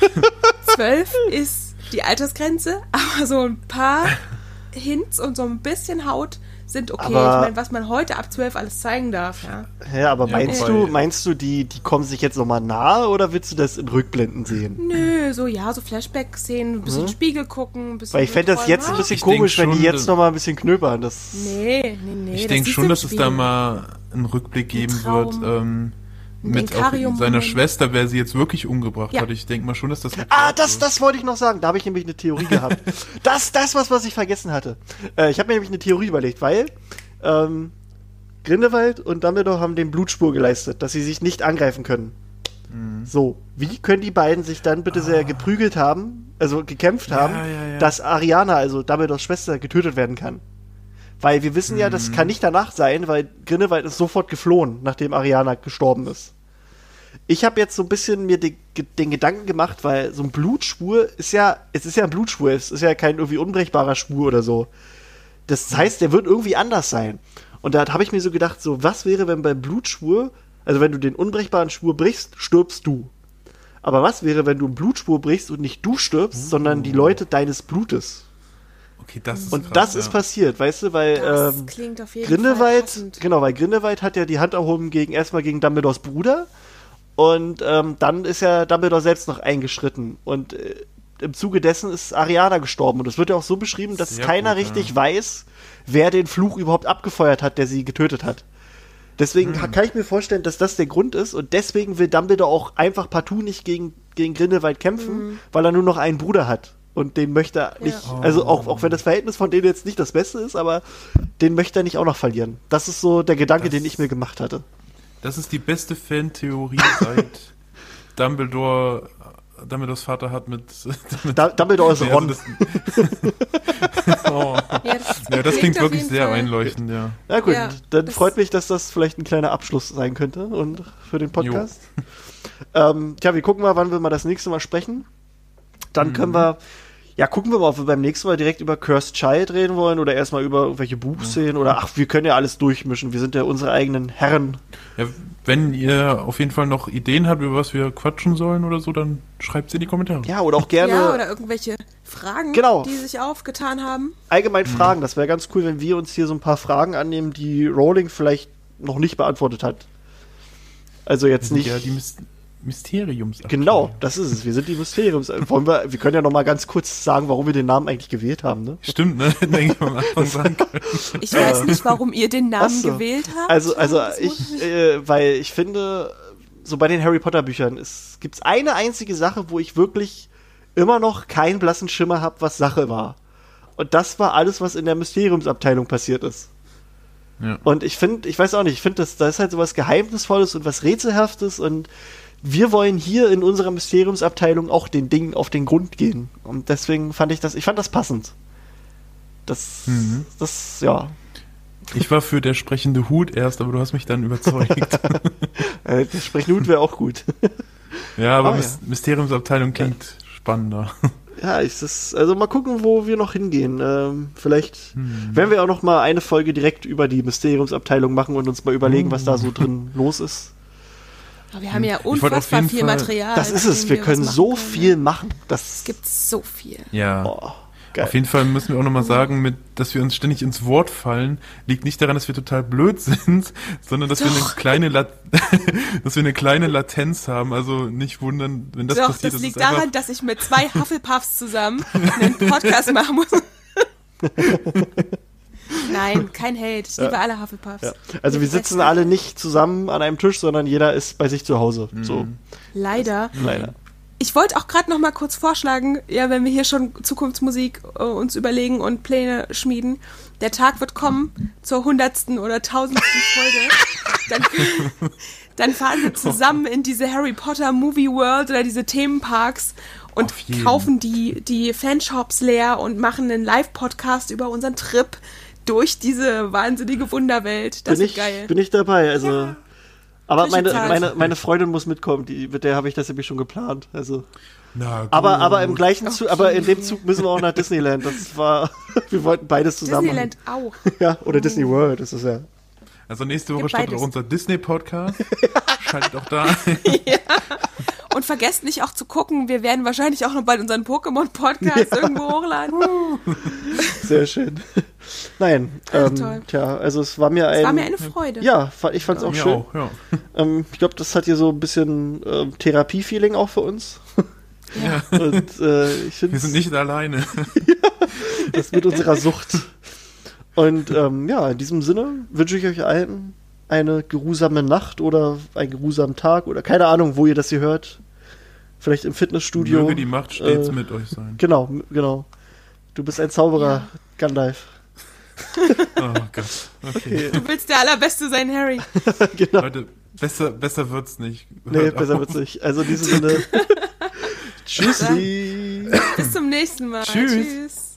12 ist die Altersgrenze, aber so ein paar Hints und so ein bisschen Haut sind okay. Aber ich meine, was man heute ab 12 alles zeigen darf, ja. Ja, aber Ja, meinst du, die kommen sich jetzt nochmal nahe oder willst du das in Rückblenden sehen? Nö, so Flashback-Szenen, ein bisschen Spiegel gucken, ein bisschen. Weil ich fände das jetzt ein bisschen Ich komisch, denk wenn die schon, jetzt nochmal ein bisschen knöpern. Das Nee. Ich das denke siehst schon, du im dass es da Spiegel. mal einen Rückblick geben wird, Traum. mit auch Inkarium-Moment. seiner Schwester, wer sie jetzt wirklich umgebracht Ja. hat. Ich denke mal schon, dass das... das wollte ich noch sagen. Da habe ich nämlich eine Theorie gehabt. Das was ich vergessen hatte. Ich habe mir nämlich eine Theorie überlegt, weil Grindelwald und Dumbledore haben den Blutspur geleistet, dass sie sich nicht angreifen können. So, wie können die beiden sich dann bitte sehr geprügelt haben, also gekämpft haben, ja. dass Ariana, also Dumbledores Schwester, getötet werden kann? Weil wir wissen ja, das kann nicht danach sein, weil Grindelwald ist sofort geflohen, nachdem Ariana gestorben ist. Ich habe jetzt so ein bisschen mir den Gedanken gemacht, weil so ein Blutschwur es ist ja ein Blutschwur, es ist ja kein irgendwie unbrechbarer Schwur oder so. Das heißt, der wird irgendwie anders sein. Und da habe ich mir so gedacht, so, was wäre, wenn beim Blutschwur, also wenn du den unbrechbaren Schwur brichst, stirbst du. Aber was wäre, wenn du einen Blutschwur brichst und nicht du stirbst, sondern die Leute deines Blutes? Okay, das ist Und krass, das ja. ist passiert, weißt du, weil Das klingt auf jeden Fall Grindelwald, passend. genau, weil Grindelwald hat ja die Hand erhoben erstmal gegen Dumbledores Bruder und dann ist ja Dumbledore selbst noch eingeschritten und im Zuge dessen ist Ariana gestorben und es wird ja auch so beschrieben, dass Sehr keiner gut, richtig weiß, wer den Fluch überhaupt abgefeuert hat, der sie getötet hat. Deswegen kann ich mir vorstellen, dass das der Grund ist und deswegen will Dumbledore auch einfach partout nicht gegen Grindelwald kämpfen, weil er nur noch einen Bruder hat. Und den möchte er nicht, also auch wenn das Verhältnis von denen jetzt nicht das Beste ist, aber den möchte er nicht auch noch verlieren. Das ist so der Gedanke, den ich mir gemacht hatte. Das ist die beste Fan-Theorie seit Dumbledores Vater hat mit Dumbledore ist Nee, Ron. also das Das klingt auf wirklich jeden sehr Fall. einleuchtend, ja. Na gut, Ja, dann das- freut mich, dass das vielleicht ein kleiner Abschluss sein könnte und für den Podcast. Wir gucken mal, wann wir mal das nächste Mal sprechen. Dann können wir, gucken wir mal, ob wir beim nächsten Mal direkt über Cursed Child reden wollen oder erstmal über irgendwelche Buchszenen oder wir können ja alles durchmischen. Wir sind ja unsere eigenen Herren. Ja, wenn ihr auf jeden Fall noch Ideen habt, über was wir quatschen sollen oder so, dann schreibt sie in die Kommentare. Ja, oder auch gerne Ja, oder irgendwelche Fragen, Genau. die sich aufgetan haben. allgemein Fragen. Das wäre ganz cool, wenn wir uns hier so ein paar Fragen annehmen, die Rowling vielleicht noch nicht beantwortet hat. Also jetzt nicht. Ja, Mysteriumsabteilung. Genau, das ist es. Wir sind die wir können ja noch mal ganz kurz sagen, warum wir den Namen eigentlich gewählt haben, ne? Stimmt, ne? Denke ich mal am Anfang sagen können. Ich weiß nicht, warum ihr den Namen gewählt habt. Also weil ich finde, so bei den Harry Potter Büchern gibt's eine einzige Sache, wo ich wirklich immer noch keinen blassen Schimmer habe, was Sache war. Und das war alles, was in der Mysteriumsabteilung passiert ist. Ja. Und ich weiß auch nicht, ich finde, da ist halt so was Geheimnisvolles und was Rätselhaftes und wir wollen hier in unserer Mysteriumsabteilung auch den Dingen auf den Grund gehen. Und deswegen fand ich das passend. Ja. Ich war für der sprechende Hut erst, aber du hast mich dann überzeugt. Der sprechende Hut wäre auch gut. Ja, aber Mysteriumsabteilung klingt spannender. Ja, also mal gucken, wo wir noch hingehen. Vielleicht werden wir auch noch mal eine Folge direkt über die Mysteriumsabteilung machen und uns mal überlegen, was da so drin los ist. Aber wir haben ja unfassbar viel Material. Das ist es, wir können so viel machen. Es gibt so viel. Ja. Geil. Auf jeden Fall müssen wir auch nochmal sagen, dass wir uns ständig ins Wort fallen, liegt nicht daran, dass wir total blöd sind, sondern dass wir eine kleine Latenz haben. Also nicht wundern, wenn das passiert. Das liegt daran, dass ich mit 2 Hufflepuffs zusammen einen Podcast machen muss. Nein, kein Hate. Ich liebe alle Hufflepuffs. Ja. Also wir sitzen alle nicht zusammen an einem Tisch, sondern jeder ist bei sich zu Hause. So. Leider. Leider. Ich wollte auch gerade noch mal kurz vorschlagen, ja, wenn wir hier schon Zukunftsmusik uns überlegen und Pläne schmieden, der Tag wird kommen zur 100. oder 1000. Folge. Dann fahren wir zusammen in diese Harry Potter Movie World oder diese Themenparks und kaufen die Fanshops leer und machen einen Live-Podcast über unseren Trip durch diese wahnsinnige Wunderwelt. Das ist geil. Bin ich dabei, also... Ja. Aber meine Freundin muss mitkommen, mit der habe ich das nämlich schon geplant. Also. Na gut. Aber im gleichen Zug, aber in dem Zug müssen wir auch nach Disneyland. Wir wollten beides zusammen. Disneyland auch. Ja, oder Disney World, das ist ja. Also nächste Woche startet auch unser Disney-Podcast. Schaltet auch da ein. Ja. Und vergesst nicht auch zu gucken, wir werden wahrscheinlich auch noch bald unseren Pokémon-Podcast irgendwo hochladen. Sehr schön. Nein, toll. also es war mir eine Freude. Ja, ich fand es auch schön. Auch, ja. Ich glaube, das hat hier so ein bisschen Therapie-Feeling auch für uns. Ja. Und ich finde, wir sind nicht alleine. das mit unserer Sucht. Und in diesem Sinne wünsche ich euch allen eine geruhsame Nacht oder einen geruhsamen Tag oder keine Ahnung, wo ihr das hier hört. Vielleicht im Fitnessstudio. Möge die Macht stets mit euch sein. Genau. Du bist ein Zauberer, Gandalf. Oh Gott. Okay. Du willst der Allerbeste sein, Harry. Genau. Leute, besser wird's nicht. Nee, besser wird's nicht. Also in diesem Sinne. Tschüssi. Bis zum nächsten Mal. Tschüss. Tschüss.